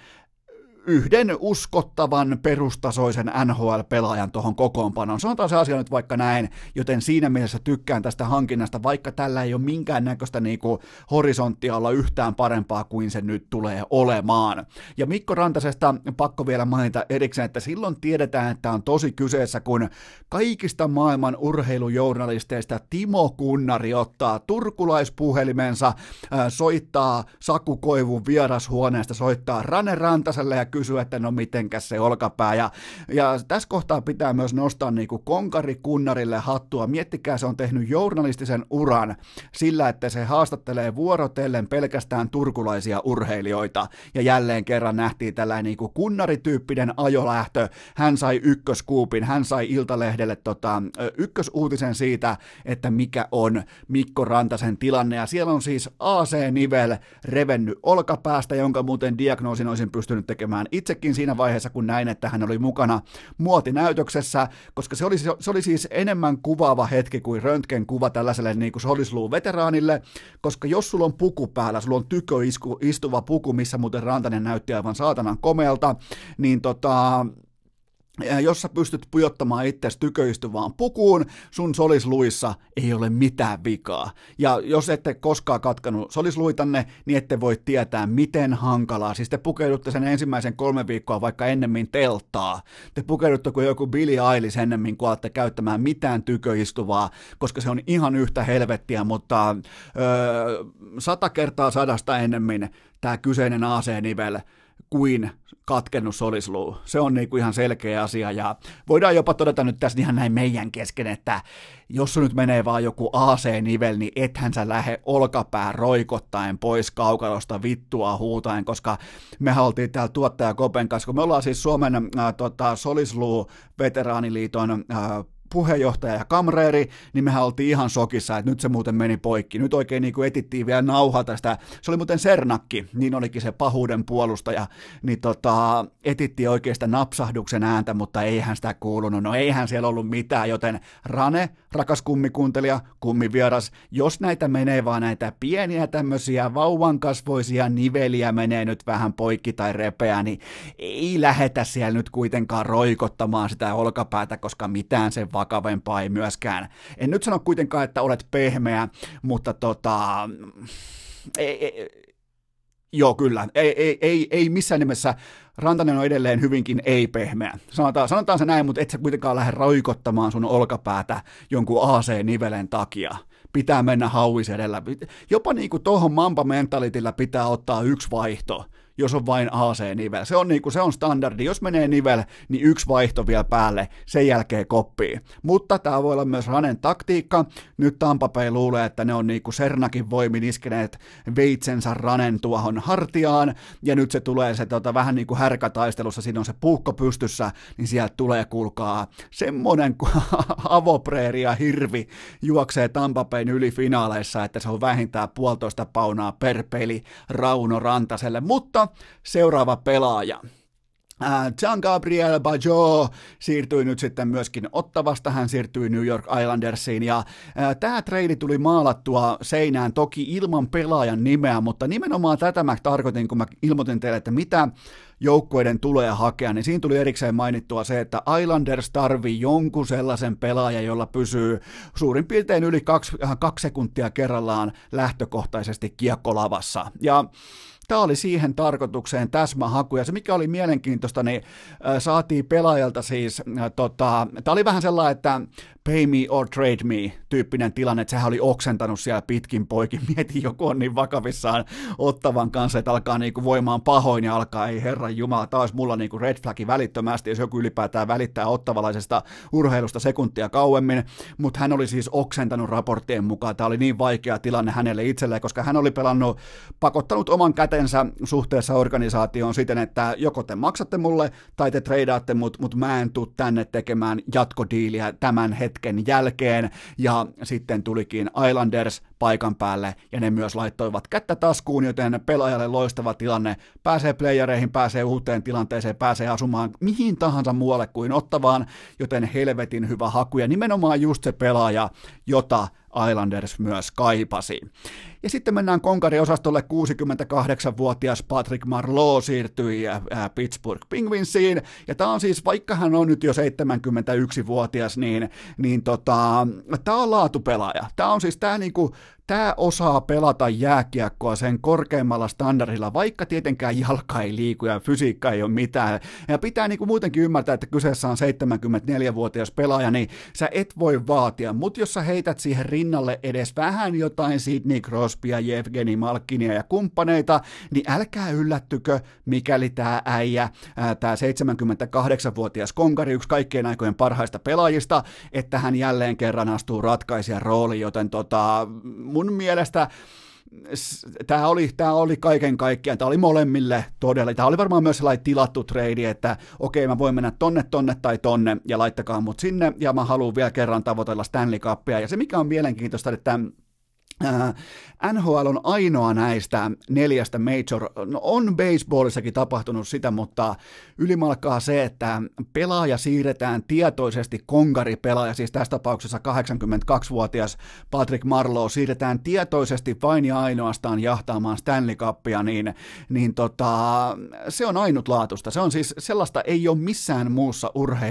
yhden uskottavan perustasoisen N H L-pelaajan tuohon kokoonpanoon. Sanotaan se asia nyt vaikka näin, joten siinä mielessä tykkään tästä hankinnasta, vaikka tällä ei ole minkäännäköistä niinku horisonttia olla yhtään parempaa kuin se nyt tulee olemaan. Ja Mikko Rantasesta pakko vielä mainita erikseen, että silloin tiedetään, että on tosi kyseessä, kun kaikista maailman urheilujournalisteista Timo Kunnari ottaa turkulaispuhelimensa, soittaa Saku Koivun vierashuoneesta, soittaa Rane Rantaselle ja kysyy, että no mitenkäs se olkapää. Ja, ja tässä kohtaa pitää myös nostaa niin kuin konkari Kunnarille hattua. Miettikää, se on tehnyt journalistisen uran sillä, että se haastattelee vuorotellen pelkästään turkulaisia urheilijoita. Ja jälleen kerran nähtiin tällainen niin kuin Kunnari-tyyppinen ajolähtö. Hän sai ykköskuupin, hän sai Iltalehdelle tota, ykkösuutisen siitä, että mikä on Mikko Rantasen tilanne. Ja siellä on siis A C-nivel revennyt olkapäästä, jonka muuten diagnoosin olisin pystynyt tekemään itsekin siinä vaiheessa, kun näin, että hän oli mukana muotinäytöksessä, koska se oli, se oli siis enemmän kuvaava hetki kuin röntgenkuva tällaiselle niin kuin solisluun veteraanille, koska jos sulla on puku päällä, sulla on tyköistuva puku, missä muuten Rantanen näytti aivan saatanan komealta, niin tota... Ja jos sä pystyt pujottamaan itsesi tyköistuvaan pukuun, sun solisluissa ei ole mitään vikaa. Ja jos ette koskaan katkanut solisluitanne, niin ette voi tietää, miten hankalaa. Siis te pukeudutte sen ensimmäisen kolme viikkoa vaikka ennemmin telttaa. Te pukeudutte kuin joku Billie Eilish ennemmin, kun alatte käyttämään mitään tyköistuvaa, koska se on ihan yhtä helvettiä, mutta öö, sata kertaa sadasta ennemmin tämä kyseinen A C-nivel kuin katkennut solisluu. Se on niinku ihan selkeä asia ja voidaan jopa todeta nyt tässä ihan näin meidän kesken, että jos sun nyt menee vaan joku A C-nivel, niin ethän sä lähde olkapää roikottaen pois kaukalosta vittua huutaen, koska mehän oltiin täällä tuottaja Kopen kanssa, kun me ollaan siis Suomen äh, tota, Solisluu-veteraaniliiton äh, puheenjohtaja ja kamreeri, niin mehän oltiin ihan shokissa, että nyt se muuten meni poikki. Nyt oikein niin kuin etittiin vielä nauhaa tästä. Se oli muuten Sernakki, niin olikin se pahuuden puolustaja, niin tota, etittiin oikeasta napsahduksen ääntä, mutta eihän sitä kuulunut. No eihän siellä ollut mitään, joten Rane, rakas kummikuuntelija, kummivieras, jos näitä menee vaan näitä pieniä tämmöisiä vauvankasvoisia niveliä menee nyt vähän poikki tai repeä, niin ei lähetä siellä nyt kuitenkaan roikottamaan sitä olkapäätä, koska mitään se vakavempaa ei myöskään. En nyt sano kuitenkaan, että olet pehmeä, mutta tota... Ei, ei, joo, kyllä. Ei, ei, ei, ei missään nimessä. Rantanen on edelleen hyvinkin ei-pehmeä. Sanotaan, sanotaan se näin, mutta et sä kuitenkaan lähde roikottamaan sun olkapäätä jonkun A C-nivelen takia. Pitää mennä hauis edellä. Jopa niin kuin tohon Mamba-mentalitillä pitää ottaa yksi vaihto, jos on vain A C-nivel. Se on, niinku, se on standardi. Jos menee nivel, niin yksi vaihto vielä päälle, sen jälkeen koppii. Mutta tämä voi olla myös Ranen taktiikka. Nyt Tampa Bay luulee, että ne on niinku Sernakin voimin iskeneet veitsensä Ranen tuohon hartiaan, ja nyt se tulee se tota, vähän niin kuin härkätaistelussa, siinä on se puukko pystyssä, niin sieltä tulee, kuulkaa, semmoinen avopreeri ja hirvi juoksee Tampa Bayn yli finaaleissa, että se on vähintään puolitoista paunaa per peli Rauno Rantaselle. Mutta seuraava pelaaja. Jean-Gabriel Pageau siirtyi nyt sitten myöskin Ottavasta, hän siirtyi New York Islandersiin ja tämä trade tuli maalattua seinään toki ilman pelaajan nimeä, mutta nimenomaan tätä mä tarkoitin, kun mä ilmoitin teille, että mitä joukkueiden tulee hakea, niin siinä tuli erikseen mainittua se, että Islanders tarvii jonkun sellaisen pelaajan, jolla pysyy suurin piirtein yli kaksi, kaksi sekuntia kerrallaan lähtökohtaisesti kiekkolavassa. Ja tämä oli siihen tarkoitukseen täsmähaku, ja se mikä oli mielenkiintoista, niin äh, saatiin pelaajalta siis, äh, tota, tämä oli vähän sellainen, että pay me or trade me tyyppinen tilanne, että sehän oli oksentanut siellä pitkin poikin, mieti joku on niin vakavissaan Ottavan kanssa, että alkaa niinku voimaan pahoin ja alkaa, ei herra Jumala, taas mulla niinku red flagi välittömästi, jos joku ylipäätään välittää ottavalaisesta urheilusta sekuntia kauemmin, mutta hän oli siis oksentanut raporttien mukaan, tämä oli niin vaikea tilanne hänelle itselleen, koska hän oli pelannut, pakottanut oman kätensä suhteessa organisaatioon siten, että joko te maksatte mulle tai te treidaatte mut, mutta mä en tuu tänne tekemään jatkodiiliä tämän hetken jälkeen, ja sitten tulikin Islanders paikan päälle, ja ne myös laittoivat kättä taskuun, joten pelaajalle loistava tilanne, pääsee playereihin, pääsee uuteen tilanteeseen, pääsee asumaan mihin tahansa muualle kuin Ottavaan, joten helvetin hyvä haku, ja nimenomaan just se pelaaja, jota Islanders myös kaipasi. Ja sitten mennään konkariosastolle, kuusikymmentäkahdeksanvuotias Patrick Marleau siirtyi ää, Pittsburgh Penguinsiin, ja tämä on siis, vaikka hän on nyt jo seitsemänkymmentäyksivuotias, niin, niin tota, tämä on laatupelaaja. Tämä on siis, tämä niinku, Tämä osaa pelata jääkiekkoa sen korkeimmalla standardilla, vaikka tietenkään jalka ei liiku ja fysiikka ei ole mitään. Ja pitää niinku muutenkin ymmärtää, että kyseessä on seitsemänkymmentäneljävuotias pelaaja, niin sä et voi vaatia, mutta jos sä heität siihen rinnalle edes vähän jotain Sidney Crosbya, Jevgeni Malkinia ja kumppaneita, niin älkää yllättykö, mikäli tämä äijä, tämä seitsemänkymmentäkahdeksanvuotias konkari, yksi kaikkien aikojen parhaista pelaajista, että hän jälleen kerran astuu ratkaisijan rooliin, joten tota, mun mielestä tämä oli, tämä oli kaiken kaikkiaan, tämä oli molemmille todella, tämä oli varmaan myös sellainen tilattu trade, että okei, mä voin mennä tonne, tonne tai tonne ja laittakaa mut sinne, ja mä haluan vielä kerran tavoitella Stanley Cupia, ja se mikä on mielenkiintoista, että N H L on ainoa näistä neljästä major, no on baseballissakin tapahtunut sitä, mutta ylimalkaa se, että pelaaja siirretään tietoisesti, konkaripelaaja, siis tässä tapauksessa kahdeksankymmentäkaksivuotias Patrick Marleau siirretään tietoisesti vain ja ainoastaan jahtaamaan Stanley Cupia, niin, niin tota, se on ainutlaatuista. Se on siis sellaista, ei ole missään muussa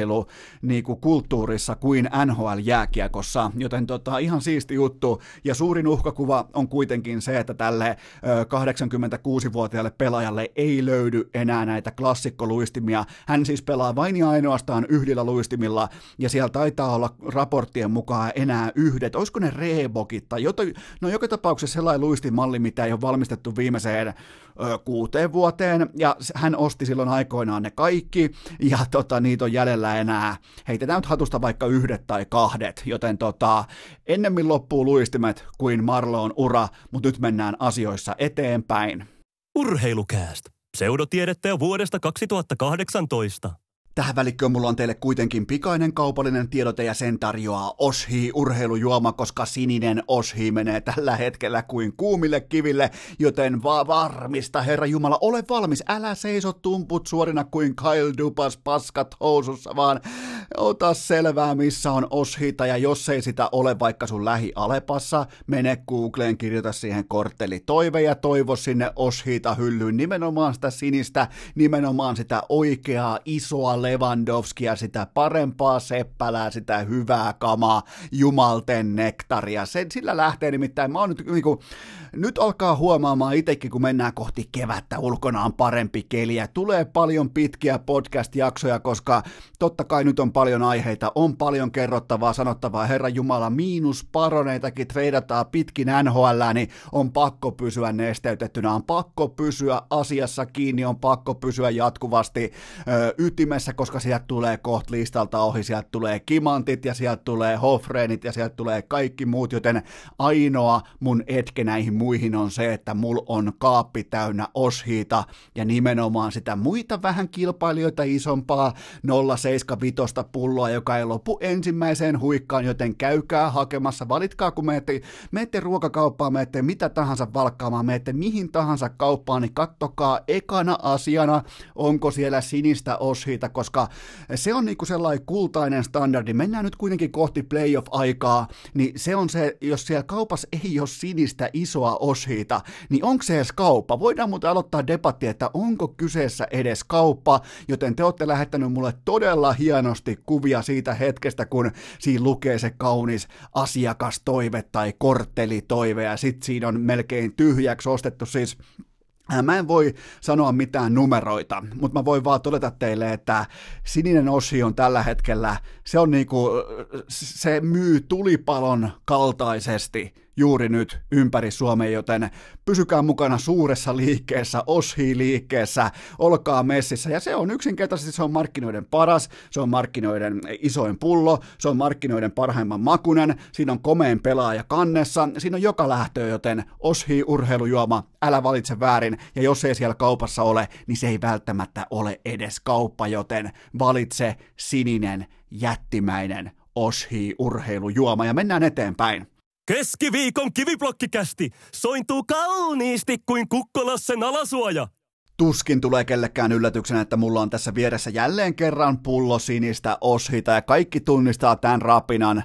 urheilukulttuurissa kuin N H L-jääkiekossa, joten tota, ihan siisti juttu, ja suurin uhkakuva on kuitenkin se, että tälle kahdeksankymmentäkuusivuotiaalle pelaajalle ei löydy enää näitä klassikkoluistimia. Hän siis pelaa vain ja ainoastaan yhdillä luistimilla, ja siellä taitaa olla raporttien mukaan enää yhdet. Olisiko ne Reebokit tai jotain, no joka tapauksessa sellainen luistimalli, mitä ei ole valmistettu viimeiseen ö, kuuteen vuoteen, ja hän osti silloin aikoinaan ne kaikki, ja tota, niitä on jäljellä enää, heitetään nyt hatusta vaikka yhdet tai kahdet, joten tota, ennemmin loppuu luistimet kuin Marleaun ura, mutta nyt mennään asioissa eteenpäin.
Urheilukääst. Pseudotiedettä jo vuodesta kaksituhattakahdeksantoista.
Tähän välikköön mulla on teille kuitenkin pikainen kaupallinen tiedote, ja sen tarjoaa Oshii urheilujuoma, koska sininen Oshii menee tällä hetkellä kuin kuumille kiville, joten va- varmista, Herra Jumala, ole valmis, älä seiso tumput suorina kuin Kyle Dubas paskat housussa, vaan ota selvää, missä on Oshiita, ja jos ei sitä ole vaikka sun lähi-Alepassa, mene Googleen, kirjoita siihen kortteli toive ja toivo sinne Oshiita hyllyyn, nimenomaan sitä sinistä, nimenomaan sitä oikeaa, isoa Lewandowskia, sitä parempaa seppälää, sitä hyvää kamaa, jumalten nektaria. Sen, sillä lähtee nimittäin, mä oon nyt, niin kuin, nyt alkaa huomaamaan itsekin, kun mennään kohti kevättä, ulkona on parempi keliä, tulee paljon pitkiä podcast-jaksoja, koska totta kai nyt on paljon aiheita, on paljon kerrottavaa, sanottavaa, Herra Jumala, miinusparoneitakin treidataan pitkin N H L, niin on pakko pysyä nesteytettynä, on pakko pysyä asiassa kiinni, on pakko pysyä jatkuvasti ö, ytimessä, koska sieltä tulee kohta listalta ohi, sieltä tulee Kimantit ja sieltä tulee Hofreenit ja sieltä tulee kaikki muut, joten ainoa mun etke näihin muihin on se, että mulla on kaappi täynnä Oshiita ja nimenomaan sitä muita vähän kilpailijoita isompaa nolla pilkku seitsemänkymmentäviisi pulloa, joka ei lopu ensimmäiseen huikkaan, joten käykää hakemassa, valitkaa kun menette, menette ruokakauppaan, menette mitä tahansa valkkaamaan, menette mihin tahansa kauppaan, niin kattokaa ekana asiana, onko siellä sinistä Oshiita, koska se on niinku sellainen kultainen standardi. Mennään nyt kuitenkin kohti playoff-aikaa, niin se on se, jos siellä kaupassa ei ole sinistä isoa Oshiita, niin onko se edes kauppa? Voidaan muuten aloittaa debatti, että onko kyseessä edes kauppa, joten te olette lähettänyt mulle todella hienosti kuvia siitä hetkestä, kun siinä lukee se kaunis asiakastoive tai korttelitoive, ja sit siinä on melkein tyhjäksi ostettu siis. Mä en voi sanoa mitään numeroita, mutta mä voin vaan todeta teille, että sininen Oshii on tällä hetkellä, se on niinku, se myy tulipalon kaltaisesti juuri nyt ympäri Suomea, joten pysykää mukana suuressa liikkeessä, Oshi-liikkeessä, olkaa messissä, ja se on yksinkertaisesti, se on markkinoiden paras, se on markkinoiden isoin pullo, se on markkinoiden parhaimman makunen, siinä on komeen pelaaja kannessa, siinä on joka lähtöä, joten Oshi-urheilujuoma, älä valitse väärin, ja jos ei siellä kaupassa ole, niin se ei välttämättä ole edes kauppa, joten valitse sininen, jättimäinen Oshi-urheilujuoma, ja mennään eteenpäin.
Keskiviikon kiviblokkikästi sointuu kauniisti kuin Kukkolassen alasuoja.
Tuskin tulee kellekään yllätyksenä, että mulla on tässä vieressä jälleen kerran pullo sinistä Oshita ja kaikki tunnistaa tämän rapinan.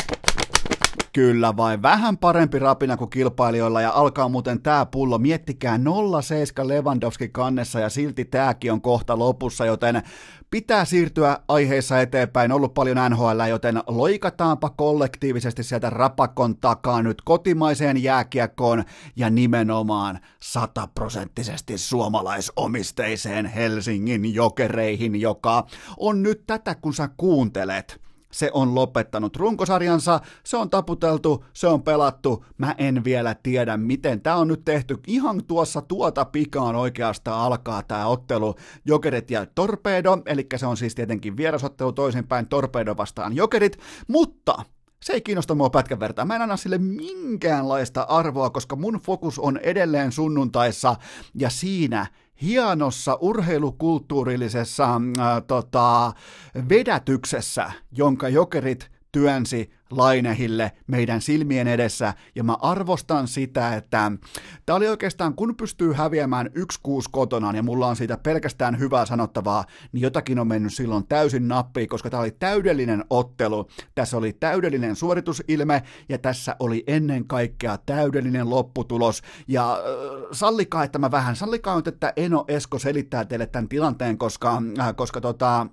Kyllä vain, vähän parempi rapina kuin kilpailijoilla ja alkaa muuten tää pullo, miettikää nolla seitsemän Lewandowski kannessa ja silti tääkin on kohta lopussa, joten pitää siirtyä aiheissa eteenpäin, ollut paljon N H L, joten loikataanpa kollektiivisesti sieltä rapakon takaa nyt kotimaiseen jääkiekkoon ja nimenomaan sataprosenttisesti suomalaisomisteiseen Helsingin Jokereihin, joka on nyt tätä kun sä kuuntelet. Se on lopettanut runkosarjansa, se on taputeltu, se on pelattu, mä en vielä tiedä miten. Tää on nyt tehty ihan tuossa tuota pikaan oikeastaan alkaa tää ottelu Jokerit ja Torpedo, eli se on siis tietenkin vierasottelu toisinpäin Torpedo vastaan Jokerit, mutta se ei kiinnosta mua pätkän vertaa. Mä en anna sille minkäänlaista arvoa, koska mun fokus on edelleen sunnuntaissa ja siinä hienossa urheilukulttuurillisessa äh, tota, vedätyksessä, jonka Jokerit työnsi Lainehille meidän silmien edessä, ja mä arvostan sitä, että tää oli oikeastaan, kun pystyy häviämään yksi kuusi kotonaan, ja mulla on siitä pelkästään hyvää sanottavaa, niin jotakin on mennyt silloin täysin nappiin, koska tää oli täydellinen ottelu, tässä oli täydellinen suoritusilme, ja tässä oli ennen kaikkea täydellinen lopputulos, ja äh, sallikaa, että mä vähän, sallikaa nyt, että Eno Esko selittää teille tämän tilanteen, koska, äh, koska tota,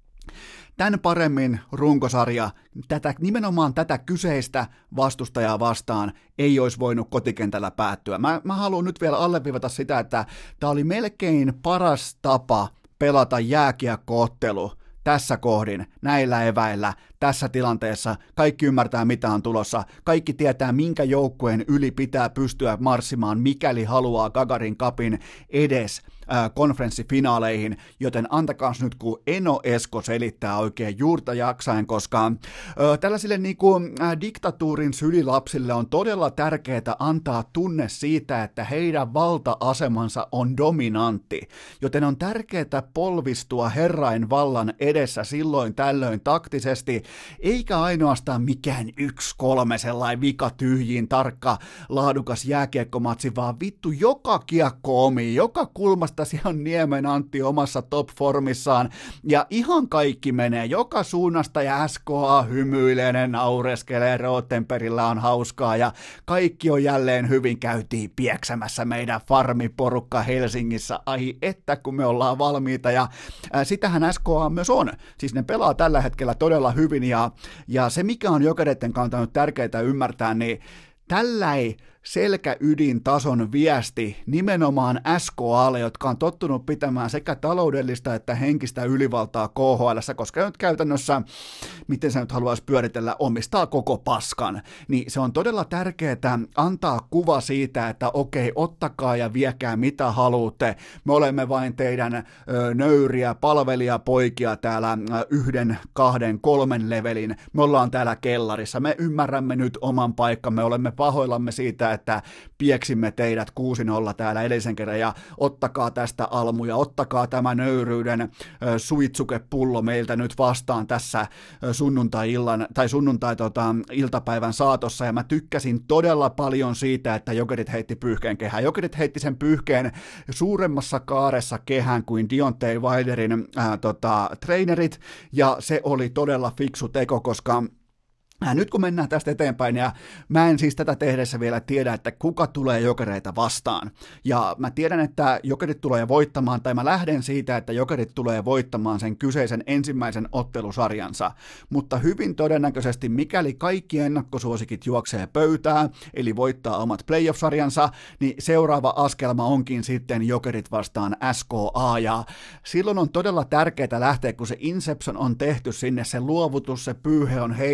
Tän paremmin runkosarja, tätä, nimenomaan tätä kyseistä vastustajaa vastaan ei olisi voinut kotikentällä päättyä. Mä, mä haluan nyt vielä alleviivata sitä, että tämä oli melkein paras tapa pelata jääkiekkoottelu tässä kohdin, näillä eväillä, tässä tilanteessa. Kaikki ymmärtää, mitä on tulossa. Kaikki tietää, minkä joukkueen yli pitää pystyä marssimaan, mikäli haluaa Gagarin Cupin edes konferenssifinaaleihin, joten antakaa nyt, kun Eno Esko selittää oikein juurta jaksain, koska ö, tällaisille niinku, ä, diktatuurin sylilapsille on todella tärkeää antaa tunne siitä, että heidän valta-asemansa on dominantti, joten on tärkeää polvistua herrain vallan edessä silloin tällöin taktisesti, eikä ainoastaan mikään yksi kolme sellainen vika tyhjiin tarkka laadukas jääkiekkomatsi, vaan vittu joka kiekko omiin, joka kulmasta siellä on Niemen Antti omassa top-formissaan, ja ihan kaikki menee joka suunnasta, ja S K A hymyilee, ne naureskelee, Rottenperillä on hauskaa, ja kaikki on jälleen hyvin, käytiin pieksämässä meidän farmiporukka Helsingissä, ai että kun me ollaan valmiita, ja ää, sitähän S K A myös on, siis ne pelaa tällä hetkellä todella hyvin, ja, ja se mikä on Jokereiden kannalta nyt tärkeää ymmärtää, niin tälläi selkäydintason viesti nimenomaan S K A:lle, jotka on tottunut pitämään sekä taloudellista että henkistä ylivaltaa K H L:ssä, koska nyt käytännössä, miten sä nyt haluaisi pyöritellä, omistaa koko paskan, niin se on todella tärkeää antaa kuva siitä, että okei, ottakaa ja viekää mitä haluatte, me olemme vain teidän ö, nöyriä palvelijapoikia täällä ö, yhden, kahden, kolmen levelin, me ollaan täällä kellarissa, me ymmärrämme nyt oman paikkamme, olemme pahoillamme siitä, että pieksimme teidät kuusi nolla täällä edellisen kerran, ja ottakaa tästä almuja, ottakaa tämä nöyryyden äh, suitsukepullo meiltä nyt vastaan tässä äh, sunnuntai-illan, tai sunnuntai-iltapäivän saatossa, ja mä tykkäsin todella paljon siitä, että Jokerit heitti pyyhkeen kehään. Jokerit heitti sen pyyhkeen suuremmassa kaaressa kehään kuin Deontay Wilderin äh, tota, trainerit, ja se oli todella fiksu teko, koska nyt kun mennään tästä eteenpäin, ja mä en siis tätä tehdessä vielä tiedä, että kuka tulee Jokereita vastaan. Ja mä tiedän, että Jokerit tulee voittamaan, tai mä lähden siitä, että Jokerit tulee voittamaan sen kyseisen ensimmäisen ottelusarjansa. Mutta hyvin todennäköisesti, mikäli kaikki ennakkosuosikit juoksee pöytää, eli voittaa omat playoff-sarjansa, niin seuraava askelma onkin sitten Jokerit vastaan S K A. Ja silloin on todella tärkeää lähteä, kun se Inception on tehty sinne, se luovutus, se pyyhe on heitetty, se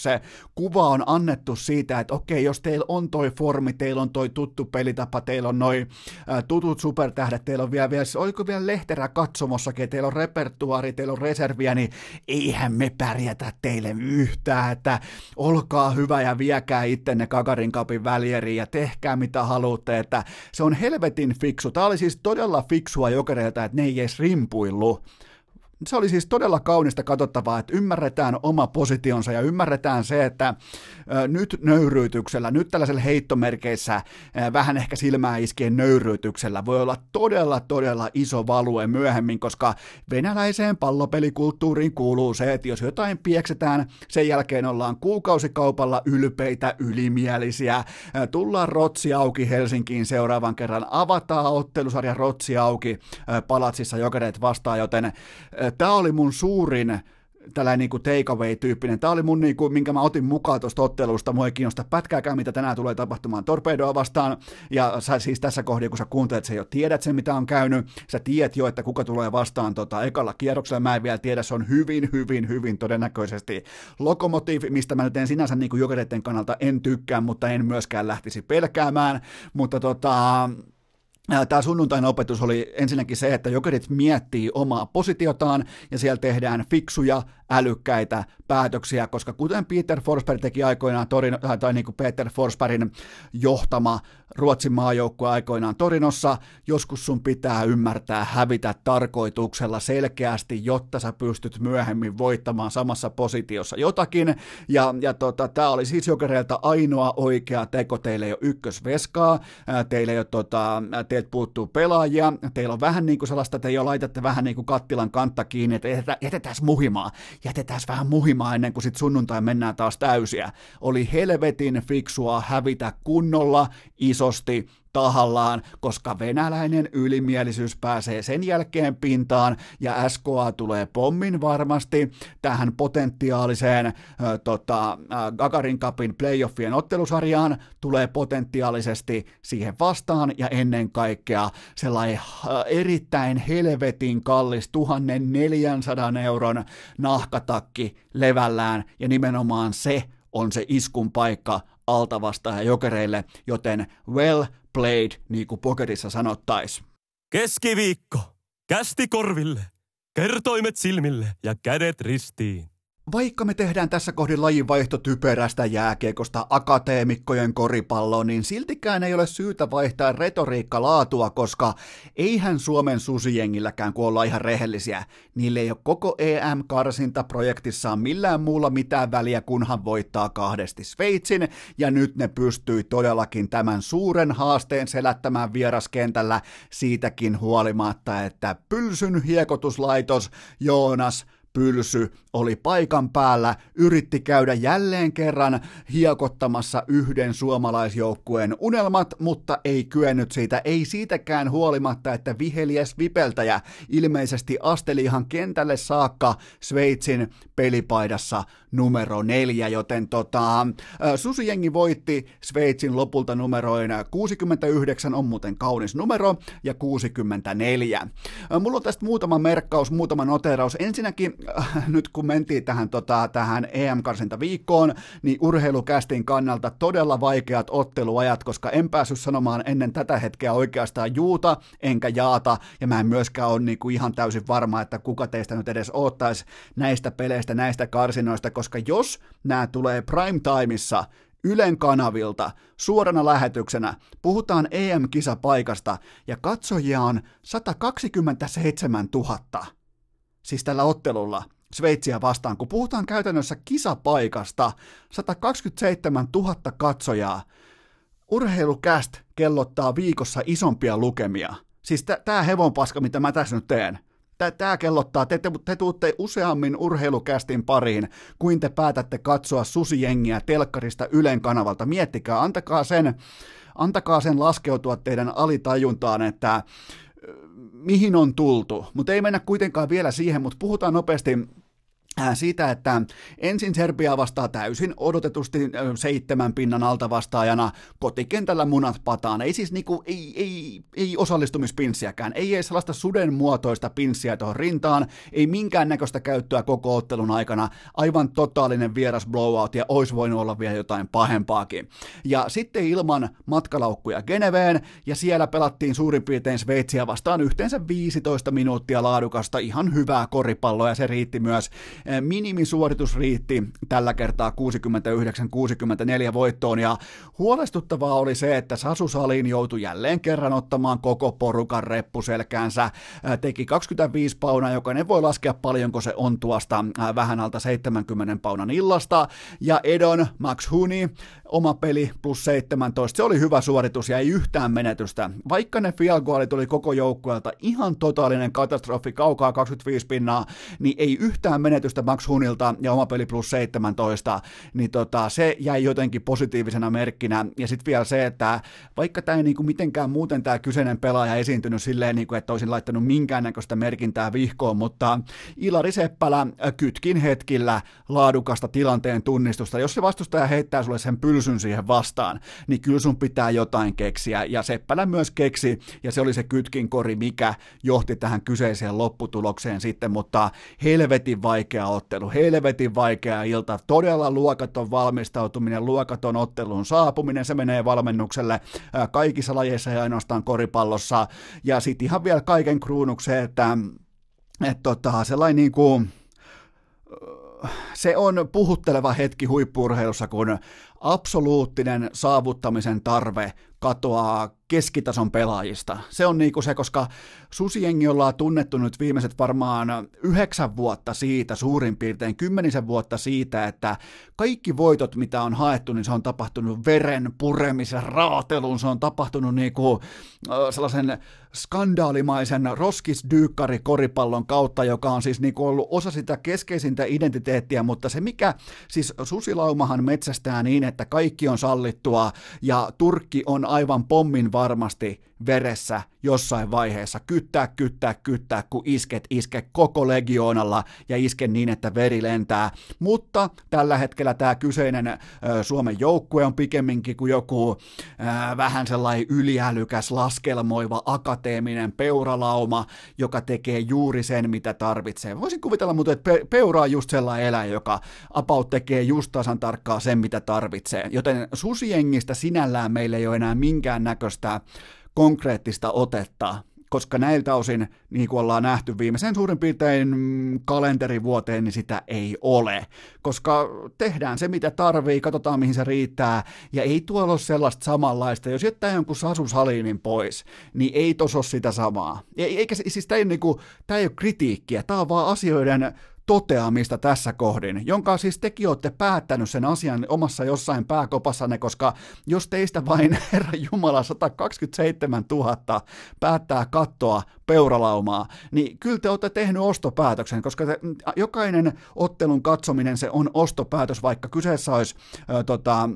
se kuva on annettu siitä, että okei, jos teillä on toi formi, teillä on toi tuttu pelitapa, teillä on noi ä, tutut supertähdet, teillä on vielä, vielä oliko vielä Lehterä katsomossakin, teillä on repertuaari, teillä on reserviä, niin eihän me pärjätä teille yhtään, että olkaa hyvä ja viekää ittenne Gagarin Cupin välieriin ja tehkää mitä haluatte, että se on helvetin fiksu. Tämä oli siis todella fiksua Jokereilta, että ne ei edes rimpuillut. Se oli siis todella kaunista katsottavaa, että ymmärretään oma positionsa ja ymmärretään se, että ö, nyt nöyryytyksellä, nyt tällaisella heittomerkeissä, ö, vähän ehkä silmää iskien nöyryytyksellä voi olla todella, todella iso value myöhemmin, koska venäläiseen pallopelikulttuuriin kuuluu se, että jos jotain pieksetään, sen jälkeen ollaan kuukausikaupalla ylpeitä, ylimielisiä, ö, tullaan rotsi auki Helsinkiin seuraavan kerran, avataan ottelusarja rotsi auki ö, Palatsissa Jokereet vastaan, joten tämä oli mun suurin tällainen niin kuin takeaway-tyyppinen. Tämä oli mun, niin kuin, minkä mä otin mukaan tuosta ottelusta. Mua ei kiinnosta pätkääkään, mitä tänään tulee tapahtumaan Torpedoa vastaan. Ja sä siis tässä kohdassa, kun sä kuuntelet, sä jo tiedät sen, mitä on käynyt. Sä tiedät jo, että kuka tulee vastaan tota, ekalla kierroksella. Mä en vielä tiedä, se on hyvin, hyvin, hyvin todennäköisesti Lokomotiv, mistä mä nyt en sinänsä niin kuin Jokereiden kannalta en tykkää, mutta en myöskään lähtisi pelkäämään. Mutta tota... Tämä sunnuntain opetus oli ensinnäkin se, että Jokerit miettii omaa positiotaan ja siellä tehdään fiksuja, älykkäitä päätöksiä, koska kuten Peter Forsberg teki aikoinaan Torino, tai niin kuin Peter Forsbergin johtama Ruotsin maajoukkue aikoinaan Torinossa, joskus sun pitää ymmärtää hävitä tarkoituksella selkeästi, jotta sä pystyt myöhemmin voittamaan samassa positiossa jotakin, ja, ja tota, tämä oli siis Jokereilta ainoa oikea teko, teille ei ole ykkösveskaa, teille ei ole tota, teiltä puuttuu pelaajia, teillä on vähän niin kuin sellaista, että jo laitatte vähän niin kuin kattilan kantta kiinni, että jätetään muhimaa, jätetään vähän muhimaa ennen kuin sitten sunnuntai mennään taas täysiä. Oli helvetin fiksua hävitä kunnolla, isosti, tahallaan, koska venäläinen ylimielisyys pääsee sen jälkeen pintaan ja S K A tulee pommin varmasti tähän potentiaaliseen äh, tota, äh, Gagarin Cupin playoffien ottelusarjaan, tulee potentiaalisesti siihen vastaan ja ennen kaikkea sellainen äh, erittäin helvetin kallis tuhatneljäsataa euron nahkatakki levällään ja nimenomaan se on se iskun paikka alta vastaan Jokereille, joten well played, niin kuin pokerissa sanottaisiin.
Keskiviikko. Kästi korville, kertoimet silmille ja kädet ristiin.
Vaikka me tehdään tässä kohdin lajinvaihto typerästä jääkiekosta akateemikkojen koripalloon, niin siltikään ei ole syytä vaihtaa retoriikkalaatua, koska eihän Suomen susijengilläkään, kun ollaan ihan rehellisiä, niille ei ole koko E M-karsintaprojektissaan millään muulla mitään väliä, kunhan voittaa kahdesti Sveitsin, ja nyt ne pystyi todellakin tämän suuren haasteen selättämään vieraskentällä siitäkin huolimatta, että Pylsyn hiekotuslaitos Joonas Pylsy oli paikan päällä, yritti käydä jälleen kerran hiekottamassa yhden suomalaisjoukkueen unelmat, mutta ei kyennyt siitä, ei siitäkään huolimatta, että viheliäs vipeltäjä ilmeisesti asteli ihan kentälle saakka Sveitsin pelipaidassa numero neljä, joten tota, Susijengi voitti Sveitsin lopulta numeroin kuusikymmentäyhdeksän, on muuten kaunis numero, ja kuusikymmentäneljä. Mulla on tästä muutama merkkaus, muutama noteraus. Ensinnäkin nyt kun mentiin tähän, tota, tähän E M-karsintaviikkoon, niin urheilukästin kannalta todella vaikeat otteluajat, koska en päässyt sanomaan ennen tätä hetkeä oikeastaan juuta enkä jaata, ja mä en myöskään ole niinku ihan täysin varma, että kuka teistä nyt edes odottaisi näistä peleistä, näistä karsinoista, koska jos nämä tulee prime timeissa Ylen kanavilta suorana lähetyksenä, puhutaan E M-kisapaikasta, ja katsojia on sata kaksikymmentäseitsemäntuhatta. Siis tällä ottelulla Sveitsiä vastaan, kun puhutaan käytännössä kisapaikasta, sata kaksikymmentäseitsemäntuhatta katsojaa, Urheilucast kellottaa viikossa isompia lukemia. Siis t- tää hevonpaska, mitä mä tässä nyt teen, tää kellottaa, te, te, te tuutte useammin Urheilucastin pariin, kuin te päätätte katsoa Susijengiä telkkarista Ylen kanavalta. Miettikää, antakaa sen, antakaa sen laskeutua teidän alitajuntaan, että mihin on tultu, mutta ei mennä kuitenkaan vielä siihen, mutta puhutaan nopeasti siitä, että ensin Serbia vastaa täysin odotetusti seitsemän pinnan alta vastaajana kotikentällä munat pataan. Ei siis niinku, ei, ei, ei osallistumispinssiäkään, ei edes sellaista suden muotoista pinssiä tuohon rintaan, ei minkäännäköistä käyttöä koko ottelun aikana, aivan totaalinen vieras blowout ja olisi voinut olla vielä jotain pahempaakin. Ja sitten ilman matkalaukkuja Geneveen ja siellä pelattiin suurin piirtein Sveitsiä vastaan yhteensä viisitoista minuuttia laadukasta, ihan hyvää koripalloa ja se riitti myös. Minimisuoritus riitti tällä kertaa kuusikymmentäyhdeksän kuusikymmentäneljä voittoon ja huolestuttavaa oli se, että Sasu Salin joutui jälleen kerran ottamaan koko porukan reppuselkäänsä, teki kaksikymmentäviisi paunaa, jokainen voi laskea paljonko se on tuosta vähän alta seitsemänkymmentä paunan illasta ja Edon Max Huni, oma peli plus seitsemäntoista, se oli hyvä suoritus ja ei yhtään menetystä, vaikka ne field goalit tuli koko joukkueelta ihan totaalinen katastrofi, kaukaa kaksikymmentäviisi pinnaa, niin ei yhtään menetystä Max Hunilta ja oma peli plus seitsemäntoista, niin tota, se jäi jotenkin positiivisena merkkinä, ja sitten vielä se, että vaikka tämä ei niinku mitenkään muuten tämä kyseinen pelaaja esiintynyt silleen, niinku, että olisin laittanut minkäännäköistä merkintää vihkoon, mutta Ilari Seppälä kytkin hetkillä laadukasta tilanteen tunnistusta, jos se vastustaja heittää sulle sen pylsyn siihen vastaan, niin kyllä sun pitää jotain keksiä, ja Seppälä myös keksi, ja se oli se kytkin kori, mikä johti tähän kyseiseen lopputulokseen sitten, mutta helvetin vaikea ottelu, helvetin vaikea ilta, todella luokaton valmistautuminen, luokaton otteluun saapuminen, se menee valmennukselle kaikissa lajeissa ja ainoastaan koripallossa, ja sitten ihan vielä kaiken kruunukseen, että et tota, sellainen niin kuin, se on puhutteleva hetki huippu-urheilussa, kun absoluuttinen saavuttamisen tarve katoaa keskitason pelaajista. Se on niinku se, koska Susijengi ollaan tunnettu nyt viimeiset varmaan yhdeksän vuotta siitä, suurin piirtein kymmenisen vuotta siitä, että kaikki voitot, mitä on haettu, niin se on tapahtunut veren puremisen, raatelun, se on tapahtunut niinku sellaisen skandaalimaisen roskisdyykkari koripallon kautta, joka on siis niinku ollut osa sitä keskeisintä identiteettiä, mutta se mikä, siis Susilaumahan metsästää niin, että kaikki on sallittua ja Turkki on aivan pommin varmasti veressä jossain vaiheessa, kyttää, kyttää, kyttää, kun isket, iske koko legioonalla ja iske niin, että veri lentää, mutta tällä hetkellä tämä kyseinen ö, Suomen joukkue on pikemminkin kuin joku ö, vähän sellainen yliälykäs, laskelmoiva, akateeminen peuralauma, joka tekee juuri sen, mitä tarvitsee. Voisin kuvitella muuten, että pe- peura on just sellainen eläin, joka about tekee just tasan tarkkaan sen, mitä tarvitsee, joten Susijengistä sinällään meillä ei ole enää minkään näköistä konkreettista otetta, koska näiltä osin, niin kuin ollaan nähty viimeisen suurin piirtein kalenterivuoteen, niin sitä ei ole, koska tehdään se, mitä tarvii, katsotaan, mihin se riittää, ja ei tuolla ole sellaista samanlaista, jos jättää jonkun Sasu Salinin pois, niin ei tuossa ole sitä samaa. Eikä, siis tämä ei, niin kuin, tämä ei ole kritiikkiä, tämä on vaan asioiden toteamista tässä kohdin, jonka siis tekin olette päättänyt sen asian omassa jossain pääkopassanne, koska jos teistä vain, Herra Jumala, sata kaksikymmentäseitsemäntuhatta päättää katsoa peuralaumaa, niin kyllä te olette tehnyt ostopäätöksen, koska te, jokainen ottelun katsominen se on ostopäätös, vaikka kyseessä olisi ö, tota,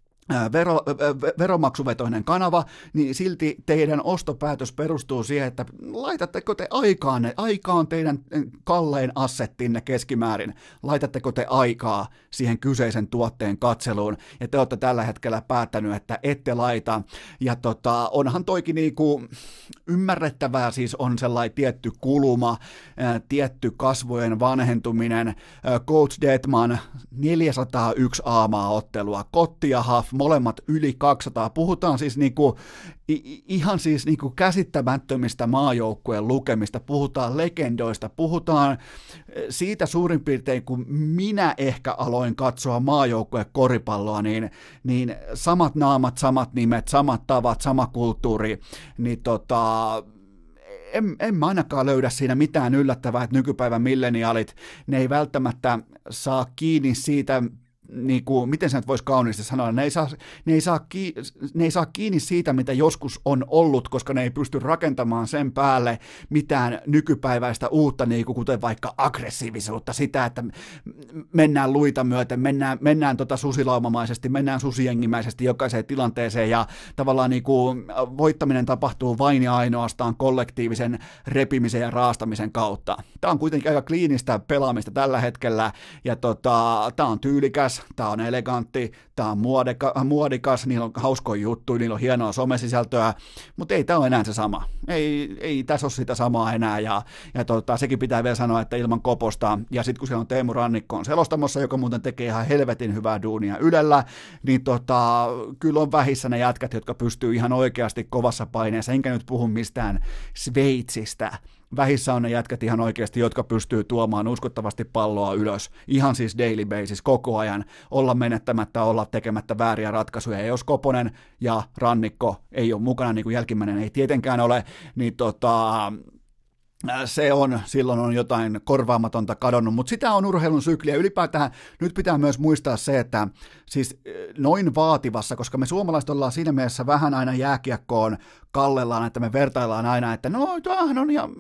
Vero, veromaksuvetoinen kanava, niin silti teidän ostopäätös perustuu siihen, että laitatteko te aikaan, aika on teidän kallein assettinne keskimäärin, laitatteko te aikaa siihen kyseisen tuotteen katseluun, ja te olette tällä hetkellä päättänyt, että ette laita, ja tota, onhan toikin niinku ymmärrettävää, siis on sellainen tietty kuluma, ää, tietty kasvojen vanhentuminen, ää, Coach Detman, neljäsataayksi aamaa ottelua, Kotti ja Haf, molemmat yli kaksisataa. Puhutaan siis niinku, i, ihan siis niinku käsittämättömistä maajoukkueen lukemista, puhutaan legendoista, puhutaan siitä suurin piirtein, kun minä ehkä aloin katsoa maajoukkueen koripalloa, niin, niin samat naamat, samat nimet, samat tavat, sama kulttuuri, niin tota... En, en mä ainakaan löydä siinä mitään yllättävää, että nykypäivän milleniaalit, ne ei välttämättä saa kiinni siitä niin kuin, miten se nyt voisi kauniisti sanoa, ne ei, saa, ne, ei saa ki, ne ei saa kiinni siitä, mitä joskus on ollut, koska ne ei pysty rakentamaan sen päälle mitään nykypäiväistä uutta, niin kuin kuten vaikka aggressiivisuutta, sitä, että mennään luita myöten, mennään, mennään tota susilaumamaisesti, mennään susijengimäisesti jokaiseen tilanteeseen, ja tavallaan niin kuin voittaminen tapahtuu vain ja ainoastaan kollektiivisen repimisen ja raastamisen kautta. Tämä on kuitenkin aika kliinistä pelaamista tällä hetkellä, ja tota, tämä on tyylikäs, tämä on elegantti, tämä on muodika, muodikas, niillä on hauskoja juttuja, niillä on hienoa somesisältöä, mutta ei tämä ole enää se sama. Ei, ei tässä ole sitä samaa enää, ja, ja tota, sekin pitää vielä sanoa, että ilman Koposta, ja sitten kun siellä on Teemu Rannikko on selostamossa, joka muuten tekee ihan helvetin hyvää duunia Ylellä, niin tota, kyllä on vähissä ne jätkät, jotka pystyy ihan oikeasti kovassa paineessa, enkä nyt puhu mistään Sveitsistä. Vähissä on ne jätkät ihan oikeasti, jotka pystyy tuomaan uskottavasti palloa ylös, ihan siis daily basis koko ajan, olla menettämättä, olla tekemättä vääriä ratkaisuja, ja jos Koponen ja Rannikko ei ole mukana, niin kuin jälkimmäinen ei tietenkään ole, niin tota... se on, silloin on jotain korvaamatonta kadonnut, mutta sitä on urheilun sykli, ja ylipäätään nyt pitää myös muistaa se, että siis noin vaativassa, koska me suomalaiset ollaan siinä mielessä vähän aina jääkiekkoon kallellaan, että me vertaillaan aina, että no toihan on ja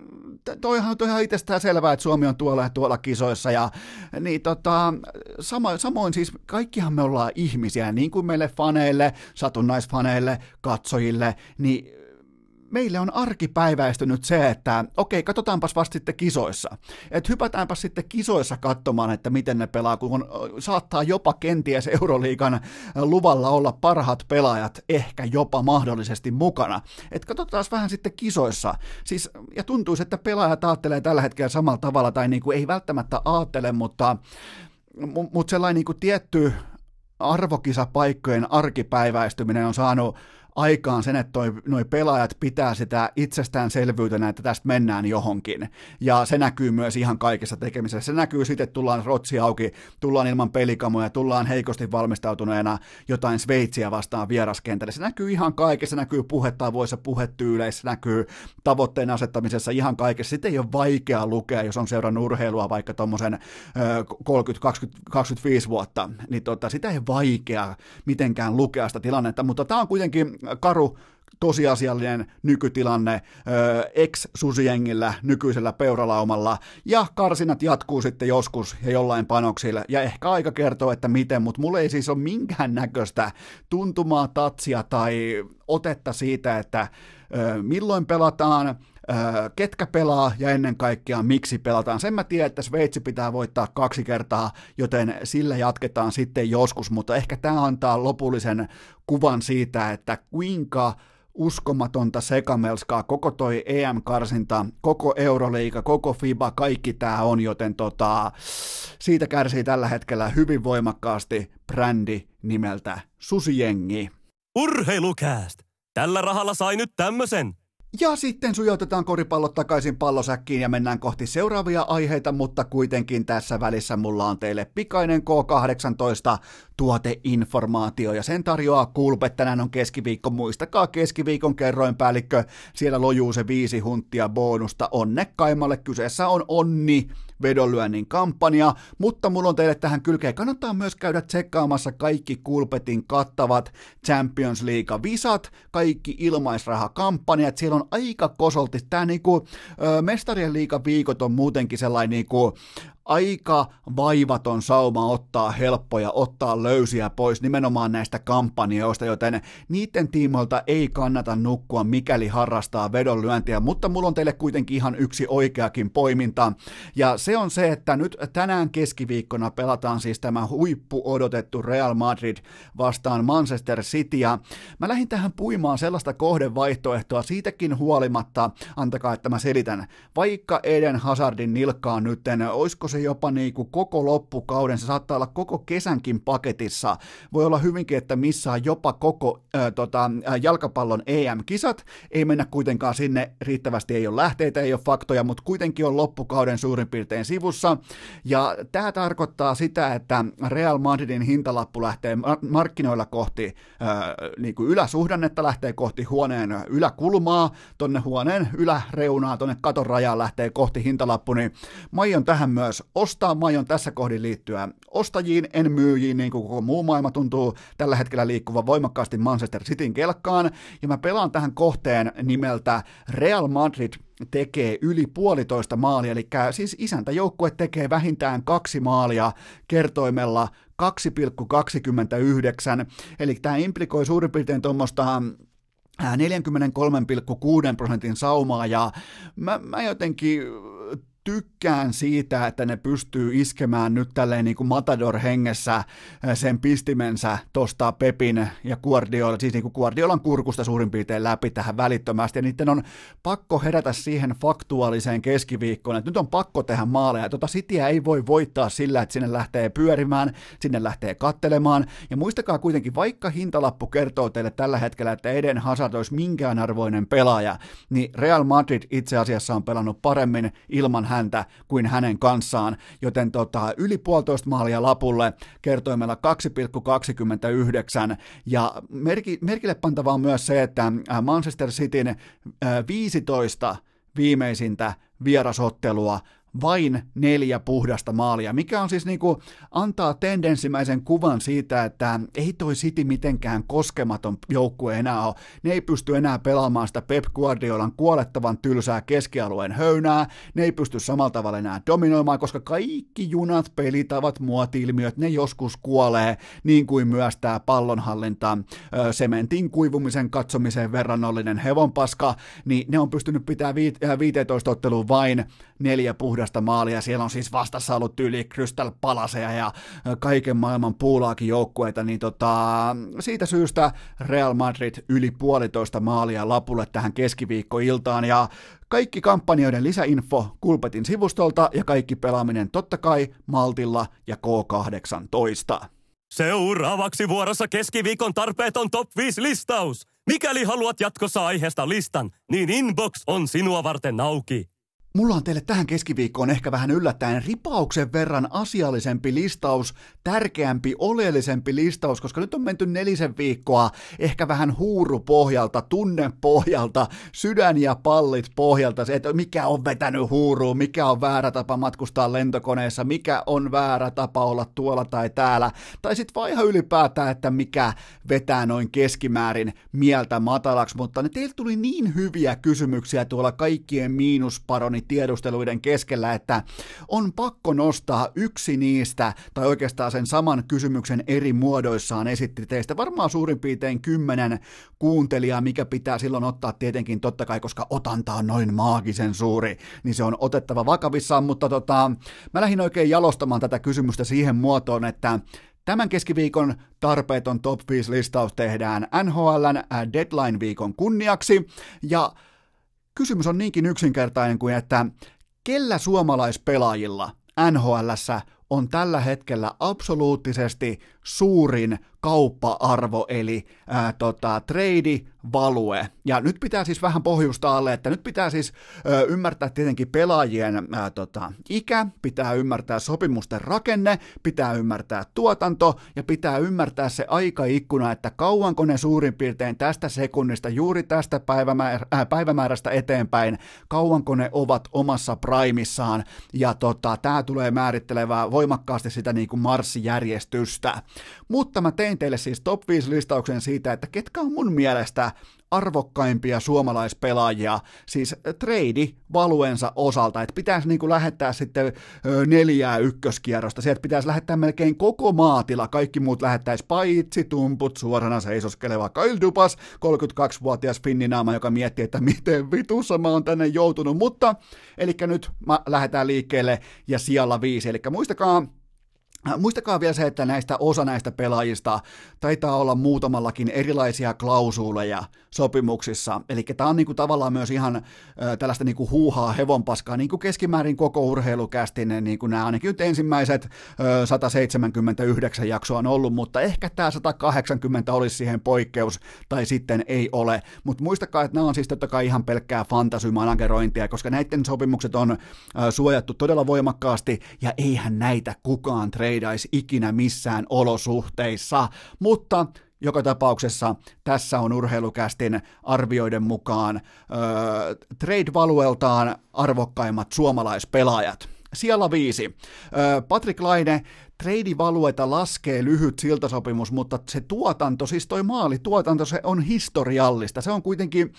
toihan on ihan itsestään selvää, että Suomi on tuolla ja tuolla kisoissa, ja niin tota, sama, samoin siis kaikkihan me ollaan ihmisiä, niin kuin meille faneille, satunnaisfaneille, katsojille, niin meille on arkipäiväistynyt se, että okei, katsotaanpas vasta sitten kisoissa. Että hypätäänpäs sitten kisoissa katsomaan, että miten ne pelaa, kun saattaa jopa kenties Euroliigan luvalla olla parhaat pelaajat ehkä jopa mahdollisesti mukana. Että katsotaan vähän sitten kisoissa. Siis, ja tuntuisi, että pelaajat aattelee tällä hetkellä samalla tavalla, tai niin kuin ei välttämättä aattele, mutta, mutta sellainen niin kuin tietty arvokisapaikkojen arkipäiväistyminen on saanut aikaan sen, että toi, noi pelaajat pitää sitä itsestäänselvyytenä, että tästä mennään johonkin. Ja se näkyy myös ihan kaikessa tekemisessä. Se näkyy sitten, että tullaan rotsi auki, tullaan ilman pelikamoja, tullaan heikosti valmistautuneena jotain Sveitsiä vastaan vieraskentälle. Se näkyy ihan kaikessa, se näkyy puhetavoissa, puhetyyleissä, se näkyy tavoitteen asettamisessa ihan kaikessa. Sitten ei ole vaikea lukea, jos on seurannut urheilua vaikka tuommoisen kolmekymmentä kaksikymmentä kaksikymmentäviisi vuotta, niin tota, sitä ei ole vaikea mitenkään lukea sitä tilannetta, mutta tämä on kuitenkin karu tosiasiallinen nykytilanne ex-susijengillä, nykyisellä peuralaumalla, ja karsinat jatkuu sitten joskus ja jollain panoksilla, ja ehkä aika kertoo, että miten, mutta mulla ei siis ole minkään näköistä tuntumaa, tatsia tai otetta siitä, että ö, milloin pelataan, ketkä pelaa ja ennen kaikkea miksi pelataan. Sen mä tiedän, että Sveitsi pitää voittaa kaksi kertaa, joten sillä jatketaan sitten joskus, mutta ehkä tämä antaa lopullisen kuvan siitä, että kuinka uskomatonta sekamelskaa koko toi E M-karsinta, koko Euroliiga, koko FIBA, kaikki tämä on, joten tota, siitä kärsii tällä hetkellä hyvin voimakkaasti brändi nimeltä Susijengi.
Urheilukääst! Tällä rahalla sai nyt tämmösen.
Ja sitten sujautetaan koripallot takaisin pallosäkkiin ja mennään kohti seuraavia aiheita, mutta kuitenkin tässä välissä mulla on teille pikainen K kahdeksantoista tuoteinformaatio, ja sen tarjoaa Kulpet. Tänään on keskiviikko, muistakaa keskiviikon kerroinpäällikkö, siellä lojuu se viisi hunttia bonusta onnekkaimmalle, kyseessä on onni vedonlyönnin kampanja, mutta mulla on teille tähän kylkeen, kannattaa myös käydä tsekkaamassa kaikki Kulpetin kattavat Champions League-visat, kaikki ilmaisrahakampanjat, siellä on aika kosolti, tää niinku ö, Mestarien liigan viikot on muutenkin sellainen niinku aika vaivaton sauma ottaa helppoja, ottaa löysiä pois nimenomaan näistä kampanjoista, joten niiden tiimoilta ei kannata nukkua, mikäli harrastaa vedonlyöntiä, mutta mulla on teille kuitenkin ihan yksi oikeakin poiminta, ja se on se, että nyt tänään keskiviikkona pelataan siis tämä huippu odotettu Real Madrid vastaan Manchester City, ja mä lähdin tähän puimaan sellaista kohdevaihtoehtoa siitäkin huolimatta, antakaa, että mä selitän, vaikka Eden Hazardin nilkkaan nytten, olisiko se jopa niin kuin koko loppukauden, se saattaa olla koko kesänkin paketissa, voi olla hyvinkin, että missä on jopa koko äh, tota, äh, jalkapallon E M-kisat, ei mennä kuitenkaan sinne, riittävästi ei ole lähteitä, ei ole faktoja, mutta kuitenkin on loppukauden suurin piirtein sivussa, ja tämä tarkoittaa sitä, että Real Madridin hintalappu lähtee markkinoilla kohti äh, niin kuin yläsuhdannetta, lähtee kohti huoneen yläkulmaa, tonne huoneen yläreunaa, tonne katon rajaan lähtee kohti hintalappu, niin mä aion tähän myös jos ostaa, mä aion tässä kohdin liittyä ostajiin, en myyjiin, niin kuin koko muu maailma tuntuu tällä hetkellä liikkuvan voimakkaasti Manchester Cityn kelkkaan, ja mä pelaan tähän kohteen nimeltä Real Madrid tekee yli puolitoista maalia, eli siis isäntäjoukkue tekee vähintään kaksi maalia kertoimella kaksi pilkku kaksikymmentäyhdeksän, eli tämä implikoi suurin piirtein tuommoista neljäkymmentäkolme pilkku kuusi prosentin saumaa, ja mä, mä jotenkin tykkään siitä, että ne pystyy iskemään nyt tälleen niin kuin Matador-hengessä sen pistimensä tosta Pepin ja Guardiola, siis niin kuin Guardiolan kurkusta suurin piirtein läpi tähän välittömästi, ja niiden on pakko herätä siihen faktuaaliseen keskiviikkoon, että nyt on pakko tehdä maaleja, tota Cityä ei voi voittaa sillä, että sinne lähtee pyörimään, sinne lähtee kattelemaan, ja muistakaa kuitenkin, vaikka hintalappu kertoo teille tällä hetkellä, että Eden Hazard olisi minkään arvoinen pelaaja, niin Real Madrid itse asiassa on pelannut paremmin ilman häntä kuin hänen kanssaan, joten tota, yli puolitoista maalia lapulle kertoimella kaksi pilkku kaksikymmentäyhdeksän, ja merki, merkille pantavaa on myös se, että Manchester Cityn viisitoista viimeisintä vierasottelua vain neljä puhdasta maalia, mikä on siis niinku, antaa tendenssimäisen kuvan siitä, että ei toi City mitenkään koskematon joukkue enää ole. Ne ei pysty enää pelaamaan sitä Pep Guardiolan kuolettavan tylsää keskialueen höynää, ne ei pysty samalla tavalla enää dominoimaan, koska kaikki junat, pelitavat, muoti-ilmiöt, ne joskus kuolee, niin kuin myös tämä pallonhallinta, ö, sementin kuivumisen katsomiseen verrannollinen hevonpaska, niin ne on pystynyt pitämään viisitoista otteluun vain neljä puhdasta maalia. Siellä on siis vastassa ollut tyyli Crystal Palacea ja kaiken maailman puulaakin joukkueita, niin tota, siitä syystä Real Madrid yli puolitoista maalia lapulle tähän keskiviikkoiltaan, ja kaikki kampanjoiden lisäinfo Kulpetin sivustolta ja kaikki pelaaminen totta kai Maltilla ja K kahdeksantoista.
Seuraavaksi vuorossa keskiviikon tarpeeton top viisi listaus. Mikäli haluat jatkossa aiheesta listan, niin inbox on sinua varten auki.
Mulla on teille tähän keskiviikkoon ehkä vähän yllättäen ripauksen verran asiallisempi listaus, tärkeämpi, oleellisempi listaus, koska nyt on menty nelisen viikkoa ehkä vähän huurupohjalta, tunnepohjalta, sydän ja pallit pohjalta, se, että mikä on vetänyt huuruun, mikä on väärä tapa matkustaa lentokoneessa, mikä on väärä tapa olla tuolla tai täällä, tai sitten vaan ihan ylipäätään, että mikä vetää noin keskimäärin mieltä matalaksi, mutta ne teiltä tuli niin hyviä kysymyksiä tuolla kaikkien miinusparoni tiedusteluiden keskellä, että on pakko nostaa yksi niistä, tai oikeastaan sen saman kysymyksen eri muodoissaan esitti teistä varmaan suurin piirtein kymmenen kuuntelijaa, mikä pitää silloin ottaa tietenkin totta kai, koska otanta on noin maagisen suuri, niin se on otettava vakavissaan, mutta tota, mä lähdin oikein jalostamaan tätä kysymystä siihen muotoon, että tämän keskiviikon tarpeeton top viisi listaus tehdään N H L:n deadline-viikon kunniaksi, ja kysymys on niinkin yksinkertainen kuin, että kellä suomalaispelaajilla N H L:ssä on tällä hetkellä absoluuttisesti suurin kauppa-arvo, eli ää, tota, trade-value. Ja nyt pitää siis vähän pohjustaa alle, että nyt pitää siis ö, ymmärtää tietenkin pelaajien ää, tota, ikä, pitää ymmärtää sopimusten rakenne, pitää ymmärtää tuotanto ja pitää ymmärtää se aikaikkuna, että kauanko ne suurin piirtein tästä sekunnista, juuri tästä päivämäär- äh, päivämäärästä eteenpäin, kauanko ne ovat omassa primissaan, ja tota, tämä tulee määrittelevää voimakkaasti sitä niin kuin marssijärjestystä. Mutta mä tein teille siis top viisi listauksen siitä, että ketkä on mun mielestä arvokkaimpia suomalaispelaajia, siis trade-valuensa osalta, että pitäisi niin kuin lähettää sitten ö, neljää ykköskierrosta, sieltä pitäisi lähettää melkein koko maatila, kaikki muut lähettäisi paitsi tumput suorana seisoskeleva Kyle Dubas, kolmekymmentäkaksivuotias finninaama, joka miettii, että miten vitussa mä oon tänne joutunut, mutta eli nyt mä lähdetään liikkeelle ja sijalla viisi, eli muistakaa, Muistakaa vielä se, että näistä osa näistä pelaajista taitaa olla muutamallakin erilaisia klausuuleja sopimuksissa, eli tämä on niinku tavallaan myös ihan äh, tällaista niinku huuhaa hevonpaskaa, niin kuin keskimäärin koko urheilukästin, niin kuin nämä ainakin nyt ensimmäiset äh, sata seitsemänkymmentäyhdeksän jaksoa on ollut, mutta ehkä tämä sata kahdeksankymmentä olisi siihen poikkeus, tai sitten ei ole, mutta muistakaa, että nämä on siis totta kai ihan pelkkää fantasymanagerointia, koska näiden sopimukset on äh, suojattu todella voimakkaasti, ja eihän näitä kukaan treidaisi ikinä missään olosuhteissa, mutta joka tapauksessa tässä on urheilukästin arvioiden mukaan öö, trade-valueltaan arvokkaimmat suomalaispelaajat. Siellä viisi. Patrick Laine, treidivalueta laskee lyhyt siltasopimus, mutta se tuotanto, siis toi maalituotanto, se on historiallista. Se on kuitenkin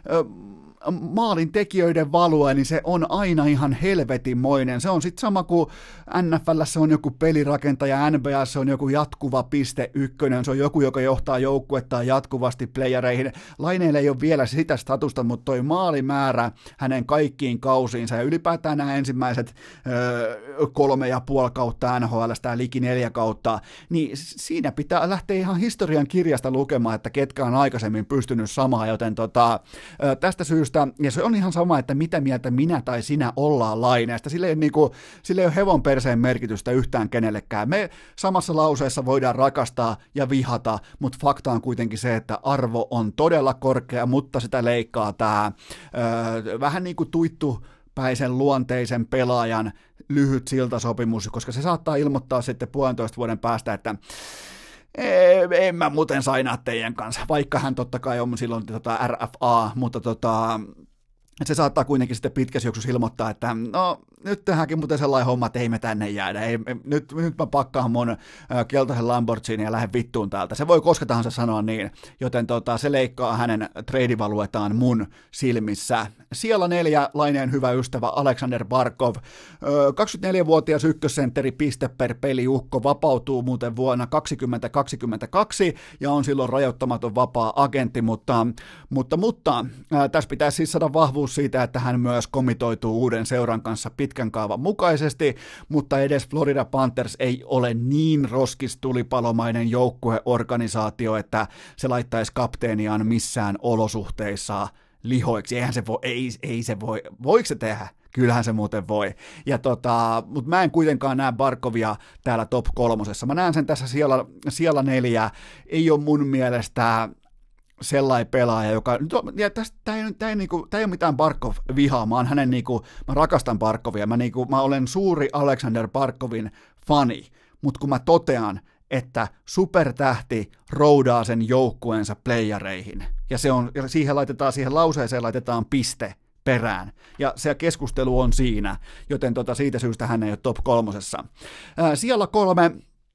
maalin tekijöiden value, niin se on aina ihan helvetinmoinen. Se on sitten sama kuin N F L:ssä on joku pelirakentaja, N B A:ssä on joku jatkuva piste ykkönen, se on joku, joka johtaa joukkuettaan jatkuvasti playereihin. Laineelle ei ole vielä sitä statusta, mutta toi maalimäärä hänen kaikkiin kausiinsa ja ylipäätään nämä ensimmäiset öö, kolme ja puoli kautta N H L:stä ja liki neljä kautta, niin siinä pitää lähteä ihan historian kirjasta lukemaan, että ketkä on aikaisemmin pystynyt samaan, joten tota, tästä syystä ja se on ihan sama, että mitä mieltä minä tai sinä ollaan Laineesta. Sillä ei, niinku, sillä ei ole hevon perseen merkitystä yhtään kenellekään. Me samassa lauseessa voidaan rakastaa ja vihata, mutta fakta on kuitenkin se, että arvo on todella korkea, mutta sitä leikkaa tämä öö, vähän niin kuin tuittupäisen luonteisen pelaajan lyhyt siltasopimus, koska se saattaa ilmoittaa sitten puolentoista vuoden päästä, että en mä muuten sainaa teidän kanssa, vaikka hän totta kai on silloin tota R F A, mutta tota, se saattaa kuitenkin sitten pitkässä juoksussa ilmoittaa, että no nyt tehdäänkin muuten sellainen homma, että ei me tänne jäädä, ei, nyt, nyt mä pakkaan mun äh, keltaisen Lamborghini ja lähden vittuun täältä. Se voi koska tahansa sanoa niin, joten tota, se leikkaa hänen treidivaluetaan mun silmissä. Siellä neljä, Laineen hyvä ystävä Alexander Barkov, äh, kaksikymmentäneljävuotias ykkössentteri piste per peliukko, vapautuu muuten vuonna kaksituhattakaksikymmentäkaksi ja on silloin rajoittamaton vapaa-agentti, mutta, mutta, mutta äh, tässä pitäisi siis saada vahvuus siitä, että hän myös komitoituu uuden seuran kanssa pitkään pitkän kaavan mukaisesti, mutta edes Florida Panthers ei ole niin roskistulipalomainen joukkueorganisaatio, että se laittaisi kapteeniaan missään olosuhteissa lihoiksi. Eihän se voi, ei, ei se voi, voiko se tehdä? Kyllähän se muuten voi. Ja tota, mutta mä en kuitenkaan näe Barkovia täällä top kolmosessa. Mä näen sen tässä siellä, siellä neljä. Ei ole mun mielestä sellainen pelaaja, joka, ja tästä, tää ei, tää ei, niinku, tää ei ole mitään Barkov-vihaa, mä, hänen, niinku, mä rakastan Barkovia, mä, niinku, mä olen suuri Alexander Barkovin fani, mutta kun mä totean, että supertähti roudaa sen joukkueensa playereihin, ja, se on, ja siihen, laitetaan, siihen lauseeseen laitetaan piste perään, ja se keskustelu on siinä, joten tota, siitä syystä hän ei ole top kolmosessa. Ää, siellä kolme,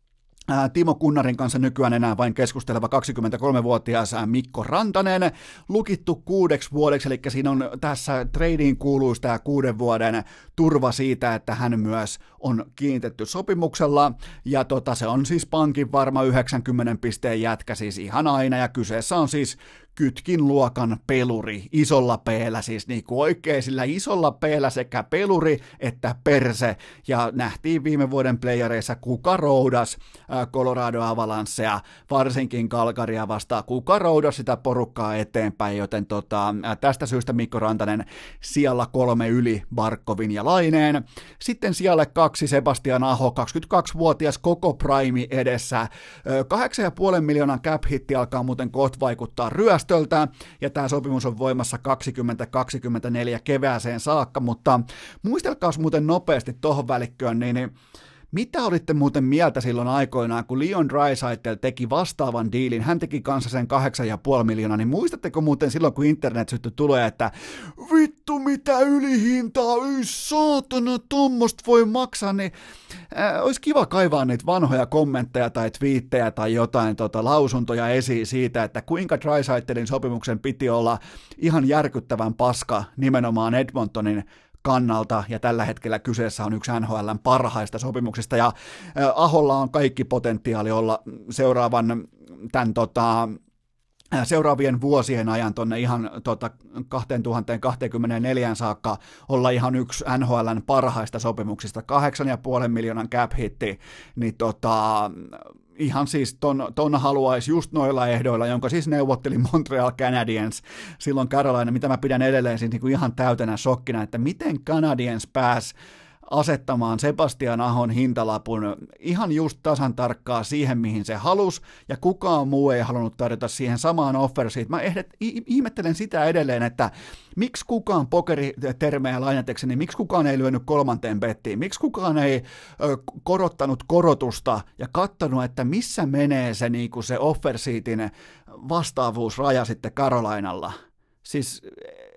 Timo Kunnarin kanssa nykyään enää vain keskusteleva kaksikymmentäkolmevuotias Mikko Rantanen, lukittu kuudeksi vuodeksi, eli siinä on tässä tradeen kuuluisi tämä kuuden vuoden turva siitä, että hän myös on kiinnitetty sopimuksella, ja tota, se on siis pankin varma yhdeksänkymmentä pisteen jätkä siis ihan aina, ja kyseessä on siis Kytkin luokan peluri, isolla P:llä, siis niin kuin oikein sillä isolla P:llä sekä peluri että perse, ja nähtiin viime vuoden playereissa, kuka roudas Colorado Avalancea, varsinkin Calgarya vastaan, kuka roudas sitä porukkaa eteenpäin, joten tota, tästä syystä Mikko Rantanen siellä kolme yli Barkovin ja Laineen. Sitten siellä kaksi Sebastian Aho, kaksikymmentäkaksivuotias koko prime edessä, kahdeksan pilkku viisi miljoonan cap-hitti alkaa muuten kohta vaikuttaa ryöstöltä, ja tämä sopimus on voimassa kaksituhattakaksikymmentäneljä kevääseen saakka, mutta muistelkaas muuten nopeasti tuohon välikköön, niin, niin mitä olitte muuten mieltä silloin aikoinaan, kun Leon Draisaitl teki vastaavan diilin, hän teki kanssa sen kahdeksan pilkku viisi miljoonaa, niin muistatteko muuten silloin, kun internet-sytty tulee, että vittu mitä ylihintaa, ei saatana, tommosta voi maksaa, niin äh, olisi kiva kaivaa niitä vanhoja kommentteja tai twiittejä tai jotain tota, lausuntoja esiin siitä, että kuinka Draisaitlin sopimuksen piti olla ihan järkyttävän paska nimenomaan Edmontonin kannalta, ja tällä hetkellä kyseessä on yksi N H L:n parhaista sopimuksista, ja Aholla on kaikki potentiaali olla seuraavan tämän tota, seuraavien vuosien ajan tuonne ihan tota, kaksituhattakaksikymmentäneljä saakka olla ihan yksi N H L:n parhaista sopimuksista, kahdeksan pilkku viisi miljoonan cap-hitti, niin tota, ihan siis ton, ton haluaisi just noilla ehdoilla, jonka siis neuvotteli Montreal Canadiens silloin Carolina, mitä mä pidän edelleen siis niin kuin ihan täytenä shokkina, että miten Canadiens pääsi asettamaan Sebastian Ahon hintalapun ihan just tasan tarkkaa siihen, mihin se halusi, ja kukaan muu ei halunnut tarjota siihen samaan offersiin. Mä ehdet, ihmettelen sitä edelleen, että miksi kukaan pokeritermejä lainatekseni, miksi kukaan ei lyönyt kolmanteen bettiin, miksi kukaan ei ö, korottanut korotusta ja kattanut, että missä menee se, niinku se offersiitin vastaavuusraja sitten Carolinalla. Siis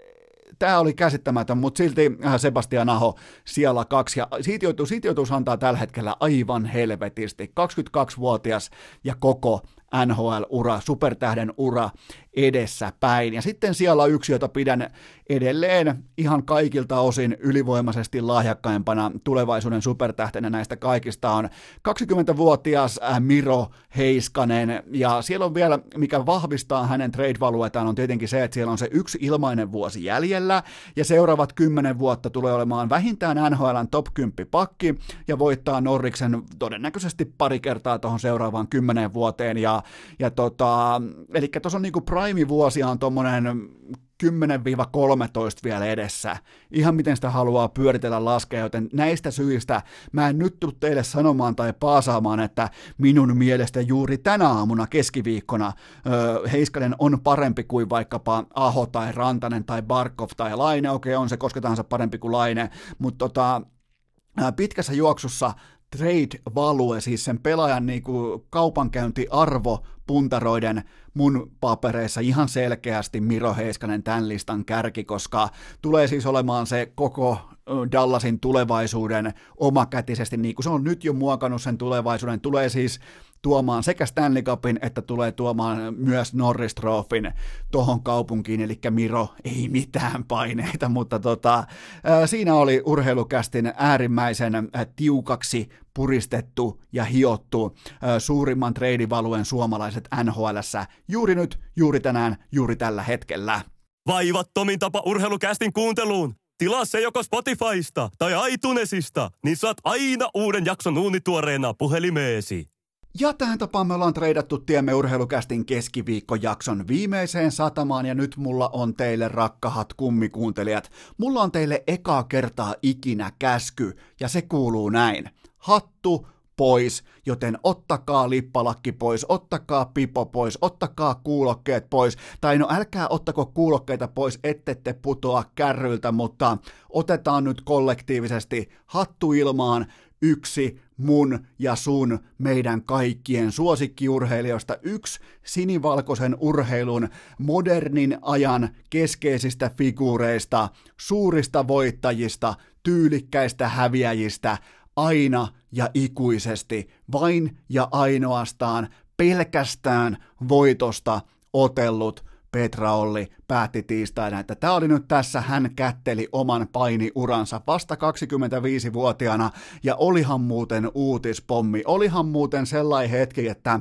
tämä oli käsittämätön, mutta silti Sebastian Aho siellä kaksi, ja siitioitus, siitioitus antaa tällä hetkellä aivan helvetisti, kaksikymmentäkaksivuotias ja koko N H L-ura, supertähden ura edessä päin. Ja sitten siellä on yksi, jota pidän edelleen ihan kaikilta osin ylivoimaisesti lahjakkaimpana tulevaisuuden supertähtenä näistä kaikista on kaksikymmentävuotias Miro Heiskanen, ja siellä on vielä, mikä vahvistaa hänen trade-valuetaan, on tietenkin se, että siellä on se yksi ilmainen vuosi jäljellä, ja seuraavat kymmenen vuotta tulee olemaan vähintään N H L:n top kymmenen pakki, ja voittaa Norriksen todennäköisesti pari kertaa tuohon seuraavaan kymmenen vuoteen, ja, ja tota, eli tuossa on niinku prime-vuosia on tommonen kymmenen kolmetoista vielä edessä. Ihan miten sitä haluaa pyöritellä laskea, joten näistä syistä mä en nyt tule teille sanomaan tai paasaamaan, että minun mielestä juuri tänä aamuna keskiviikkona öö, Heiskanen on parempi kuin vaikkapa Aho tai Rantanen tai Barkov tai Laine. Okei, on se koska tahansa parempi kuin Laine, mutta tota, pitkässä juoksussa trade-value, siis sen pelaajan niinku kaupankäyntiarvo puntaroiden mun papereissa ihan selkeästi Miro Heiskanen tämän listan kärki, koska tulee siis olemaan se koko Dallasin tulevaisuuden omakätisesti, niin kuin se on nyt jo muokannut sen tulevaisuuden, tulee siis tuomaan sekä Stanley Cupin, että tulee tuomaan myös Norris Trophyn tohon kaupunkiin, eli Miro ei mitään paineita, mutta tota, ää, siinä oli urheilukästin äärimmäisen ää, tiukaksi puristettu ja hiottu ää, suurimman treidivaluen suomalaiset N H L:ssä juuri nyt, juuri tänään, juuri tällä hetkellä.
Vaivattomin tapa urheilukästin kuunteluun. Tilaa se joko Spotifysta tai iTunesista, niin saat aina uuden jakson uunituoreena puhelimeesi.
Ja tähän tapaan me ollaan treidattu tiemme urheilukästin keskiviikkojakson viimeiseen satamaan, ja nyt mulla on teille rakkahat kummikuuntelijat, mulla on teille ekaa kertaa ikinä käsky, ja se kuuluu näin. Hattu pois, joten ottakaa lippalakki pois, ottakaa pipo pois, ottakaa kuulokkeet pois, tai no älkää ottako kuulokkeita pois, ettette putoa kärryiltä, mutta otetaan nyt kollektiivisesti hattu ilmaan, yksi mun ja sun, meidän kaikkien suosikkiurheilijoista, yksi sinivalkoisen urheilun modernin ajan keskeisistä figuureista, suurista voittajista, tyylikkäistä häviäjistä, aina ja ikuisesti, vain ja ainoastaan, pelkästään voitosta otellut Petra Olli päätti tiistaina, että tämä oli nyt tässä, hän kätteli oman painiuransa vasta kaksikymmentäviisivuotiaana, ja olihan muuten uutispommi, olihan muuten sellainen hetki, että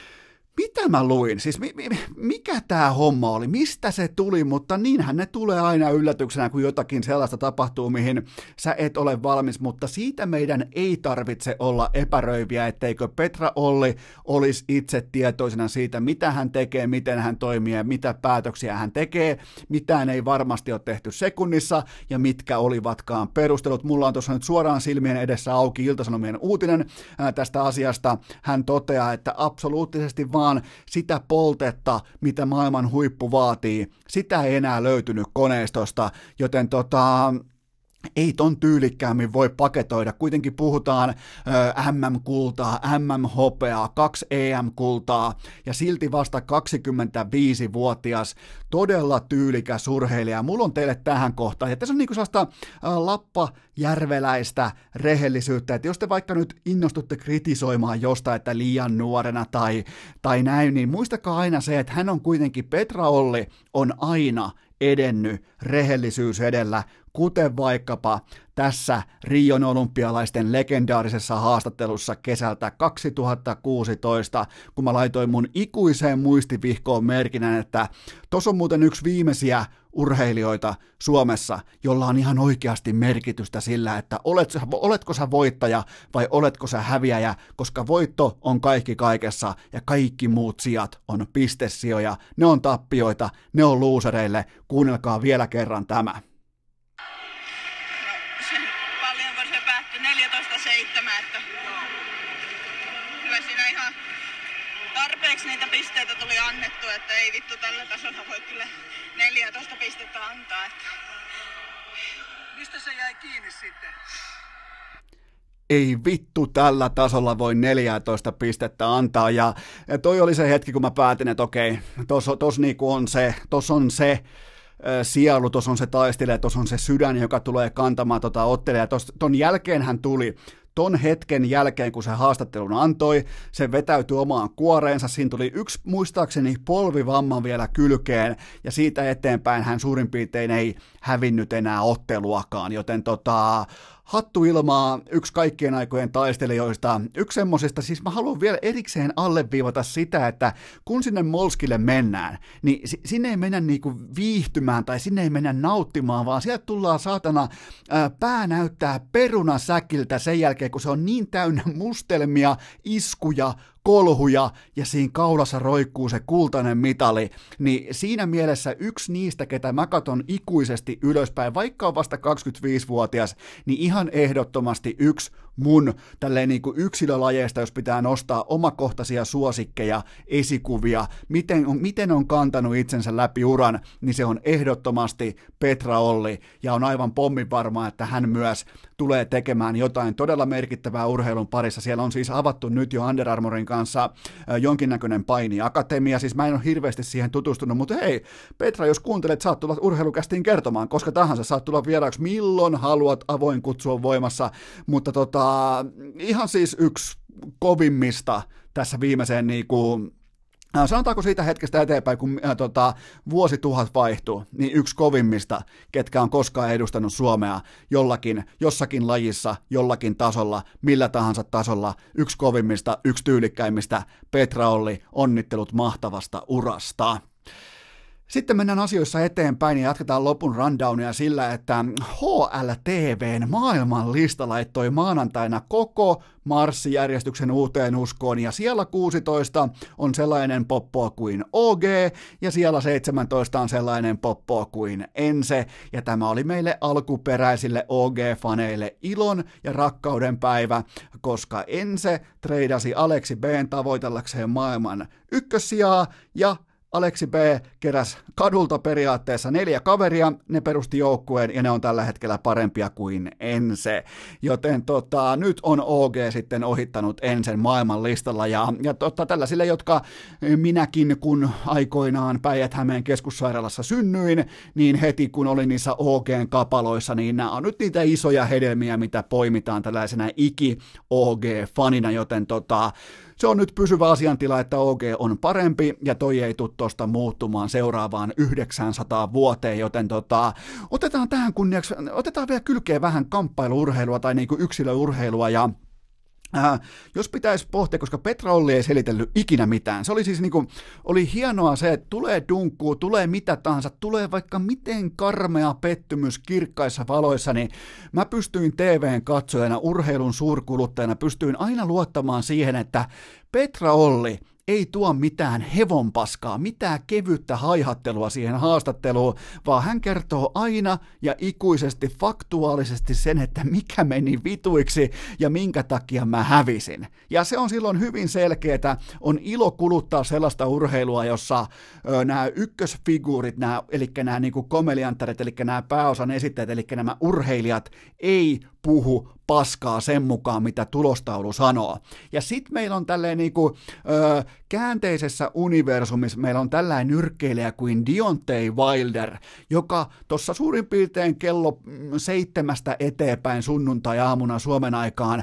mitä mä luin? Siis mi- mi- mikä tämä homma oli? Mistä se tuli? Mutta niinhän ne tulee aina yllätyksenä, kun jotakin sellaista tapahtuu, mihin sä et ole valmis. Mutta siitä meidän ei tarvitse olla epäröiviä, etteikö Petra Olli olisi itse tietoisena siitä, mitä hän tekee, miten hän toimii ja mitä päätöksiä hän tekee. Mitään ei varmasti ole tehty sekunnissa, ja mitkä olivatkaan perustelut. Mulla on tuossa nyt suoraan silmien edessä auki Ilta-Sanomien uutinen ää, tästä asiasta. Hän toteaa, että absoluuttisesti vaan sitä poltetta, mitä maailman huippu vaatii, sitä ei enää löytynyt koneistosta, joten tota, ei ton tyylikkäämmin voi paketoida. Kuitenkin puhutaan ö, M M-kultaa, M M-hopeaa, kaksi E M-kultaa, ja silti vasta kaksikymmentäviisivuotias, todella tyylikäs urheilija. Mulla on teille tähän kohtaan, ja tässä on niinku sellaista ä, lappajärveläistä rehellisyyttä, että jos te vaikka nyt innostutte kritisoimaan jostain, että liian nuorena tai, tai näin, niin muistakaa aina se, että hän on kuitenkin, Petra Olli on aina edennyt rehellisyys edellä, kuten vaikkapa tässä Rion olympialaisten legendaarisessa haastattelussa kesältä kaksituhattakuusitoista, kun mä laitoin mun ikuiseen muistivihkoon merkinnän, että tuossa on muuten yksi viimeisiä urheilijoita Suomessa, jolla on ihan oikeasti merkitystä sillä, että olet, oletko sä voittaja vai oletko sä häviäjä, koska voitto on kaikki kaikessa ja kaikki muut sijat on pistesijoja, ne on tappioita, ne on luusereille. Kuunnelkaa vielä kerran tämä.
Niitä pisteitä tuli annettu, että ei vittu tällä tasolla voi kyllä neljätoista pistettä antaa. Että... Mistä se jäi kiinni sitten?
Ei vittu tällä tasolla voi neljätoista pistettä antaa, ja, ja toi oli se hetki, kun mä päätin, että okei, tos, tos niinku on se, tos on se sielu, tuossa on se taistelija, tuossa on se sydän, joka tulee kantamaan tota ottelijaa. Tuon jälkeen hän tuli, ton hetken jälkeen, kun se haastattelun antoi, se vetäytyi omaan kuoreensa, siinä tuli yksi muistaakseni polvivamma vielä kylkeen, ja siitä eteenpäin hän suurin piirtein ei hävinnyt enää otteluakaan, joten tota, hattu ilmaa, yksi kaikkien aikojen taistelijoista, yksi semmosista, siis mä haluan vielä erikseen alleviivata sitä, että kun sinne Molskille mennään, niin sinne ei mennä niinku viihtymään tai sinne ei mennä nauttimaan, vaan sieltä tullaan saatana ää, pää näyttää perunasäkiltä sen jälkeen, kun se on niin täynnä mustelmia, iskuja, kolhuja ja siinä kaulassa roikkuu se kultainen mitali, niin siinä mielessä yksi niistä, ketä mä katon ikuisesti ylöspäin, vaikka on vasta kaksikymmentäviisivuotias, niin ihan ehdottomasti yksi mun tälleen niin kuin yksilölajeista, jos pitää nostaa omakohtaisia suosikkeja, esikuvia, miten on, miten on kantanut itsensä läpi uran, niin se on ehdottomasti Petra Olli, ja on aivan pommin varma, että hän myös tulee tekemään jotain todella merkittävää urheilun parissa. Siellä on siis avattu nyt jo Under Armourin kanssa jonkinnäköinen painiakatemia, siis mä en ole hirveästi siihen tutustunut, mutta hei, Petra, jos kuuntelet, saat tulla urheilukästiin kertomaan, koska tahansa saat tulla vieraaksi, milloin haluat, avoin kutsu on voimassa, mutta tota, ihan siis yksi kovimmista tässä viimeiseen niinku, sanotaanko siitä hetkestä eteenpäin, kun ää, tota, vuosituhat vaihtuu, niin yksi kovimmista, ketkä on koskaan edustanut Suomea jollakin, jossakin lajissa, jollakin tasolla, millä tahansa tasolla, yksi kovimmista, yksi tyylikkäimmistä, Petra Olli, onnittelut mahtavasta urasta. Sitten mennään asioissa eteenpäin ja jatketaan lopun rundownia sillä, että H L T V:n maailmanlista laittoi maanantaina koko marssijärjestyksen uuteen uskoon, ja siellä kuusitoista on sellainen poppo kuin O G, ja siellä seitsemäntoista on sellainen poppo kuin Ense, ja tämä oli meille alkuperäisille O G-faneille ilon ja rakkauden päivä, koska Ense treidasi Aleksi B:n tavoitellakseen maailman ykkössijaa, ja Aleksi B keräsi kadulta periaatteessa neljä kaveria, ne perusti joukkueen ja ne on tällä hetkellä parempia kuin Ense, joten tota, nyt on O G sitten ohittanut Ensen maailmanlistalla ja, ja tota, tällaisille, jotka minäkin kun aikoinaan Päijät-Hämeen keskussairaalassa synnyin, niin heti kun olin niissä O G:n kapaloissa, niin nämä on nyt niitä isoja hedelmiä, mitä poimitaan tällaisena iki-O G-fanina, joten tota, se on nyt pysyvä asiantila, että O G on parempi, ja toi ei tule tuosta muuttumaan seuraavaan yhdeksänsataan vuoteen, joten tota, otetaan tähän kunniaksi, otetaan vielä kylkeen vähän kamppailuurheilua tai niinku yksilöurheilua, ja Äh, jos pitäisi pohtia, koska Petra Olli ei selitellyt ikinä mitään. Se oli siis niinku, oli hienoa se, että tulee dunkkuu, tulee mitä tahansa, tulee vaikka miten karmea pettymys kirkkaissa valoissa, niin mä pystyin T V:n katsojana, urheilun suurkuluttajana, pystyin aina luottamaan siihen, että Petra Olli ei tuo mitään hevonpaskaa, mitään kevyttä haihattelua siihen haastatteluun, vaan hän kertoo aina ja ikuisesti faktuaalisesti sen, että mikä meni vituiksi ja minkä takia mä hävisin. Ja se on silloin hyvin selkeätä, on ilo kuluttaa sellaista urheilua, jossa ö, nämä ykkösfiguurit, nämä, eli nämä niin kuin komelianttaret, eli nämä pääosan esittäjät, eli nämä urheilijat ei puhu paskaa sen mukaan, mitä tulostaulu sanoo. Ja sitten meillä on tälleen niinku, ö, käänteisessä universumissa, meillä on tällainen nyrkkeilijä kuin Deontay Wilder, joka tuossa suurin piirtein kello seitsemästä eteenpäin sunnuntai-aamuna Suomen aikaan,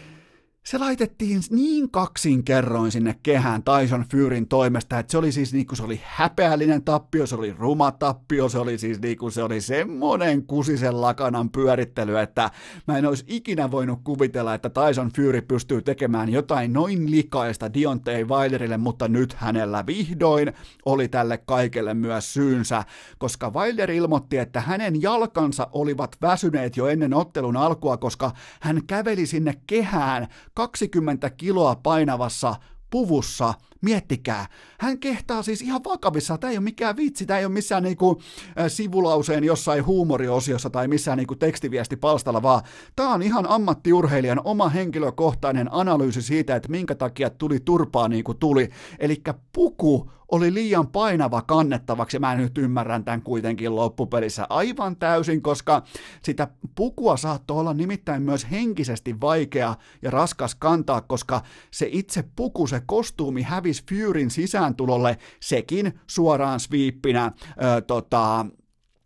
se laitettiin niin kaksinkerroin sinne kehään Tyson Furyn toimesta, että se oli siis niinku, se oli häpeällinen tappio, se oli ruma tappio, se oli siis niinku, se oli semmoinen kusisen lakanan pyörittely, että mä en olisi ikinä voinut kuvitella, että Tyson Fury pystyy tekemään jotain noin likaista Deontay Wilderille, mutta nyt hänellä vihdoin oli tälle kaikelle myös syynsä, koska Wilder ilmoitti, että hänen jalkansa olivat väsyneet jo ennen ottelun alkua, koska hän käveli sinne kehään kaksikymmentä kiloa painavassa puvussa, miettikää, hän kehtaa siis ihan vakavissa, tämä ei ole mikään vitsi, tämä ei ole missään niinku, äh, sivulauseen jossain huumoriosiossa tai missään niinku tekstiviestipalstalla, vaan tämä on ihan ammattiurheilijan oma henkilökohtainen analyysi siitä, että minkä takia tuli turpaa niin kuin tuli, eli puku oli liian painava kannettavaksi, mä nyt ymmärrän tämän kuitenkin loppupelissä aivan täysin, koska sitä pukua saattoi olla nimittäin myös henkisesti vaikea ja raskas kantaa, koska se itse puku, se kostuumi hävisi Furyn sisääntulolle, sekin suoraan sviippinä öö, tota,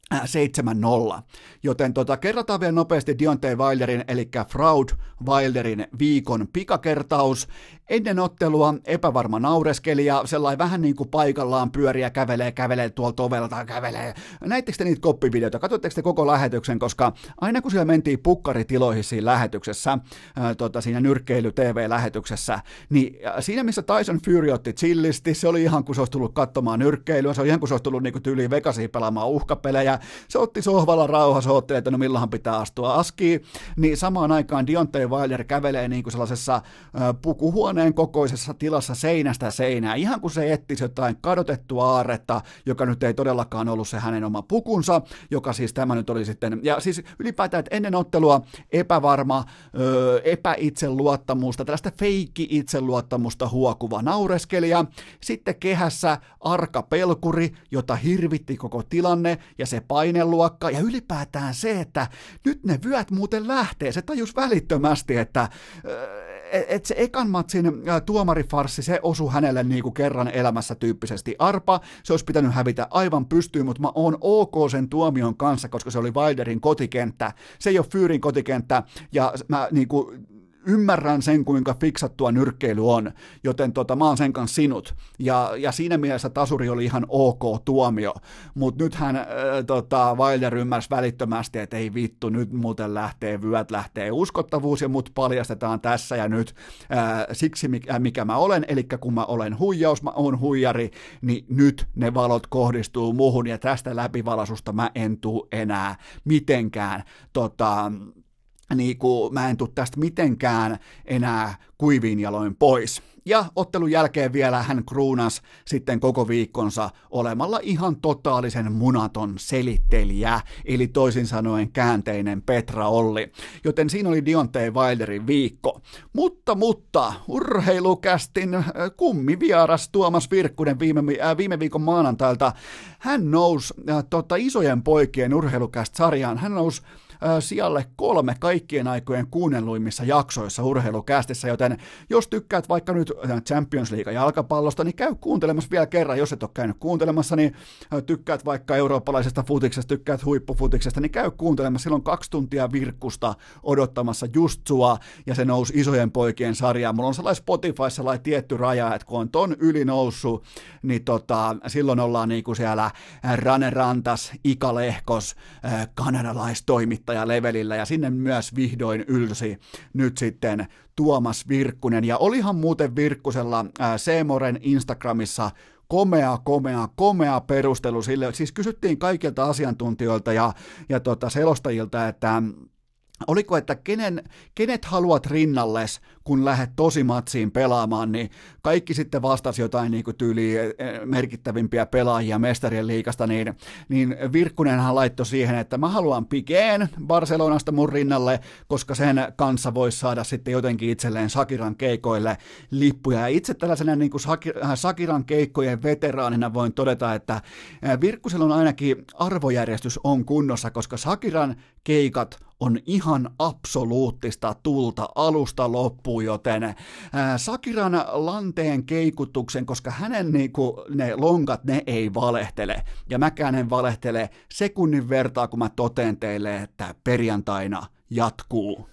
seitsemän nolla. Joten tota, kerrataan vielä nopeasti Deontay Wilderin, eli Fraud Wilderin viikon pikakertaus. Ennen ottelua epävarma naureskeli ja sellainen vähän niin kuin paikallaan pyöriä, kävelee, kävelee tuolta ovelta, kävelee. Näittekö te niitä koppivideoita? Katsotteko te koko lähetyksen? Koska aina kun siellä mentiin pukkaritiloihin siinä lähetyksessä, ää, tota, siinä nyrkkeily-T V-lähetyksessä, niin siinä missä Tyson Fury otti chillisti, se oli ihan kuin se olisi tullut katsomaan nyrkkeilyä, se oli ihan kuin se olisi tullut niin tyyliin Vegasiin pelaamaan uhkapelejä, se otti sohvalla rauhassa, otteli, että no milloinhan pitää astua askiin, niin samaan aikaan Deontay Wilder kävelee niin kuin sellaisessa ää, pukuhuoneen kokoisessa tilassa seinästä seinään, ihan kun se etsisi jotain kadotettua aarretta, joka nyt ei todellakaan ollut se hänen oma pukunsa, joka siis tämä nyt oli sitten, ja siis ylipäätään, että ennen ottelua epävarma, öö, epäitseluottamusta, tällaista feikki-itseluottamusta huokuva naureskeli, ja sitten kehässä arka pelkuri, jota hirvitti koko tilanne, ja se paineluokka, ja ylipäätään se, että nyt ne vyöt muuten lähtee, se tajus välittömästi, että öö, et se ekan matsin tuomarifarssi, se osui hänelle niin kuin kerran elämässä tyyppisesti arpa, se olisi pitänyt hävitä aivan pystyyn, mutta mä oon ok sen tuomion kanssa, koska se oli Wilderin kotikenttä, se ei ole Furyn kotikenttä, ja mä niin kuin ymmärrän sen, kuinka fiksattua nyrkkeily on, joten tota, mä oon sen kanssa sinut. Ja, ja siinä mielessä tasuri oli ihan ok tuomio, mutta nythän äh, tota, Wilder ymmärsi välittömästi, että ei vittu, nyt muuten lähtee, vyöt lähtee uskottavuus ja mut paljastetaan tässä ja nyt äh, siksi, mikä, mikä mä olen, eli kun mä olen huijaus, mä oon huijari, niin nyt ne valot kohdistuu muhun ja tästä läpivalasusta mä en tuu enää mitenkään tota... niin kuin mä en tule tästä mitenkään enää kuiviin jaloin pois. Ja ottelun jälkeen vielä hän kruunas sitten koko viikkonsa olemalla ihan totaalisen munaton selittelijä, eli toisin sanoen käänteinen Petra Olli. Joten siinä oli Deontay Wilderin viikko. Mutta, mutta, urheilukästin kummivieras Tuomas Virkkunen viime, äh, viime viikon maanantailta, hän nousi äh, tota, isojen poikien urheilukäst-sarjaan, hän nousi sijalle kolme kaikkien aikojen kuunnelluimmissa jaksoissa urheilukästissä, joten jos tykkäät vaikka nyt Champions League jalkapallosta, niin käy kuuntelemassa vielä kerran, jos et ole käynyt kuuntelemassa, niin tykkäät vaikka eurooppalaisesta futiksesta, tykkäät huippufutiksesta, niin käy kuuntelemassa, silloin kaksi tuntia Virkkusta odottamassa just sua, ja se nousi isojen poikien sarjaan. Mulla on sellainen Spotify sellainen tietty raja, että kun on ton yli noussut, niin tota, silloin ollaan niinku siellä Rane Rantas, Ika Lehkos, kanadalaistoimittaja levelillä, ja sinne myös vihdoin ylsi nyt sitten Tuomas Virkkunen, ja olihan muuten Virkkusella Seemoren Instagramissa komea, komea, komea perustelu sille, siis kysyttiin kaikilta asiantuntijoilta ja, ja tota selostajilta, että oliko, että kenen, kenet haluat rinnalles, kun lähdet tosimatsiin pelaamaan, niin kaikki sitten vastasi jotain niin kuin tyyliin merkittävimpiä pelaajia mestarien liigasta, niin, niin Virkkunenhan laittoi siihen, että mä haluan Pikeen Barcelonasta mun rinnalle, koska sen kanssa voisi saada sitten jotenkin itselleen Shakiran keikoille lippuja. Ja itse tällaisena niin kuin Shakiran keikkojen veteraanina voin todeta, että Virkkusella on ainakin arvojärjestys on kunnossa, koska Shakiran keikat on ihan absoluuttista tulta alusta loppuun, joten ää, Shakiran lanteen keikutuksen, koska hänen niinku, ne lonkat, ne ei valehtele, ja mäkään en valehtele sekunnin vertaa, kun mä toteen teille, että perjantaina jatkuu.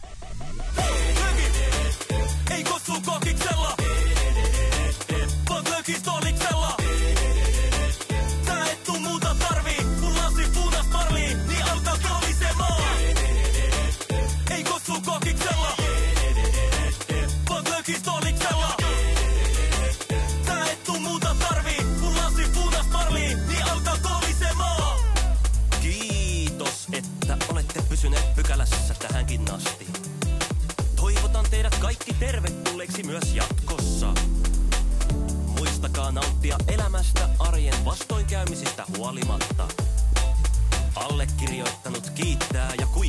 Ei kutsu kokiksella, vaan lökistoliksella. Tää et tuu muuta tarvii, kun lasi punas parlii, niin alkaa kolisemaan. Ei kutsu kokiksella, vaan lökistoliksella. Tää et tuu muuta tarvii, kun lasi punas parlii, niin alkaa kolisemaan. Kiitos, että olette pysyneet pykälässä tähänkin asti. Toivotan teidät kaikki tervetulleeksi myös jatkossa. Muistakaa nauttia elämästä arjen vastoinkäymisistä huolimatta. Allekirjoittanut kiittää ja kui